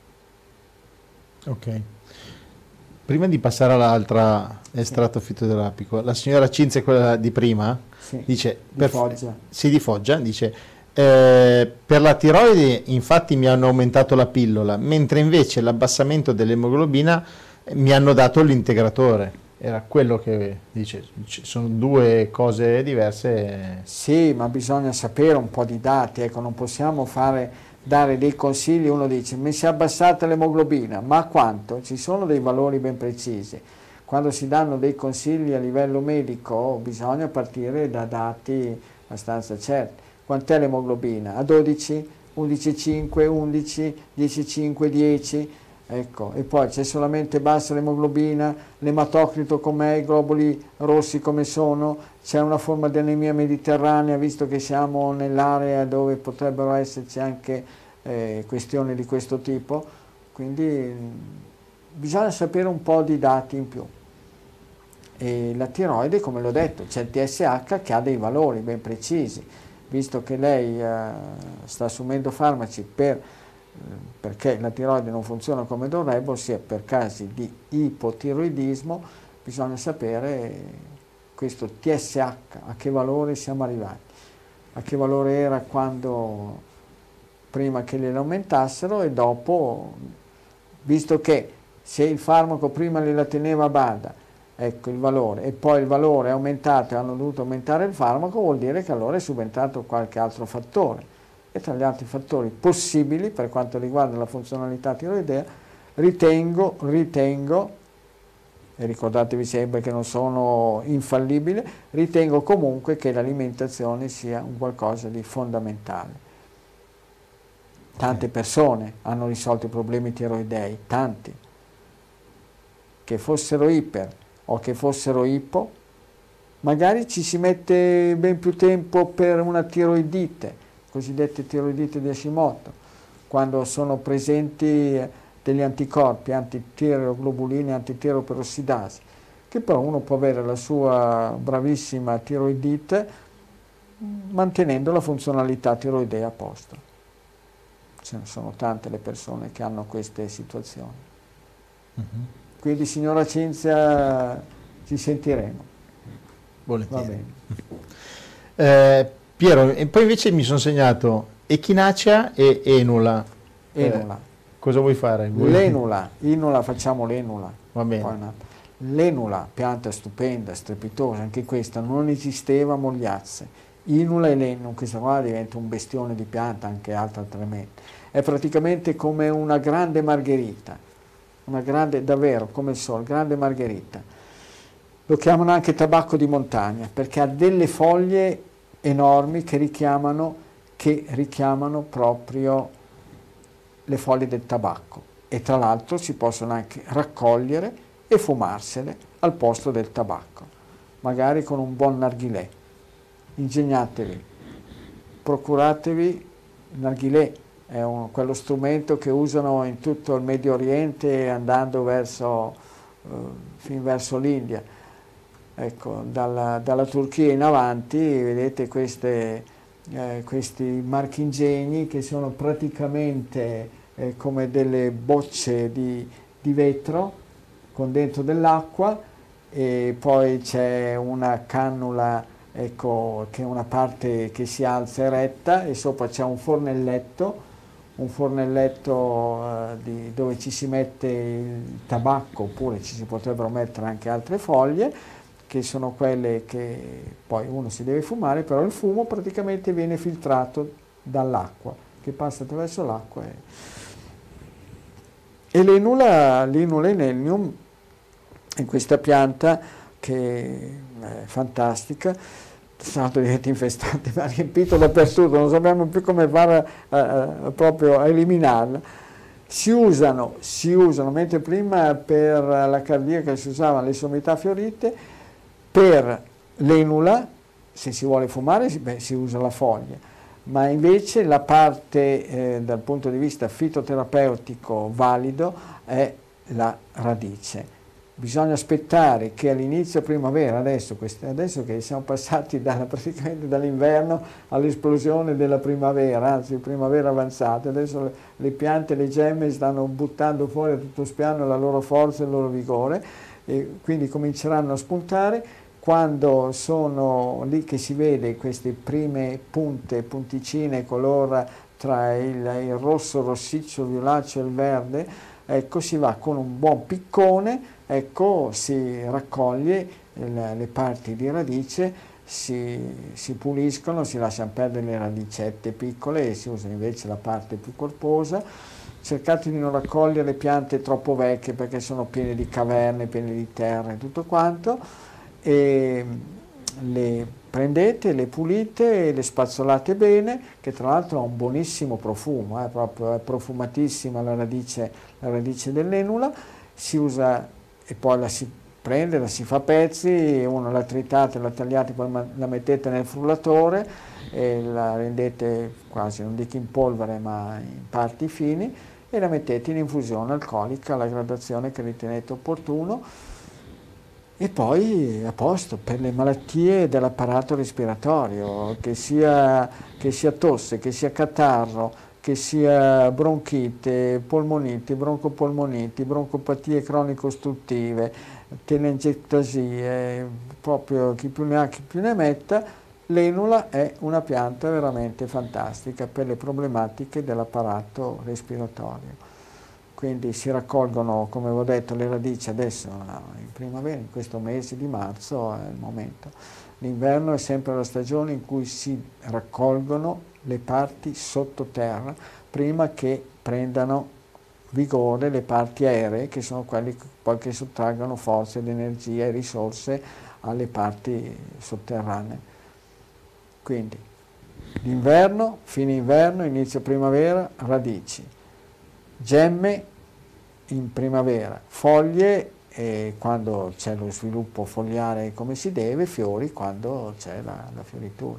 Ok. Prima di passare all'altra estratto fitoterapico, la signora Cinzia, quella di prima, sì, dice, di per, Foggia. Sì, di Foggia, dice, eh, per la tiroide infatti mi hanno aumentato la pillola, mentre invece l'abbassamento dell'emoglobina mi hanno dato l'integratore. Era quello che dice, sono due cose diverse. Sì, ma bisogna sapere un po' di dati, ecco, non possiamo fare... dare dei consigli. Uno dice mi si è abbassata l'emoglobina, ma quanto? Ci sono dei valori ben precisi. Quando si danno dei consigli a livello medico bisogna partire da dati abbastanza certi. Quant'è l'emoglobina? A dodici, undici virgola cinque, undici, dieci virgola cinque, dieci, ecco, e poi c'è solamente bassa l'emoglobina, l'ematocrito com'è, i globuli rossi come sono, c'è una forma di anemia mediterranea, visto che siamo nell'area dove potrebbero esserci anche eh, questioni di questo tipo, quindi mh, bisogna sapere un po' di dati in più. E la tiroide, come l'ho detto, c'è il T S H che ha dei valori ben precisi, visto che lei eh, sta assumendo farmaci per perché la tiroide non funziona come dovrebbe, ossia per casi di ipotiroidismo, bisogna sapere questo T S H, a che valore siamo arrivati, a che valore era quando, prima che glielo aumentassero, e dopo, visto che se il farmaco prima gliela teneva a bada, ecco il valore, e poi il valore è aumentato e hanno dovuto aumentare il farmaco, vuol dire che allora è subentrato qualche altro fattore. E tra gli altri fattori possibili per quanto riguarda la funzionalità tiroidea, ritengo, ritengo, e ricordatevi sempre che non sono infallibile, ritengo comunque che l'alimentazione sia un qualcosa di fondamentale. Tante persone hanno risolto i problemi tiroidei, tanti, che fossero iper o che fossero ipo, magari ci si mette ben più tempo per una tiroidite, cosiddette tiroidite di Hashimoto, quando sono presenti degli anticorpi, antitireoglobulini, antitireoperossidasi, che però uno può avere la sua bravissima tiroidite mantenendo la funzionalità tiroidea a posto. Ce ne sono tante le persone che hanno queste situazioni. Mm-hmm. Quindi, signora Cinzia, ci sentiremo. Volentieri. Va bene. Eh, Piero, e poi invece mi sono segnato echinacea e enula. Enula. Eh, cosa vuoi fare? Vuoi... L'enula, inula facciamo l'enula. Va bene. Una... L'enula, pianta stupenda, strepitosa, anche questa non esisteva Mogliazze. Inula e l'enula, questa qua diventa un bestione di pianta, anche altra tremenda. È praticamente come una grande margherita, una grande, davvero, come il sole, grande margherita. Lo chiamano anche tabacco di montagna, perché ha delle foglie enormi che richiamano, che richiamano proprio le foglie del tabacco, e tra l'altro si possono anche raccogliere e fumarsele al posto del tabacco, magari con un buon narghilè. Ingegnatevi, procuratevi il narghilè, è un, quello strumento che usano in tutto il Medio Oriente andando verso, eh, fin verso l'India. Ecco, dalla, dalla Turchia in avanti vedete queste, eh, questi marchingegni che sono praticamente eh, come delle bocce di, di vetro con dentro dell'acqua, e poi c'è una cannula, ecco, che è una parte che si alza eretta, e sopra c'è un fornelletto, un fornelletto eh, di, dove ci si mette il tabacco, oppure ci si potrebbero mettere anche altre foglie, che sono quelle che poi uno si deve fumare, però il fumo praticamente viene filtrato dall'acqua, che passa attraverso l'acqua. E, e l'enula, l'enula enelnium, è questa pianta che è fantastica, tra l'altro diventa infestante, ma ha riempito dappertutto, non sappiamo più come fare a, a, proprio a eliminarla. Si usano, si usano, mentre prima per la cardiaca si usavano le sommità fiorite, per l'enula, se si vuole fumare, beh, si usa la foglia, ma invece la parte eh, dal punto di vista fitoterapeutico valido è la radice. Bisogna aspettare che all'inizio primavera, adesso, adesso che siamo passati dalla, praticamente dall'inverno all'esplosione della primavera, anzi primavera avanzata, adesso le, le piante, le gemme stanno buttando fuori a tutto spiano la loro forza e il loro vigore, e quindi cominceranno a spuntare. Quando sono lì che si vede queste prime punte, punticine color tra il, il rosso, rossiccio, il violaceo e il verde, ecco, si va con un buon piccone, ecco, si raccoglie le, le parti di radice, si, si puliscono, si lasciano perdere le radicette piccole e si usa invece la parte più corposa. Cercate di non raccogliere piante troppo vecchie perché sono piene di caverne, piene di terra e tutto quanto, e le prendete, le pulite e le spazzolate bene, che tra l'altro ha un buonissimo profumo, eh, proprio è profumatissima la radice, la radice dell'enula. Si usa, e poi la si prende, la si fa a pezzi, uno la tritate, la tagliate, poi la mettete nel frullatore e la rendete quasi, non dico in polvere, ma in parti fini, e la mettete in infusione alcolica alla gradazione che ritenete opportuno. E poi a posto per le malattie dell'apparato respiratorio, che sia, che sia tosse, che sia catarro, che sia bronchite, polmoniti, broncopolmoniti, broncopatie cronico-ostruttive, telangiectasie, proprio chi più ne ha chi più ne metta, l'Enula è una pianta veramente fantastica per le problematiche dell'apparato respiratorio. Quindi si raccolgono, come avevo detto, le radici adesso in primavera, in questo mese di marzo è il momento. L'inverno è sempre la stagione in cui si raccolgono le parti sottoterra prima che prendano vigore le parti aeree, che sono quelli che poi che sottraggono forze ed energia e risorse alle parti sotterranee. Quindi l'inverno, fine inverno, inizio primavera, radici. Gemme in primavera, foglie e quando c'è lo sviluppo fogliare come si deve, fiori quando c'è la, la fioritura.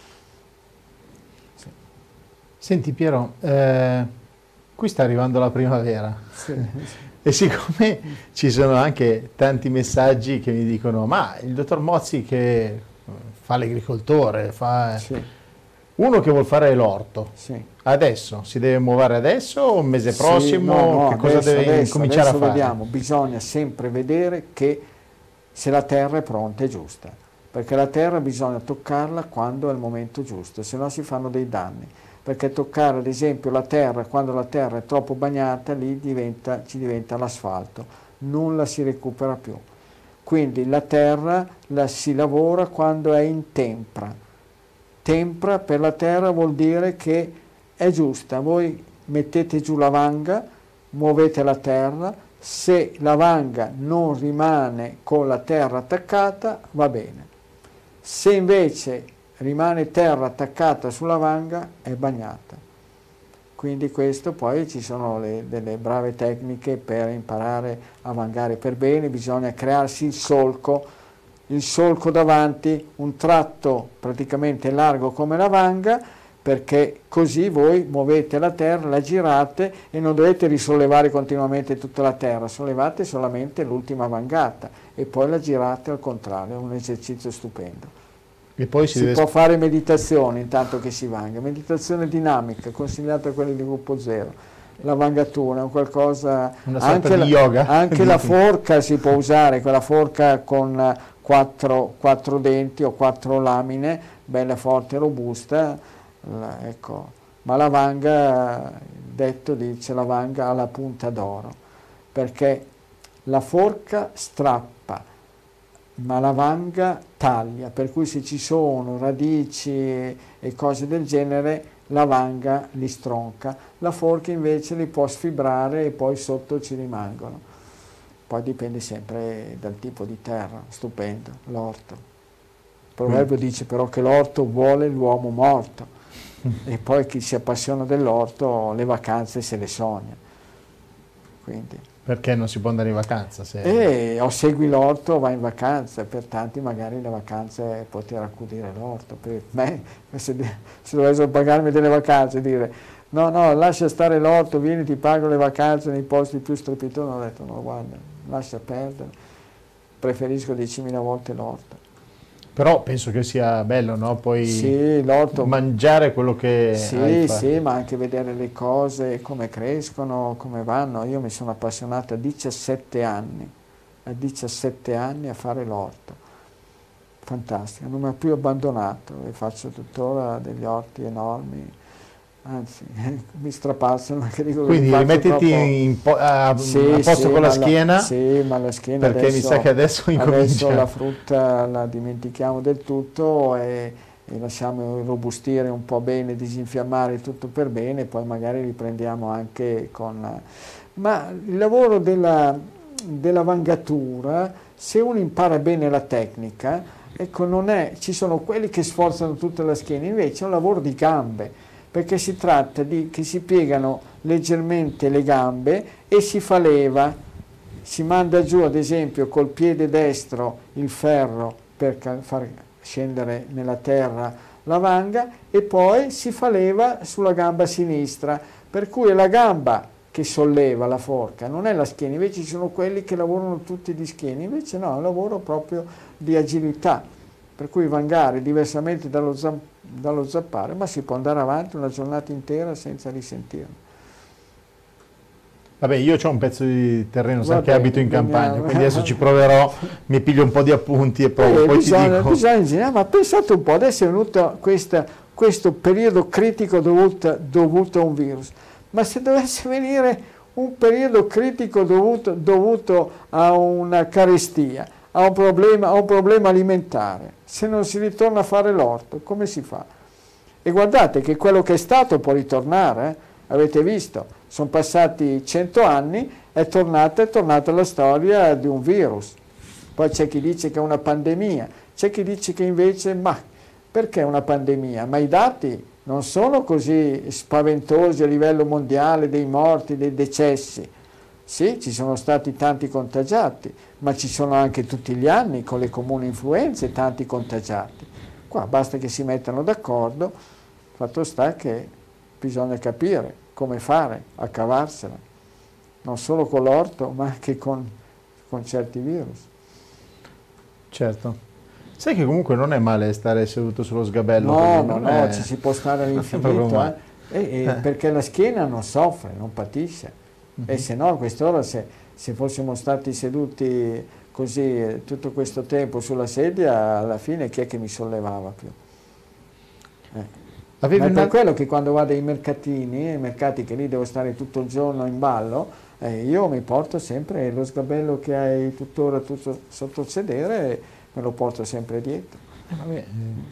Sì. Senti Piero, eh, qui sta arrivando la primavera, sì. E siccome ci sono anche tanti messaggi che mi dicono ma il dottor Mozzi che fa l'agricoltore, fa... Sì. Uno che vuol fare l'orto, sì. Adesso, si deve muovere adesso o il mese sì, prossimo? No, no, che cosa adesso, deve adesso, cominciare adesso a fare? Vediamo, bisogna sempre vedere che se la terra è pronta e giusta, perché la terra bisogna toccarla quando è il momento giusto, se no si fanno dei danni, perché toccare ad esempio la terra quando la terra è troppo bagnata, lì diventa, ci diventa l'asfalto, non la si recupera più. Quindi la terra la si lavora quando è in tempra. Tempra per la terra vuol dire che è giusta, voi mettete giù la vanga, muovete la terra, se la vanga non rimane con la terra attaccata va bene, se invece rimane terra attaccata sulla vanga è bagnata. Quindi questo poi ci sono le, delle brave tecniche per imparare a vangare per bene, bisogna crearsi il solco, il solco davanti, un tratto praticamente largo come la vanga, perché così voi muovete la terra, la girate e non dovete risollevare continuamente tutta la terra, sollevate solamente l'ultima vangata e poi la girate al contrario, è un esercizio stupendo. E poi si, si deve... può fare meditazione intanto che si vanga, meditazione dinamica, consigliata a quelli di gruppo zero. La vangatura è un qualcosa... Una sorta anche di la, yoga. Anche la forca si può usare, quella forca con quattro, quattro denti o quattro lamine, bella forte e robusta, la, ecco. Ma la vanga, detto dice, la vanga ha la punta d'oro, perché la forca strappa, ma la vanga taglia, per cui se ci sono radici e, e cose del genere, la vanga li stronca, la forca invece li può sfibrare e poi sotto ci rimangono. Poi dipende sempre dal tipo di terra, stupendo, l'orto. Il proverbio mm. dice però che l'orto vuole l'uomo morto, mm. e poi chi si appassiona dell'orto le vacanze se le sogna. Quindi. Perché non si può andare in vacanza? Se... E o segui l'orto o vai in vacanza, per tanti magari la vacanza è poter accudire l'orto. Per me, se, se dovessero pagarmi delle vacanze, dire no, no, lascia stare l'orto, vieni, ti pago le vacanze nei posti più strepitosi, ho detto no, guarda, lascia perdere, preferisco diecimila volte l'orto. Però penso che sia bello, no? Poi sì, l'orto, mangiare quello che sì, hai sì, ma anche vedere le cose, come crescono, come vanno. Io mi sono appassionato a diciassette anni, a diciassette anni a fare l'orto. Fantastico, non mi ha più abbandonato e faccio tuttora degli orti enormi. Anzi, mi strapazzano. Quindi rimettiti in po a, sì, a posto sì, con la schiena, la, sì, ma la schiena perché adesso, mi sa che adesso incomincia. Adesso la frutta la dimentichiamo del tutto e, e lasciamo irrobustire un po' bene, disinfiammare tutto per bene, poi magari riprendiamo anche con... Ma il lavoro della, della vangatura, se uno impara bene la tecnica, ecco, non è, ci sono quelli che sforzano tutta la schiena, invece è un lavoro di gambe, perché si tratta di che si piegano leggermente le gambe e si fa leva, si manda giù ad esempio col piede destro il ferro per far scendere nella terra la vanga e poi si fa leva sulla gamba sinistra, per cui è la gamba che solleva la forca, non è la schiena. Invece ci sono quelli che lavorano tutti di schiena, invece no, è un lavoro proprio di agilità, per cui vangare diversamente dallo, zam, dallo zappare, ma si può andare avanti una giornata intera senza risentirlo. Vabbè, io ho un pezzo di terreno, sai che bene, abito in campagna, veniamo. quindi adesso ci proverò, mi piglio un po' di appunti e poi, Eh, poi bisogna, ti dico. bisogna ingegnere, ma pensate un po', adesso è venuto questa, questo periodo critico dovuto, dovuto a un virus, ma se dovesse venire un periodo critico dovuto, dovuto a una carestia, a un, problema, a un problema alimentare, se non si ritorna a fare l'orto, come si fa? E guardate che quello che è stato può ritornare, eh? Avete visto? Sono passati cento anni, è tornata, è tornata la storia di un virus. Poi c'è chi dice che è una pandemia, c'è chi dice che invece, ma perché una pandemia? Ma i dati non sono così spaventosi a livello mondiale dei morti, dei decessi. Sì, ci sono stati tanti contagiati, ma ci sono anche tutti gli anni con le comuni influenze tanti contagiati. Qua basta che si mettano d'accordo, fatto sta che bisogna capire come fare a cavarsela, non solo con l'orto, ma anche con, con certi virus. Certo. Sai che comunque non è male stare seduto sullo sgabello? No, no, no, è... ci si può stare all'infinito, eh? e, e Eh. perché la schiena non soffre, non patisce. Mhm. E se no a quest'ora, se, se fossimo stati seduti così eh, tutto questo tempo sulla sedia, alla fine chi è che mi sollevava più? Eh. Avevi Ma è per una- quello che quando vado ai mercatini, ai mercati che lì devo stare tutto il giorno in ballo, eh, io mi porto sempre lo sgabello che hai tuttora tutto sotto il sedere, me lo porto sempre dietro. Eh, vabbè,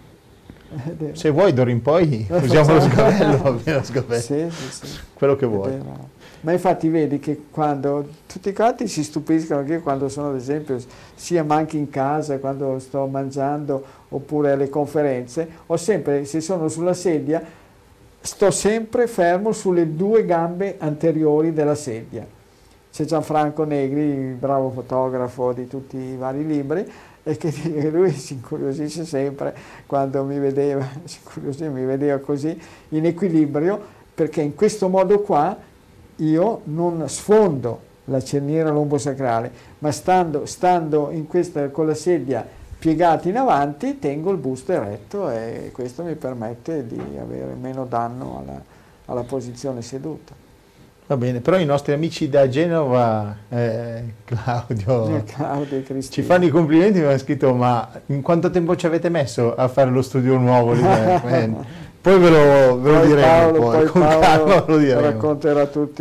Ed è- se vuoi d'ora in poi Eh, usiamo lo facciamo- sgabello, va bene lo sgabello. Sì, sì, sì. Quello che Ed vuoi. era- Ma infatti vedi che quando tutti quanti si stupiscono che io quando sono ad esempio sia ma anche in casa, quando sto mangiando oppure alle conferenze, ho sempre, se sono sulla sedia, sto sempre fermo sulle due gambe anteriori della sedia. C'è Gianfranco Negri, il bravo fotografo di tutti i vari libri, e che che lui si incuriosisce sempre quando mi vedeva, si incuriosisce, mi vedeva così in equilibrio, perché in questo modo qua io non sfondo la cerniera lombosacrale, ma stando, stando in questa, con la sedia piegata in avanti, tengo il busto eretto e questo mi permette di avere meno danno alla, alla posizione seduta. Va bene, però i nostri amici da Genova, eh, Claudio, Eh, Claudio e Cristina. ci fanno i complimenti, mi hanno scritto, ma in quanto tempo ci avete messo a fare lo studio nuovo? lì? Eh, poi ve lo, ve lo Poi diremo, Paolo, poi, poi con Paolo calma ve lo diremo. racconterà tutti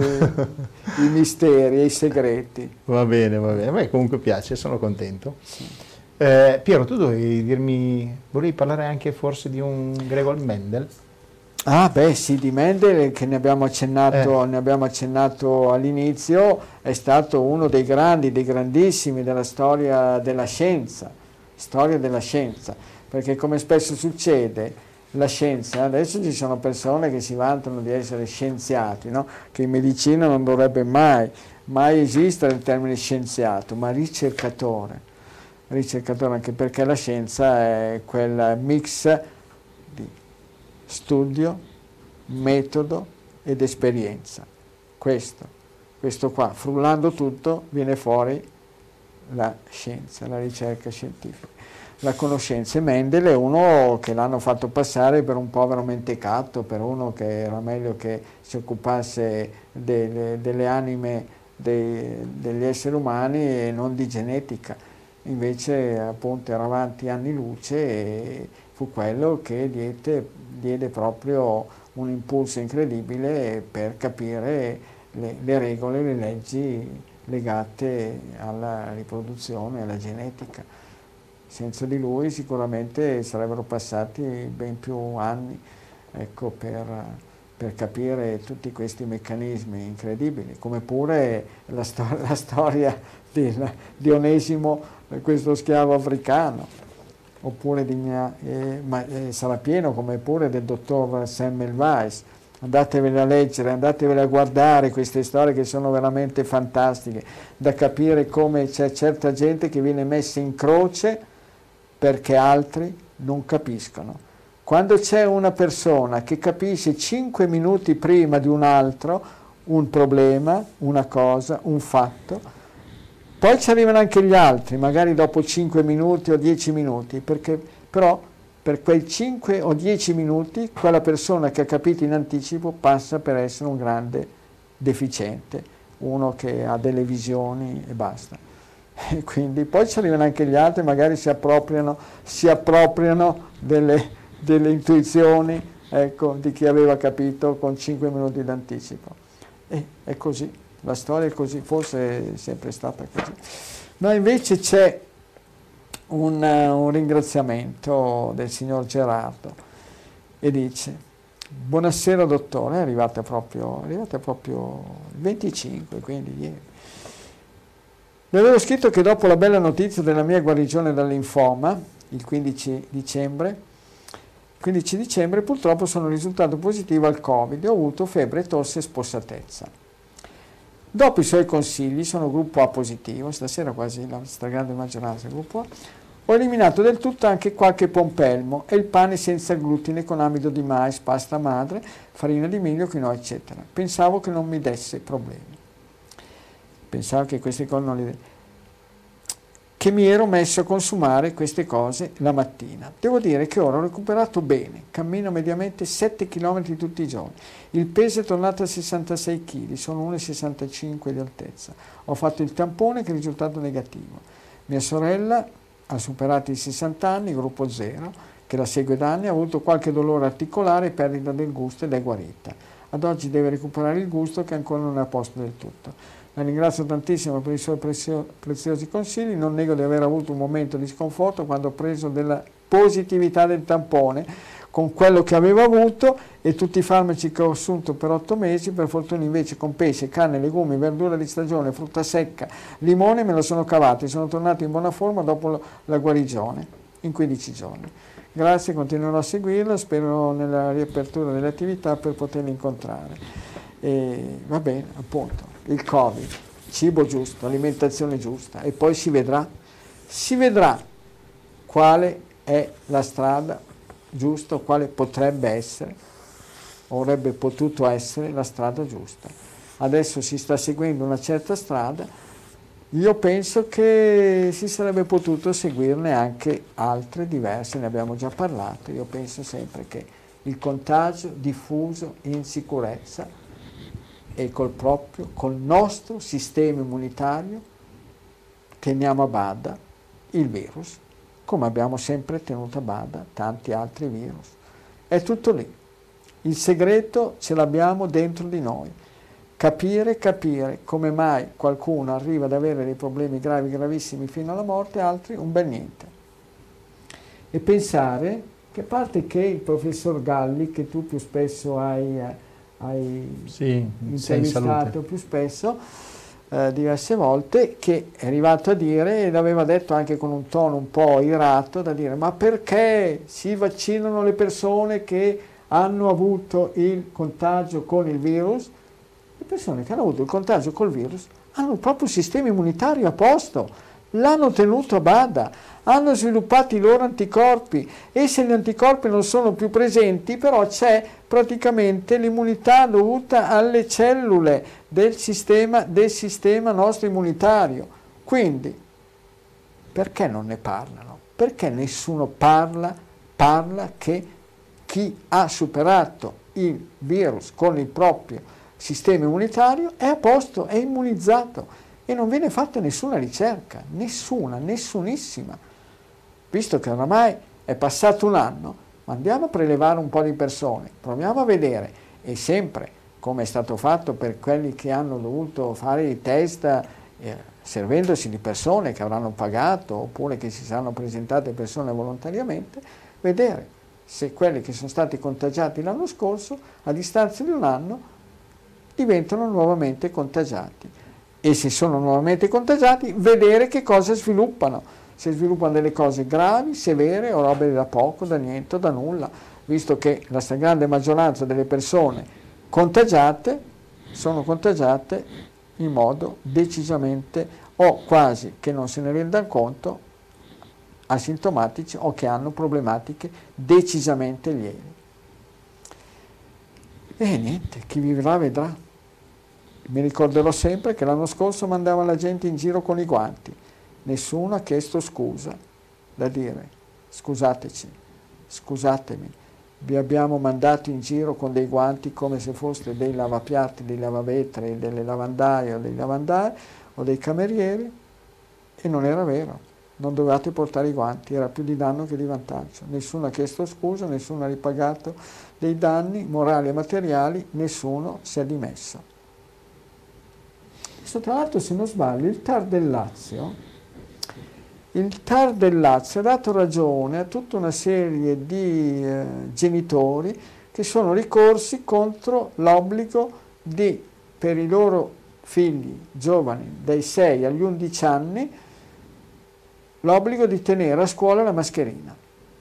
i misteri e i segreti. Va bene, va bene, a me comunque piace, sono contento. Eh, Piero, tu dovevi dirmi, volevi parlare anche forse di un Gregor Mendel? Ah beh sì, di Mendel, che ne abbiamo accennato, Eh. ne abbiamo accennato all'inizio, è stato uno dei grandi, dei grandissimi della storia della scienza, storia della scienza, perché come spesso succede, la scienza, adesso ci sono persone che si vantano di essere scienziati, no? Che in medicina non dovrebbe mai, mai esistere il termine scienziato, ma ricercatore, ricercatore anche perché la scienza è quel mix di studio, metodo ed esperienza. Questo, questo qua, frullando tutto, viene fuori la scienza, la ricerca scientifica. La conoscenza. E Mendel è uno che l'hanno fatto passare per un povero mentecatto, per uno che era meglio che si occupasse delle, delle anime dei, degli esseri umani e non di genetica. Invece appunto era avanti anni luce e fu quello che diede, diede proprio un impulso incredibile per capire le, le regole, le leggi legate alla riproduzione e alla genetica. Senza di lui sicuramente sarebbero passati ben più anni, ecco, per, per capire tutti questi meccanismi incredibili, come pure la, stor- la storia di, di Onesimo, questo schiavo africano, oppure di mia, eh, ma, eh, sarà pieno come pure del dottor Semmelweis. Andatevele a leggere, andatevele a guardare queste storie che sono veramente fantastiche, da capire come c'è certa gente che viene messa in croce perché altri non capiscono. Quando c'è una persona che capisce cinque minuti prima di un altro un problema, una cosa, un fatto, poi ci arrivano anche gli altri, magari dopo cinque minuti o dieci minuti, perché però per quei cinque o dieci minuti quella persona che ha capito in anticipo passa per essere un grande deficiente, uno che ha delle visioni e basta. E quindi poi ci arrivano anche gli altri, magari si appropriano, si appropriano delle, delle intuizioni, ecco, di chi aveva capito con cinque minuti d'anticipo. E è così, la storia è così, forse è sempre stata così. No, invece c'è un, un ringraziamento del signor Gerardo e dice: buonasera dottore, è arrivata proprio, è arrivata proprio il venticinque, quindi ieri. Vi avevo scritto che dopo la bella notizia della mia guarigione dal linfoma, il quindici dicembre, quindici dicembre purtroppo sono risultato positivo al Covid e ho avuto febbre, tosse e spossatezza. Dopo i suoi consigli, sono gruppo A positivo, stasera quasi la stragrande maggioranza è gruppo A, ho eliminato del tutto anche qualche pompelmo e il pane senza glutine con amido di mais, pasta madre, farina di miglio, quinoa, eccetera. Pensavo che non mi desse problemi. Pensavo che queste cose non le... che mi ero messo a consumare queste cose la mattina. Devo dire che ora ho recuperato bene, cammino mediamente sette chilometri tutti i giorni, il peso è tornato a sessantasei chili, sono uno virgola sessantacinque di altezza, ho fatto il tampone che è risultato negativo. Mia sorella ha superato i sessanta anni, gruppo zero, che la segue da anni, ha avuto qualche dolore articolare e perdita del gusto ed è guarita. Ad oggi deve recuperare il gusto che ancora non è a posto del tutto. La ringrazio tantissimo per i suoi prezio, preziosi consigli, non nego di aver avuto un momento di sconforto quando ho preso della positività del tampone con quello che avevo avuto e tutti i farmaci che ho assunto per otto mesi, per fortuna invece con pesce, carne, legumi, verdura di stagione, frutta secca, limone me lo sono cavato e sono tornato in buona forma dopo la guarigione, in quindici giorni. Grazie, continuerò a seguirla, spero nella riapertura delle attività per poterli incontrare. E va bene, appunto. Il Covid, cibo giusto, alimentazione giusta e poi si vedrà, si vedrà quale è la strada giusta, quale potrebbe essere, o avrebbe potuto essere la strada giusta. Adesso si sta seguendo una certa strada, io penso che si sarebbe potuto seguirne anche altre diverse, ne abbiamo già parlato, io penso sempre che il contagio diffuso in sicurezza e col proprio, col nostro sistema immunitario teniamo a bada il virus, come abbiamo sempre tenuto a bada tanti altri virus. È tutto lì. Il segreto ce l'abbiamo dentro di noi. Capire, capire come mai qualcuno arriva ad avere dei problemi gravi, gravissimi fino alla morte, altri un bel niente. E pensare che a parte che il professor Galli, che tu più spesso hai... hai sì, intervistato più spesso, eh, diverse volte, che è arrivato a dire, e l'aveva detto anche con un tono un po' irato, da dire: ma perché si vaccinano le persone che hanno avuto il contagio con il virus? Le persone che hanno avuto il contagio col virus hanno il proprio sistema immunitario a posto, l'hanno tenuto a bada, hanno sviluppato i loro anticorpi e se gli anticorpi non sono più presenti, però c'è praticamente l'immunità dovuta alle cellule del sistema, del sistema nostro immunitario. Quindi, perché non ne parlano? Perché nessuno parla, parla che chi ha superato il virus con il proprio sistema immunitario è a posto, è immunizzato e non viene fatta nessuna ricerca, nessuna, nessunissima. Visto che oramai è passato un anno, andiamo a prelevare un po' di persone, proviamo a vedere, e sempre, come è stato fatto per quelli che hanno dovuto fare i test, eh, servendosi di persone che avranno pagato oppure che si saranno presentate persone volontariamente, vedere se quelli che sono stati contagiati l'anno scorso, a distanza di un anno, diventano nuovamente contagiati. E se sono nuovamente contagiati, vedere che cosa sviluppano. Se sviluppano delle cose gravi, severe o robe da poco, da niente o da nulla, visto che la stragrande maggioranza delle persone contagiate sono contagiate in modo decisamente o quasi che non se ne rendano conto, asintomatici o che hanno problematiche decisamente lievi. E niente, chi vivrà vedrà. Mi ricorderò sempre che l'anno scorso mandava la gente in giro con i guanti. Nessuno ha chiesto scusa, da dire scusateci, scusatemi, vi abbiamo mandato in giro con dei guanti come se foste dei lavapiatti, dei lavavetri, delle lavandaie o dei lavandai o dei camerieri, e non era vero, non dovevate portare i guanti, era più di danno che di vantaggio. Nessuno ha chiesto scusa, nessuno ha ripagato dei danni morali e materiali, nessuno si è dimesso. Adesso, tra l'altro, se non sbaglio, il T A R del Lazio, il T A R del Lazio ha dato ragione a tutta una serie di eh, genitori che sono ricorsi contro l'obbligo di, per i loro figli giovani dai sei agli undici anni, l'obbligo di tenere a scuola la mascherina.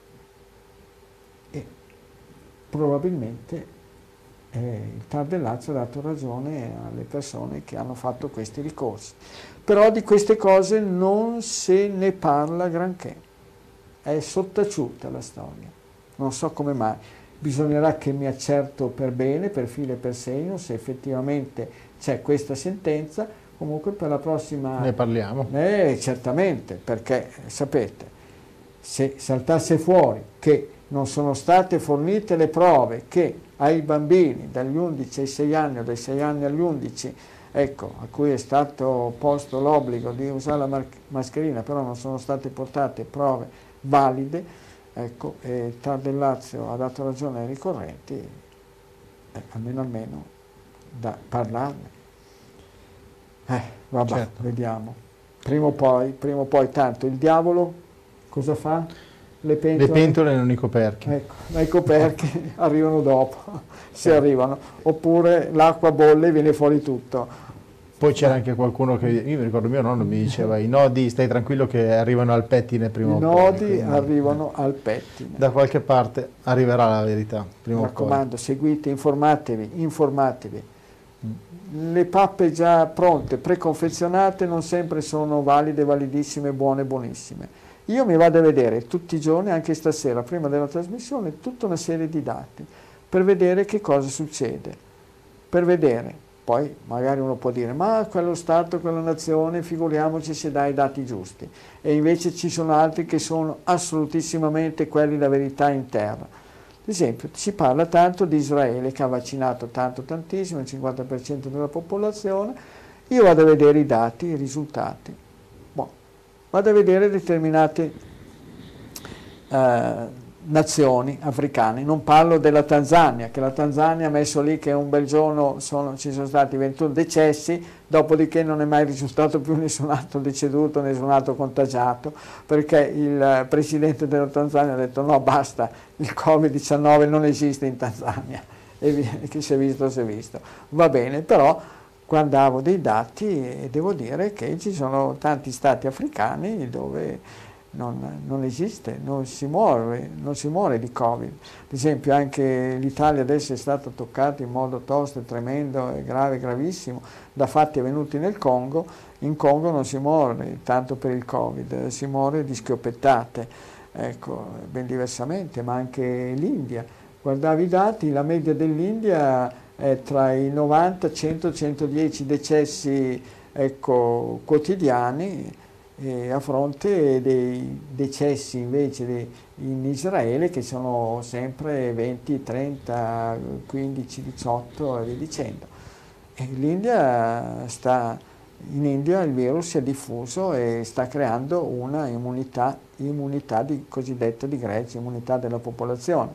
E probabilmente eh, il T A R del Lazio ha dato ragione alle persone che hanno fatto questi ricorsi. Però di queste cose non se ne parla granché, è sottaciuta la storia, non so come mai. Bisognerà che mi accerto per bene, per filo e per segno, se effettivamente c'è questa sentenza. Comunque per la prossima... Ne parliamo. Eh, certamente, perché sapete, se saltasse fuori che non sono state fornite le prove che ai bambini dagli undici ai sei anni o dai sei anni agli undici, ecco, a cui è stato posto l'obbligo di usare la mascherina, però non sono state portate prove valide, ecco, e il T A R del Lazio ha dato ragione ai ricorrenti, eh, almeno almeno da parlarne. Eh, vabbè, certo. Vediamo. Prima o poi, prima o poi, tanto il diavolo cosa fa? Le pentole, Le pentole non i coperchi. Ecco, ma i coperchi arrivano dopo, se arrivano. Oppure l'acqua bolle e viene fuori tutto. Poi c'era anche qualcuno che, io mi ricordo mio nonno mi diceva, i nodi stai tranquillo che arrivano al pettine prima o poi. I nodi arrivano al pettine. Da qualche parte arriverà la verità, prima o poi. Mi raccomando, seguite, informatevi, informatevi. Le pappe già pronte, preconfezionate, non sempre sono valide, validissime, buone, buonissime. Io mi vado a vedere tutti i giorni, anche stasera, prima della trasmissione, tutta una serie di dati, per vedere che cosa succede, per vedere. Poi magari uno può dire, ma quello Stato, quella nazione, figuriamoci se dà i dati giusti. E invece ci sono altri che sono assolutissimamente quelli la verità in terra. Ad esempio, si parla tanto di Israele che ha vaccinato tanto, tantissimo, il cinquanta per cento della popolazione. Io vado a vedere i dati, i risultati. Boh, vado a vedere determinate eh, nazioni africane. Non parlo della Tanzania, che la Tanzania ha messo lì che un bel giorno sono, ci sono stati ventuno decessi, dopodiché non è mai risultato più nessun altro deceduto, nessun altro contagiato, perché il presidente della Tanzania ha detto no, basta, il covid diciannove non esiste in Tanzania, e chi si è visto si è visto. Va bene, però guardavo dei dati e devo dire che ci sono tanti stati africani dove non, non esiste, non si muore, non si muore di Covid. Ad esempio anche l'Italia adesso è stata toccata in modo tosto, tremendo e grave, gravissimo, da fatti avvenuti nel Congo. In Congo non si muore tanto per il Covid, si muore di schioppettate, ecco, ben diversamente, ma anche l'India. Guardavi i dati, la media dell'India è tra i novanta, cento, centodieci decessi, ecco, quotidiani, e a fronte dei decessi invece de, in Israele che sono sempre venti, trenta, quindici, diciotto e via dicendo. E l'India sta, in India il virus si è diffuso e sta creando una immunità, immunità di, cosiddetta di gregge, immunità della popolazione,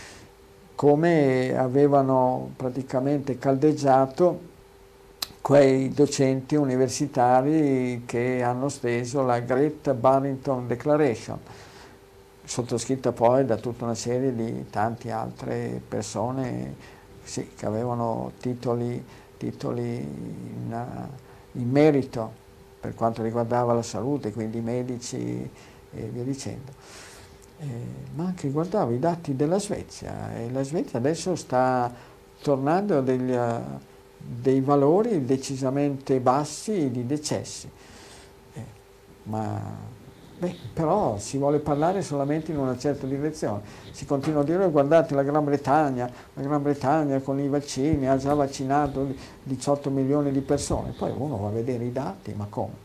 come avevano praticamente caldeggiato quei docenti universitari che hanno steso la Great Barrington Declaration, sottoscritta poi da tutta una serie di tante altre persone, sì, che avevano titoli, titoli in, in merito per quanto riguardava la salute, quindi medici e via dicendo. Eh, ma anche guardavo i dati della Svezia, e la Svezia adesso sta tornando a degli... dei valori decisamente bassi di decessi, eh, ma beh, però si vuole parlare solamente in una certa direzione. Si continua a dire guardate la Gran Bretagna, la Gran Bretagna con i vaccini ha già vaccinato diciotto milioni di persone, poi uno va a vedere i dati, ma come?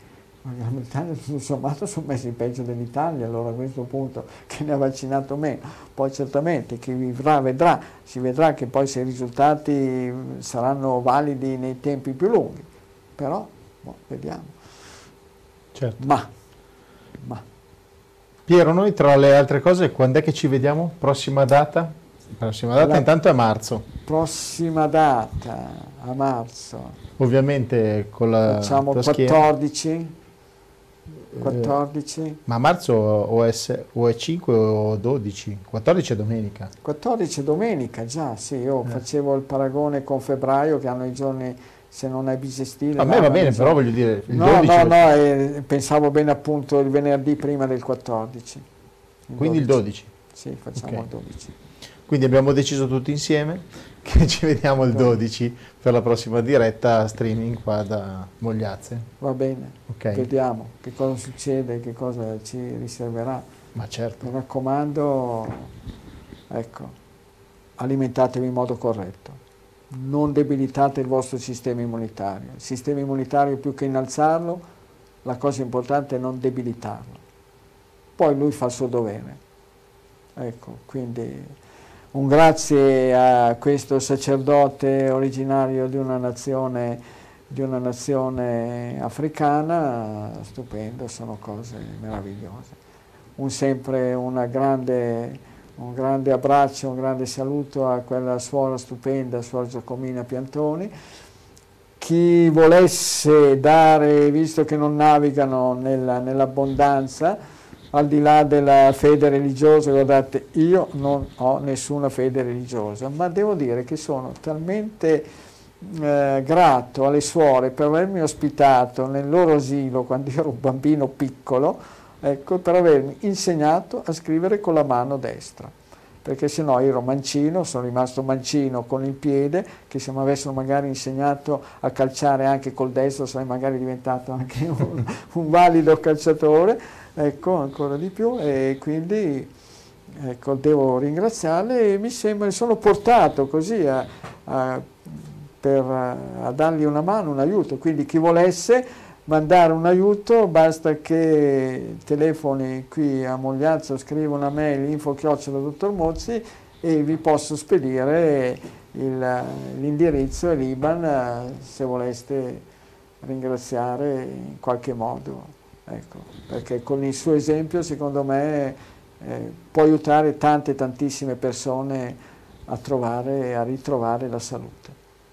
La Gran Bretagna tutto sommato sono messi peggio dell'Italia, allora a questo punto che ne ha vaccinato meno. Poi certamente chi vivrà vedrà, si vedrà che poi se i risultati saranno validi nei tempi più lunghi, però boh, vediamo. Certo. Ma, ma. Piero, noi tra le altre cose quando è che ci vediamo? Prossima data? Prossima data La intanto è marzo. Prossima data a marzo. Ovviamente con la facciamo quattordici. quattordici. Ma a marzo o è, o è cinque o dodici? quattordici è domenica. quattordici è domenica, già, sì, io eh. facevo il paragone con febbraio che hanno i giorni, se non è bisestile. A me va bene, però voglio dire il no, dodici. No, no, eh, pensavo bene appunto il venerdì prima del quattordici. Il Quindi dodici. il dodici? Sì, facciamo okay. il dodici. Quindi abbiamo deciso tutti insieme che ci vediamo il dodici per la prossima diretta streaming qua da Mogliazze. Va bene, okay. Vediamo che cosa succede, che cosa ci riserverà. Ma certo. Mi raccomando, ecco, alimentatevi in modo corretto, non debilitate il vostro sistema immunitario. Il sistema immunitario più che innalzarlo, la cosa importante è non debilitarlo. Poi lui fa il suo dovere. Ecco, quindi un grazie a questo sacerdote originario di una nazione, di una nazione africana, stupendo, sono cose meravigliose. Un sempre una grande, un grande abbraccio, un grande saluto a quella suora stupenda, suor Giacomina Piantoni. Chi volesse dare, visto che non navigano nella, nell'abbondanza, al di là della fede religiosa, guardate, io non ho nessuna fede religiosa, ma devo dire che sono talmente eh, grato alle suore per avermi ospitato nel loro asilo quando ero un bambino piccolo, ecco, per avermi insegnato a scrivere con la mano destra, perché se no ero mancino, sono rimasto mancino con il piede, che se mi avessero magari insegnato a calciare anche col destro sarei magari diventato anche un, un valido calciatore. Ecco, ancora di più, e quindi ecco, devo ringraziarle e mi sembra, sono portato così a, a, per, a dargli una mano, un aiuto, quindi chi volesse mandare un aiuto basta che telefoni qui a Mogliazzo o scriva una mail info chiocciola dottor Mozzi e vi posso spedire l'indirizzo e l'I B A N se voleste ringraziare in qualche modo. Ecco, perché con il suo esempio secondo me eh, può aiutare tante tantissime persone a trovare, a ritrovare la salute.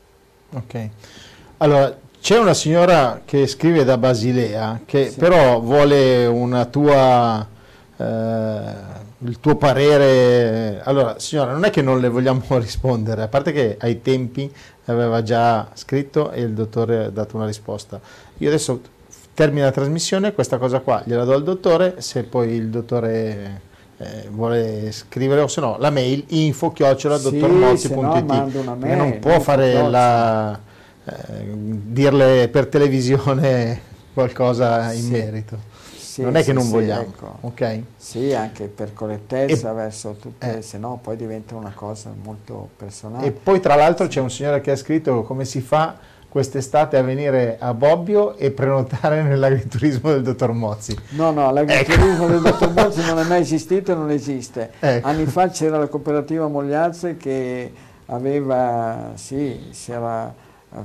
Ok, allora c'è una signora che scrive da Basilea che sì. però vuole una tua, eh, il tuo parere. Allora signora, non è che non le vogliamo rispondere, a parte che ai tempi aveva già scritto e il dottore ha dato una risposta. Io adesso termina la trasmissione, questa cosa qua gliela do al dottore, se poi il dottore eh, vuole scrivere o se no la mail info chiocciola dottormozzi punto it, no, che non può fare la eh, dirle per televisione qualcosa in sì. merito. Sì, non è che sì, non sì, vogliamo, ecco. ok? Sì, anche per correttezza e, verso tutte, eh, se no poi diventa una cosa molto personale. E poi tra l'altro c'è un signore che ha scritto come si fa quest'estate a venire a Bobbio e prenotare nell'agriturismo del dottor Mozzi. No, no, l'agriturismo ecco. del dottor Mozzi non è mai esistito e non esiste. Ecco. Anni fa c'era la cooperativa Mogliazze che aveva, sì, si era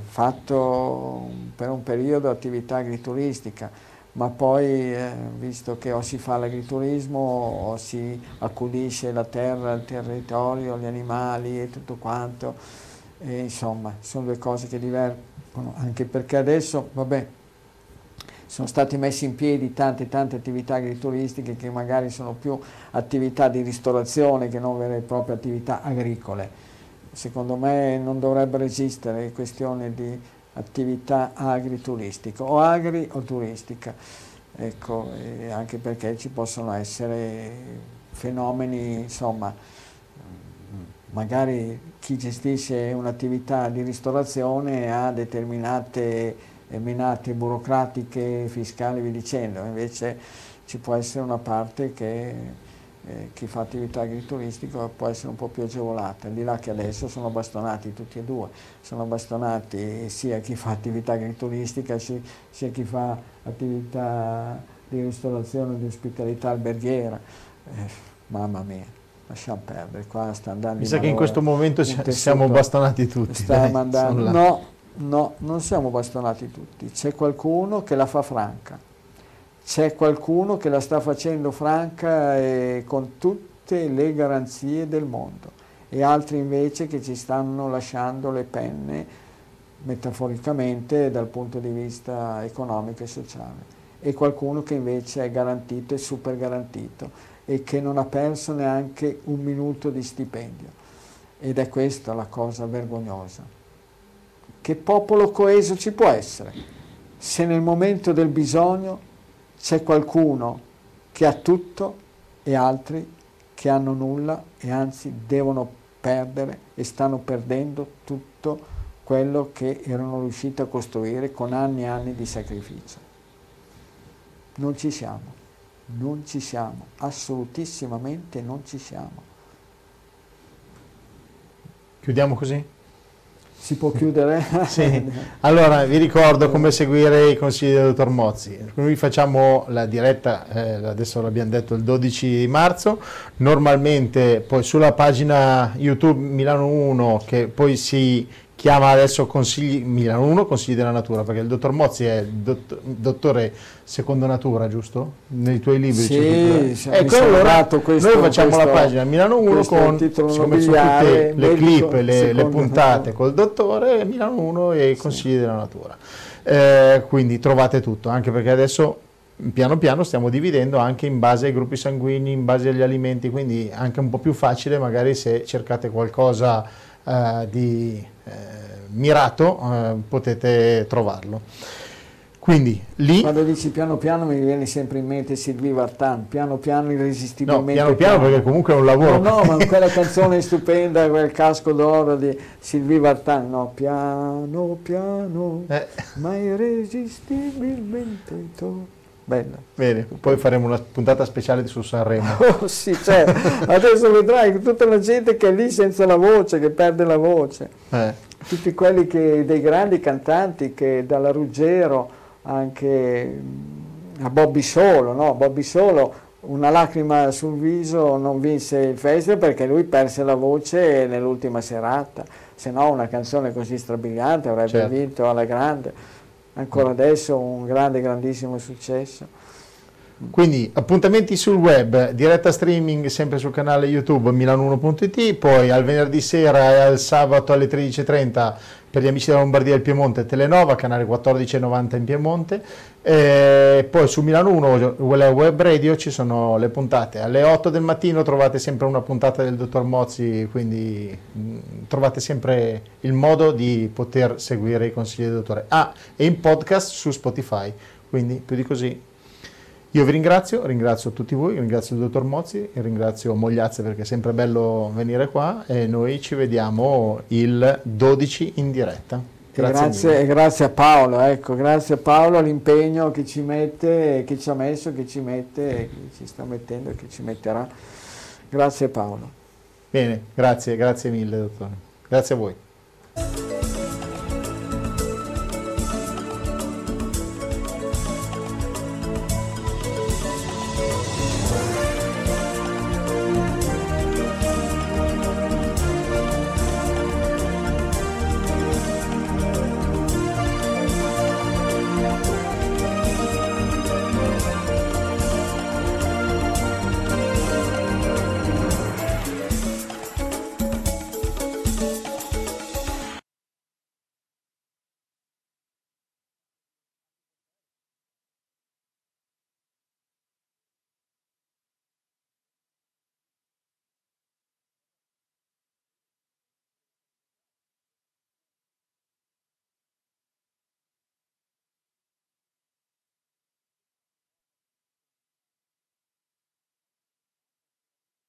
fatto per un periodo attività agrituristica, ma poi eh, visto che o si fa l'agriturismo o si accudisce la terra, il territorio, gli animali e tutto quanto, e insomma sono due cose che divergono, anche perché adesso, vabbè, sono state messe in piedi tante tante attività agrituristiche che magari sono più attività di ristorazione che non vere e proprie attività agricole. Secondo me non dovrebbero esistere questioni di attività agrituristica, o agri o turistica, ecco, e anche perché ci possono essere fenomeni, insomma, magari chi gestisce un'attività di ristorazione ha determinate menate burocratiche, fiscali, vi dicendo, invece ci può essere una parte che eh, chi fa attività agrituristica può essere un po' più agevolata, al di là che adesso sono bastonati tutti e due, sono bastonati sia chi fa attività agrituristica sia, sia chi fa attività di ristorazione, di ospitalità alberghiera. Eh, mamma mia, lasciamo perdere, qua sta andando. Mi sa che in questo momento tessuto, siamo bastonati tutti. Sta dai, mandando, no, no, non siamo bastonati tutti, c'è qualcuno che la fa franca. C'è qualcuno che la sta facendo franca e con tutte le garanzie del mondo e altri invece che ci stanno lasciando le penne metaforicamente dal punto di vista economico e sociale e qualcuno che invece è garantito e super garantito e che non ha perso neanche un minuto di stipendio ed è questa la cosa vergognosa. Che popolo coeso ci può essere se nel momento del bisogno c'è qualcuno che ha tutto e altri che hanno nulla e anzi devono perdere e stanno perdendo tutto quello che erano riusciti a costruire con anni e anni di sacrificio. Non ci siamo, non ci siamo, assolutissimamente non ci siamo. Chiudiamo così? Si può chiudere? Sì. Allora vi ricordo come seguire i consigli del dottor Mozzi. Noi facciamo la diretta, eh, adesso l'abbiamo detto, il dodici marzo, normalmente poi sulla pagina YouTube Milano uno, che poi si chiama adesso Consigli Milano uno, Consigli della Natura, perché il dottor Mozzi è il dott dottore secondo natura, giusto? Nei tuoi libri. Sì, sì, ecco, allora questo, noi facciamo questo, la pagina Milano uno con siccome sono tutte le clip, le, le puntate col dottore, Milano uno e i consigli sì. della natura. Eh, quindi trovate tutto, anche perché adesso piano piano stiamo dividendo anche in base ai gruppi sanguigni, in base agli alimenti, quindi anche un po' più facile magari se cercate qualcosa Uh, di uh, mirato uh, potete trovarlo. Quindi lì quando dici piano piano mi viene sempre in mente Sylvie Vartan, piano piano irresistibilmente no, piano piano, piano perché comunque è un lavoro. No, no, ma quella canzone stupenda, quel casco d'oro di Sylvie Vartan, no, piano piano eh. ma irresistibilmente to. Bella. Bene, poi faremo una puntata speciale su Sanremo. Oh, sì, cioè, adesso vedrai tutta la gente che è lì senza la voce, che perde la voce. Eh. Tutti quelli che, dei grandi cantanti, che dalla Ruggero anche a Bobby Solo, no? Bobby Solo, una lacrima sul viso, non vinse il festival perché lui perse la voce nell'ultima serata, se no una canzone così strabiliante avrebbe certo. vinto alla grande. Ancora adesso un grande, grandissimo successo. Quindi appuntamenti sul web, diretta streaming sempre sul canale YouTube milano uno punto it, poi al venerdì sera e al sabato alle tredici e trenta per gli amici della Lombardia e del Piemonte Telenova, canale quattordici e novanta in Piemonte, e poi su Milano uno, la web radio, ci sono le puntate. Alle otto del mattino trovate sempre una puntata del dottor Mozzi, quindi mh, trovate sempre il modo di poter seguire i consigli del dottore. Ah, e in podcast su Spotify, quindi più di così. Io vi ringrazio, ringrazio tutti voi, ringrazio il dottor Mozzi, ringrazio Mogliazze perché è sempre bello venire qua e noi ci vediamo il dodici in diretta. Grazie, grazie, grazie a Paolo, ecco, grazie a Paolo all'impegno che ci mette, che ci ha messo, che ci mette, che ci sta mettendo e che ci metterà. Grazie Paolo. Bene, grazie, grazie mille dottore. Grazie a voi.